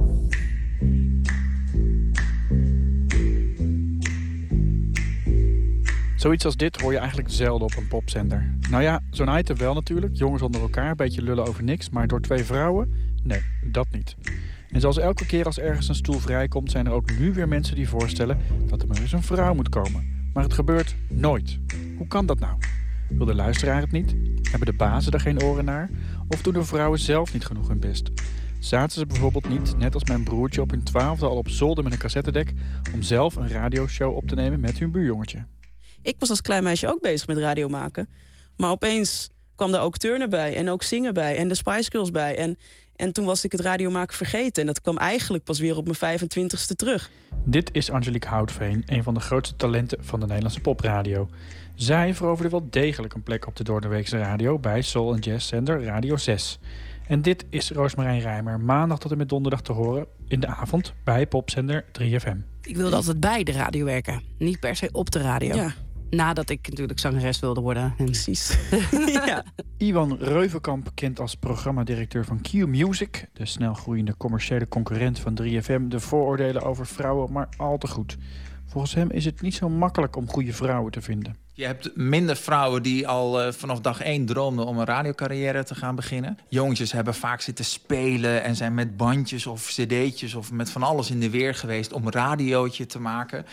Zoiets als dit hoor je eigenlijk zelden op een popzender. Nou ja, zo'n item wel natuurlijk. Jongens onder elkaar, een beetje lullen over niks. Maar door 2 vrouwen? Nee, dat niet. En zoals elke keer als ergens een stoel vrijkomt, zijn er ook nu weer mensen die voorstellen dat er maar eens een vrouw moet komen. Maar het gebeurt nooit. Hoe kan dat nou? Wil de luisteraar het niet? Hebben de bazen er geen oren naar? Of doen de vrouwen zelf niet genoeg hun best? Zaten ze bijvoorbeeld niet, net als mijn broertje, op hun 12e al op zolder met een cassettedek om zelf een radioshow op te nemen met hun buurjongetje? Ik was als klein meisje ook bezig met radio maken. Maar opeens kwam er ook turnen bij en ook zingen bij en de Spice Girls bij. En toen was ik het radiomaken vergeten. En dat kwam eigenlijk pas weer op mijn 25e terug. Dit is Angelique Houtveen, een van de grootste talenten van de Nederlandse popradio. Zij veroverde wel degelijk een plek op de Doornweekse radio bij soul- en jazzzender Radio 6. En dit is Roosmarijn Rijmer, maandag tot en met donderdag te horen in de avond bij popzender 3FM. Ik wilde altijd bij de radio werken, niet per se op de radio. Ja. Nadat ik natuurlijk zangeres wilde worden. Precies. Ja. Iwan Reuvenkamp, bekend als programmadirecteur van Q-Music, de snel groeiende commerciële concurrent van 3FM, de vooroordelen over vrouwen maar al te goed. Volgens hem is het niet zo makkelijk om goede vrouwen te vinden. Je hebt minder vrouwen die al vanaf dag 1 droomden om een radiocarrière te gaan beginnen. Jongetjes hebben vaak zitten spelen en zijn met bandjes of cd'tjes of met van alles in de weer geweest om radiootje te maken.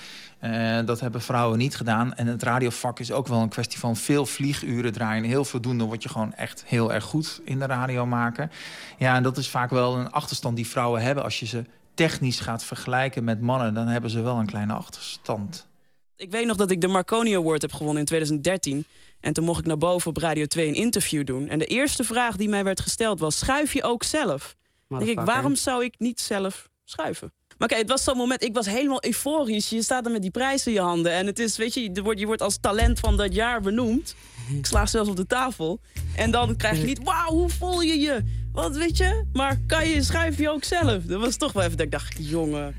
Dat hebben vrouwen niet gedaan. En het radiovak is ook wel een kwestie van veel vlieguren draaien. Heel veel doen, dan word je gewoon echt heel erg goed in de radio maken. Ja, en dat is vaak wel een achterstand die vrouwen hebben. Als je ze technisch gaat vergelijken met mannen, dan hebben ze wel een kleine achterstand. Ik weet nog dat ik de Marconi Award heb gewonnen in 2013. En toen mocht ik naar boven op Radio 2 een interview doen. En de eerste vraag die mij werd gesteld was: schuif je ook zelf? Dan denk ik, waarom zou ik niet zelf schuiven? Maar kijk, het was zo'n moment, ik was helemaal euforisch. Je staat er met die prijs in je handen. En het is, weet je wordt als talent van dat jaar benoemd. Ik sla zelfs op de tafel. En dan krijg je niet, wauw, hoe voel je je? Wat, weet je? Maar schuif je ook zelf? Dat was toch wel even dat ik dacht, jongen.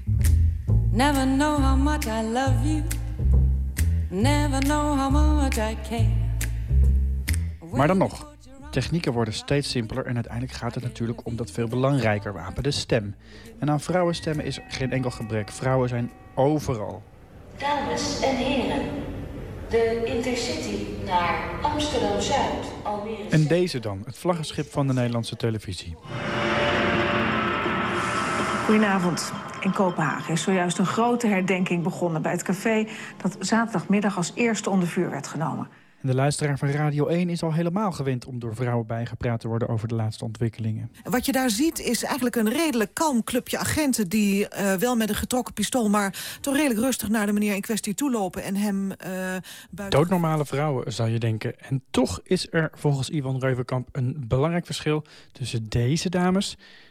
Never know how much I love you. Never know how much I care. Maar dan nog. Technieken worden steeds simpeler en uiteindelijk gaat het natuurlijk om dat veel belangrijker wapen, de stem. En aan vrouwenstemmen is er geen enkel gebrek. Vrouwen zijn overal. Dames en heren, de Intercity naar Amsterdam-Zuid, Almere. En deze dan, het vlaggenschip van de Nederlandse televisie. Goedenavond. In Kopenhagen is zojuist een grote herdenking begonnen bij het café dat zaterdagmiddag als eerste onder vuur werd genomen. En de luisteraar van Radio 1 is al helemaal gewend om door vrouwen bijgepraat te worden over de laatste ontwikkelingen. Wat je daar ziet is eigenlijk een redelijk kalm clubje agenten die wel met een getrokken pistool, maar toch redelijk rustig naar de meneer in kwestie toelopen en hem buiten... Doodnormale vrouwen, zou je denken. En toch is er volgens Iwan Reuvenkamp een belangrijk verschil tussen deze dames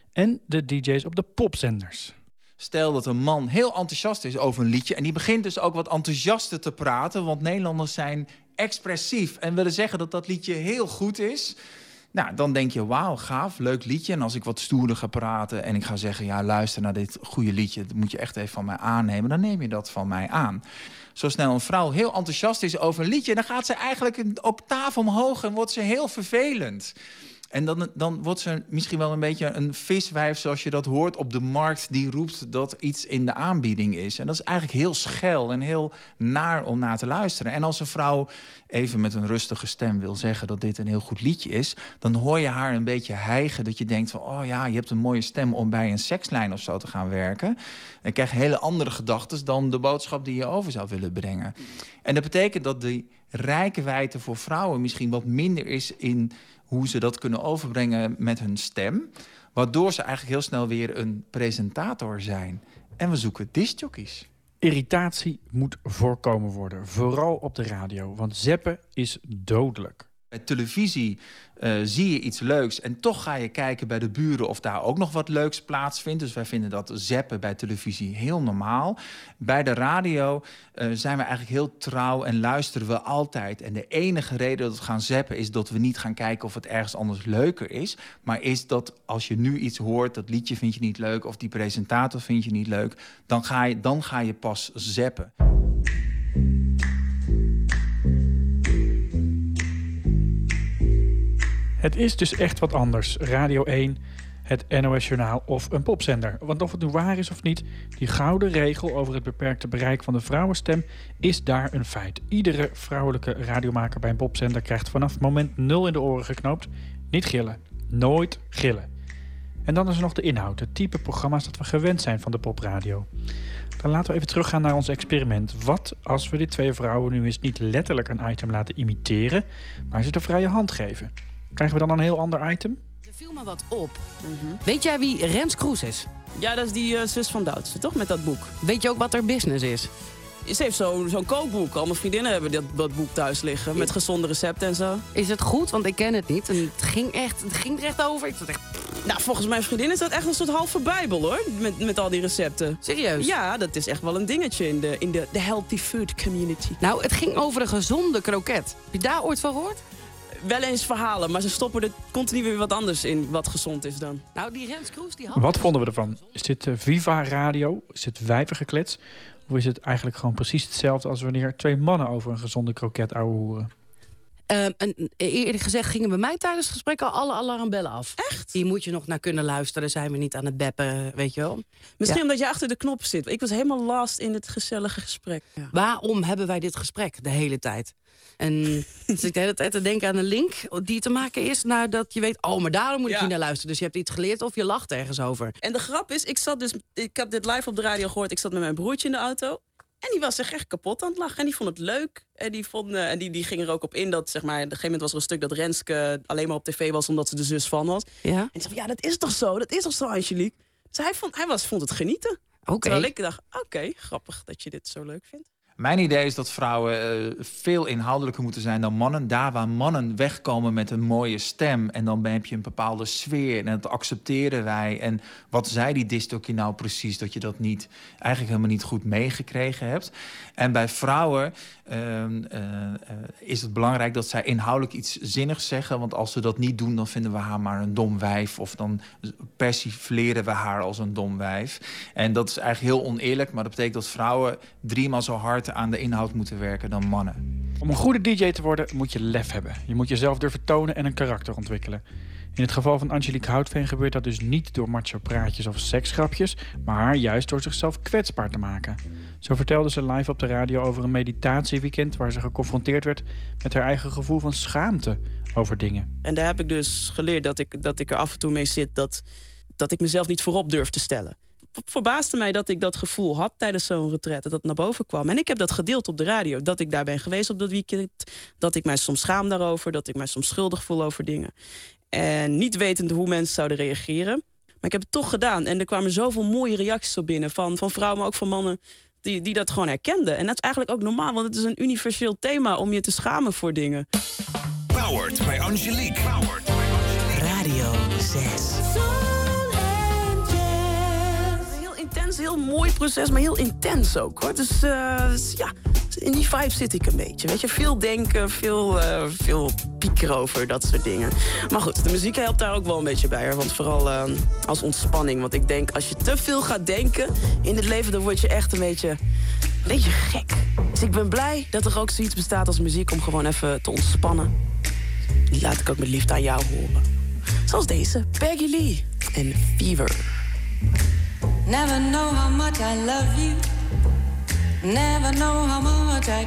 en de DJ's op de popzenders. Stel dat een man heel enthousiast is over een liedje... en die begint dus ook wat enthousiaster te praten... want Nederlanders zijn expressief en willen zeggen dat dat liedje heel goed is... Nou, dan denk je, wauw, gaaf, leuk liedje. En als ik wat stoerder ga praten en ik ga zeggen... ja, luister naar dit goede liedje, dat moet je echt even van mij aannemen... dan neem je dat van mij aan. Zo snel een vrouw heel enthousiast is over een liedje... dan gaat ze eigenlijk een octaaf omhoog en wordt ze heel vervelend... En dan wordt ze misschien wel een beetje een viswijf... zoals je dat hoort op de markt... die roept dat iets in de aanbieding is. En dat is eigenlijk heel schel en heel naar om naar te luisteren. En als een vrouw even met een rustige stem wil zeggen... dat dit een heel goed liedje is... dan hoor je haar een beetje hijgen. Dat je denkt van, oh ja, je hebt een mooie stem... om bij een sekslijn of zo te gaan werken. En krijg je hele andere gedachten... dan de boodschap die je over zou willen brengen. En dat betekent dat die reikwijdte voor vrouwen... misschien wat minder is in... hoe ze dat kunnen overbrengen met hun stem. Waardoor ze eigenlijk heel snel weer een presentator zijn. En we zoeken discjockeys. Irritatie moet voorkomen worden, vooral op de radio. Want zappen is dodelijk. Bij televisie zie je iets leuks en toch ga je kijken bij de buren of daar ook nog wat leuks plaatsvindt. Dus wij vinden dat zappen bij televisie heel normaal. Bij de radio zijn we eigenlijk heel trouw en luisteren we altijd. En de enige reden dat we gaan zappen is dat we niet gaan kijken of het ergens anders leuker is. Maar is dat als je nu iets hoort, dat liedje vind je niet leuk of die presentator vind je niet leuk, dan ga je pas zappen. Het is dus echt wat anders. Radio 1, het NOS-journaal of een popzender. Want of het nu waar is of niet, die gouden regel over het beperkte bereik van de vrouwenstem is daar een feit. Iedere vrouwelijke radiomaker bij een popzender krijgt vanaf moment 0 in de oren geknoopt. Niet gillen. Nooit gillen. En dan is er nog de inhoud, het type programma's dat we gewend zijn van de popradio. Dan laten we even teruggaan naar ons experiment. Wat als we die 2 vrouwen nu eens niet letterlijk een item laten imiteren, maar ze de vrije hand geven? Krijgen we dan een heel ander item? Er viel me wat op. Weet jij wie Rens Kroes is? Ja, dat is die zus van Doutse, toch? Met dat boek. Weet je ook wat haar business is? Ze heeft zo'n kookboek. Al mijn vriendinnen hebben dat boek thuis liggen. Met gezonde recepten en zo. Is het goed? Want ik ken het niet. En het ging er echt over. Ik dacht echt... Nou, volgens mijn vriendin is dat echt een soort halve bijbel, hoor. Met al die recepten. Serieus? Ja, dat is echt wel een dingetje in de healthy food community. Nou, het ging over een gezonde kroket. Heb je daar ooit van gehoord? Wel eens verhalen, maar ze stoppen er continu weer wat anders in wat gezond is dan. Nou, die Rens Kroes, die had... Wat vonden we ervan? Is dit Viva Radio? Is het wijvergeklets? Of is het eigenlijk gewoon precies hetzelfde als wanneer 2 mannen over een gezonde kroket ouwehoeren? Eerlijk gezegd gingen bij mij tijdens het gesprek al alle alarmbellen af. Echt? Die moet je nog naar kunnen luisteren. Zijn we niet aan het beppen, weet je wel. Misschien omdat je achter de knop zit. Ik was helemaal lost in het gezellige gesprek. Ja. Waarom hebben wij dit gesprek de hele tijd? En dus ik de hele tijd te denken aan een link die te maken is nadat je weet, oh, maar daarom moet ik hier naar luisteren. Dus je hebt iets geleerd of je lacht ergens over. En de grap is, ik heb dit live op de radio gehoord. Ik zat met mijn broertje in de auto. En die was zich echt kapot aan het lachen. En die vond het leuk. En die ging er ook op in dat, zeg maar, op een gegeven moment was er een stuk dat Renske alleen maar op tv was omdat ze de zus van was. Ja? En ik zei, ja, dat is toch zo? Dat is toch zo, Angelique? Dus hij vond het genieten. Okay. Terwijl ik dacht, oké, grappig dat je dit zo leuk vindt. Mijn idee is dat vrouwen veel inhoudelijker moeten zijn dan mannen. Daar waar mannen wegkomen met een mooie stem... en dan heb je een bepaalde sfeer en dat accepteren wij. En wat zei die discjockey nou precies... dat je dat eigenlijk helemaal niet goed meegekregen hebt. En bij vrouwen is het belangrijk dat zij inhoudelijk iets zinnigs zeggen... want als ze dat niet doen, dan vinden we haar maar een dom wijf... of dan persifleren we haar als een dom wijf. En dat is eigenlijk heel oneerlijk... maar dat betekent dat vrouwen 3 maal zo hard aan de inhoud moeten werken dan mannen. Om een goede DJ te worden moet je lef hebben. Je moet jezelf durven tonen en een karakter ontwikkelen. In het geval van Angelique Houtveen gebeurt dat dus niet door macho praatjes of seksgrapjes, maar juist door zichzelf kwetsbaar te maken. Zo vertelde ze live op de radio over een meditatieweekend waar ze geconfronteerd werd met haar eigen gevoel van schaamte over dingen. En daar heb ik dus geleerd dat ik er af en toe mee zit dat ik mezelf niet voorop durf te stellen. Het verbaasde mij dat ik dat gevoel had tijdens zo'n retraite, dat het naar boven kwam. En ik heb dat gedeeld op de radio, dat ik daar ben geweest op dat weekend. Dat ik mij soms schaam daarover, dat ik mij soms schuldig voel over dingen. En niet wetend hoe mensen zouden reageren. Maar ik heb het toch gedaan. En er kwamen zoveel mooie reacties op binnen. Van vrouwen, maar ook van mannen die dat gewoon herkenden. En dat is eigenlijk ook normaal, want het is een universeel thema om je te schamen voor dingen. Powered by Angelique. Radio 6. intens, heel mooi proces, maar heel intens ook, hoor. Dus ja, in die vibe zit ik een beetje. Weet je, veel denken, veel piekeren over dat soort dingen. Maar goed, de muziek helpt daar ook wel een beetje bij, hoor. Want vooral als ontspanning. Want ik denk, als je te veel gaat denken in het leven, dan word je echt een beetje gek. Dus ik ben blij dat er ook zoiets bestaat als muziek om gewoon even te ontspannen. Die laat ik ook met liefde aan jou horen. Zoals deze, Peggy Lee en Fever. Never know how much I love you. Never know how much I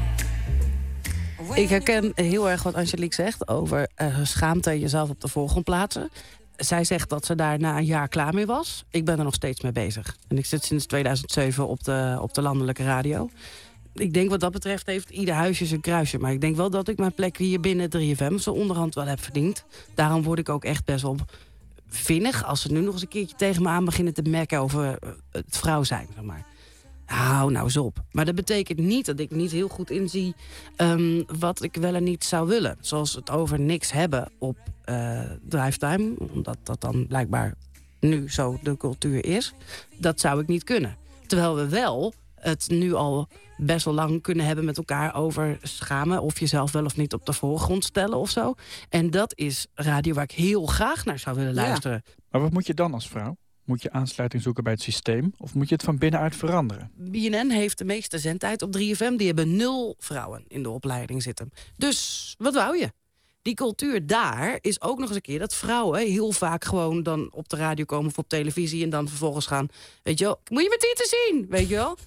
care. Ik herken heel erg wat Angelique zegt over schaamte en jezelf op de voorgrond plaatsen. Zij zegt dat ze daar na een jaar klaar mee was. Ik ben er nog steeds mee bezig. En ik zit sinds 2007 op de landelijke radio. Ik denk wat dat betreft heeft ieder huisje zijn kruisje. Maar ik denk wel dat ik mijn plek hier binnen 3FM zo onderhand wel heb verdiend. Daarom word ik ook echt best wel vinnig als ze nu nog eens een keertje tegen me aan beginnen te mekken over het vrouw zijn, zeg maar. Hou nou eens op. Maar dat betekent niet dat ik niet heel goed inzie wat ik wel en niet zou willen. Zoals het over niks hebben op drivetime. Omdat dat dan blijkbaar nu zo de cultuur is. Dat zou ik niet kunnen. Terwijl we wel het nu al best wel lang kunnen hebben met elkaar over schamen of jezelf wel of niet op de voorgrond stellen of zo. En dat is radio waar ik heel graag naar zou willen luisteren. Ja. Maar wat moet je dan als vrouw? Moet je aansluiting zoeken bij het systeem of moet je het van binnenuit veranderen? BNN heeft de meeste zendtijd op 3FM. Die hebben 0 vrouwen in de opleiding zitten. Dus wat wou je? Die cultuur daar is ook nog eens een keer dat vrouwen heel vaak gewoon dan op de radio komen of op televisie en dan vervolgens gaan, weet je wel, moet je mijn tieten zien, weet je wel?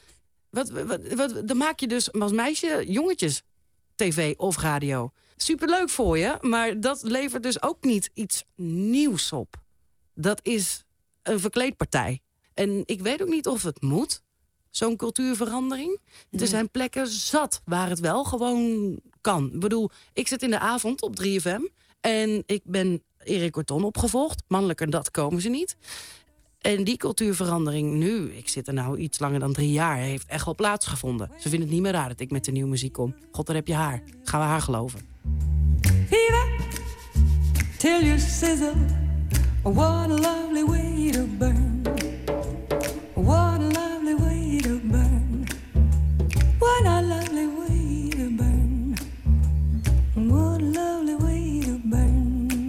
Dan maak je dus als meisje jongetjes tv of radio. Superleuk voor je, maar dat levert dus ook niet iets nieuws op. Dat is een verkleedpartij. En ik weet ook niet of het moet, zo'n cultuurverandering. Er zijn plekken zat waar het wel gewoon kan. Ik bedoel, ik zit in de avond op 3FM en ik ben Erik Corton opgevolgd. Mannelijker dat komen ze niet. En die cultuurverandering nu, ik zit er nou iets langer dan 3 jaar, heeft echt wel plaatsgevonden. Ze vinden het niet meer raar dat ik met de nieuwe muziek kom. God, daar heb je haar. Gaan we haar geloven. Fever, till you sizzle. What a lovely way to burn. What a lovely way to burn. What a lovely way to burn. What a lovely way to burn.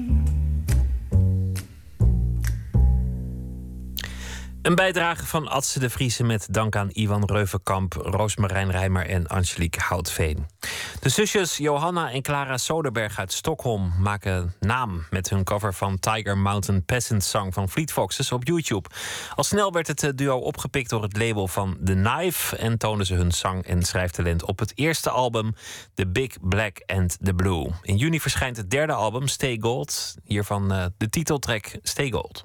Een bijdrage van Adse de Vriese met dank aan Iwan Reuvenkamp, Roosmarijn Rijmer en Angelique Houtveen. De zusjes Johanna en Clara Soderberg uit Stockholm maken naam met hun cover van Tiger Mountain Peasant Song van Fleet Foxes op YouTube. Al snel werd het duo opgepikt door het label van The Knife en toonden ze hun zang- en schrijftalent op het eerste album The Big Black and the Blue. In juni verschijnt het derde album Stay Gold, hiervan de titeltrack Stay Gold.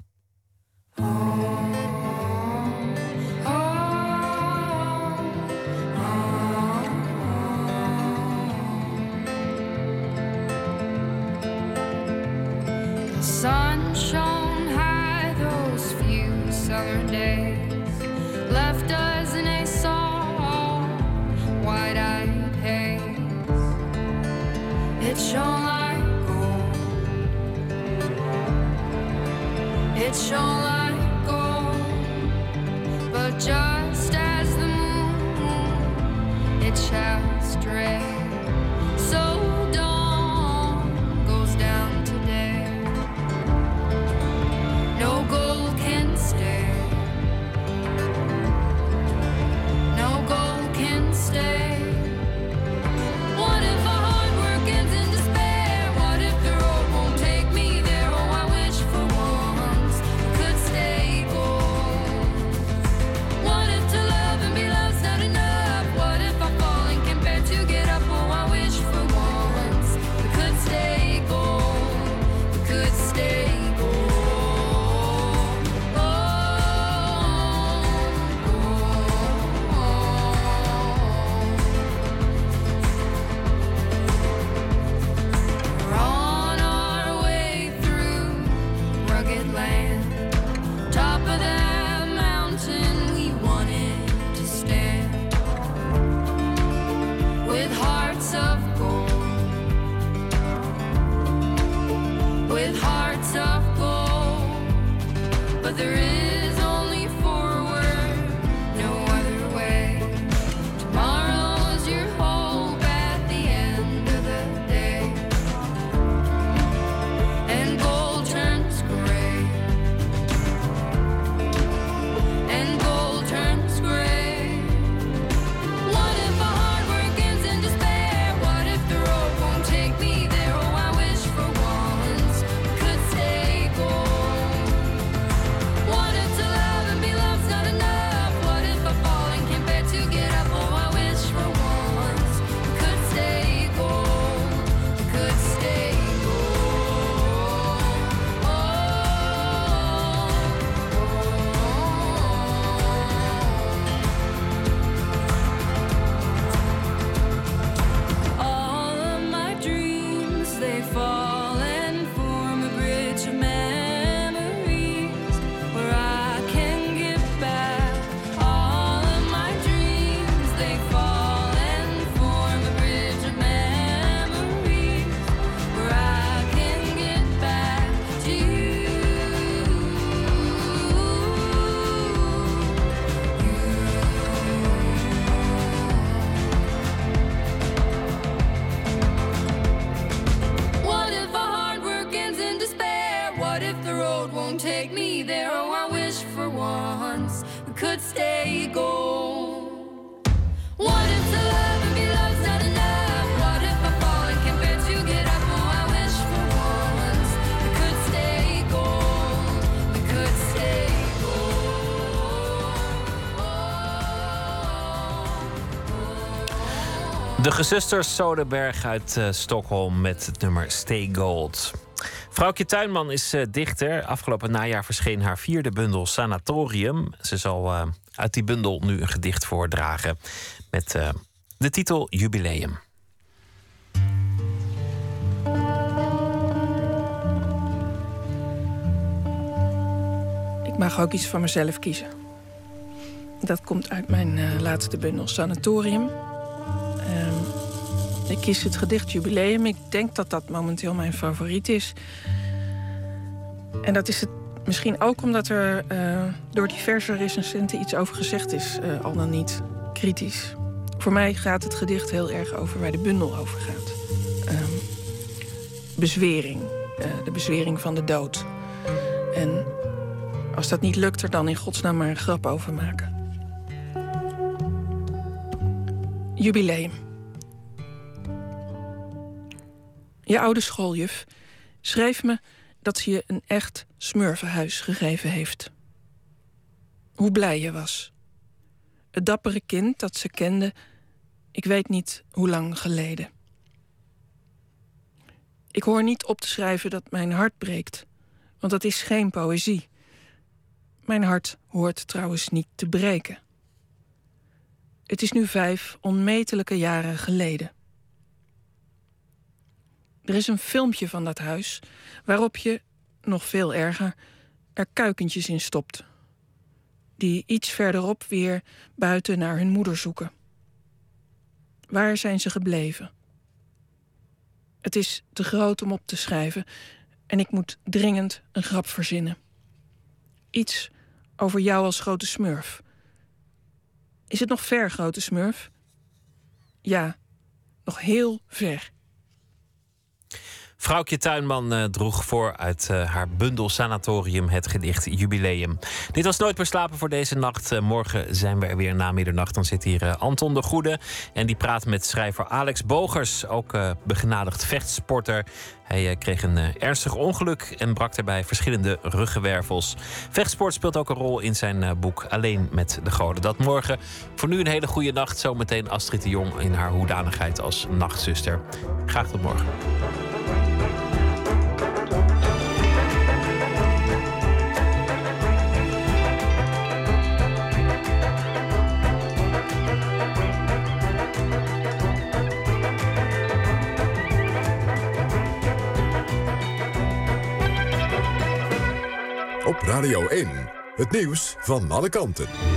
Sun shone high those few summer days, left us in a soft, wide-eyed haze. It shone like gold. It shone like gold, but just as the moon, it shall stray. So dawn goes down today. No gold can stay. No gold can stay. What if our hard work ends in despair? What if the road won't take me there? Oh, I wish for once we could stay gold. What if to love and be loved's not enough? What if I fall and can bear to get up? Oh, I wish for once we could stay gold. We could stay gold. We're on our way through rugged land. Top of that mountain we wanted to stand. With hearts of gold. With hearts of gold. But there is only forward road won't take me there. Oh, I wish for once we could stay gold. What if to love and be loved's not enough? What if I fall and can't bear to get up? Oh, I wish for once we could stay gold. We could stay De gezusters Soderberg uit Stockholm met het nummer Stay Gold. Vrouwtje Tuinman is dichter. Afgelopen najaar verscheen haar 4e bundel Sanatorium. Ze zal uit die bundel nu een gedicht voordragen met de titel Jubileum. Ik mag ook iets van mezelf kiezen. Dat komt uit mijn laatste bundel Sanatorium. Ik kies het gedicht Jubileum. Ik denk dat dat momenteel mijn favoriet is. En dat is het misschien ook omdat er door diverse recensenten iets over gezegd is, al dan niet kritisch. Voor mij gaat het gedicht heel erg over waar de bundel over gaat. Bezwering. De bezwering van de dood. En als dat niet lukt, er dan in godsnaam maar een grap over maken. Jubileum. Je oude schooljuf schreef me dat ze je een echt smurfenhuis gegeven heeft. Hoe blij je was. Het dappere kind dat ze kende, ik weet niet hoe lang geleden. Ik hoor niet op te schrijven dat mijn hart breekt, want dat is geen poëzie. Mijn hart hoort trouwens niet te breken. Het is nu 5 onmetelijke jaren geleden. Er is een filmpje van dat huis waarop je, nog veel erger, er kuikentjes in stopt. Die iets verderop weer buiten naar hun moeder zoeken. Waar zijn ze gebleven? Het is te groot om op te schrijven en ik moet dringend een grap verzinnen. Iets over jou als grote smurf. Is het nog ver, grote smurf? Ja, nog heel ver. Vrouwtje Tuinman droeg voor uit haar bundel Sanatorium het gedicht Jubileum. Dit was Nooit meer slapen voor deze nacht. Morgen zijn we er weer na middernacht. Dan zit hier Anton de Goede en die praat met schrijver Alex Bogers, ook begenadigd vechtsporter. Hij kreeg een ernstig ongeluk en brak daarbij verschillende ruggenwervels. Vechtsport speelt ook een rol in zijn boek Alleen met de goden. Dat morgen. Voor nu een hele goede nacht. Zometeen Astrid de Jong in haar hoedanigheid als nachtzuster. Graag tot morgen. Op Radio 1, het nieuws van alle kanten.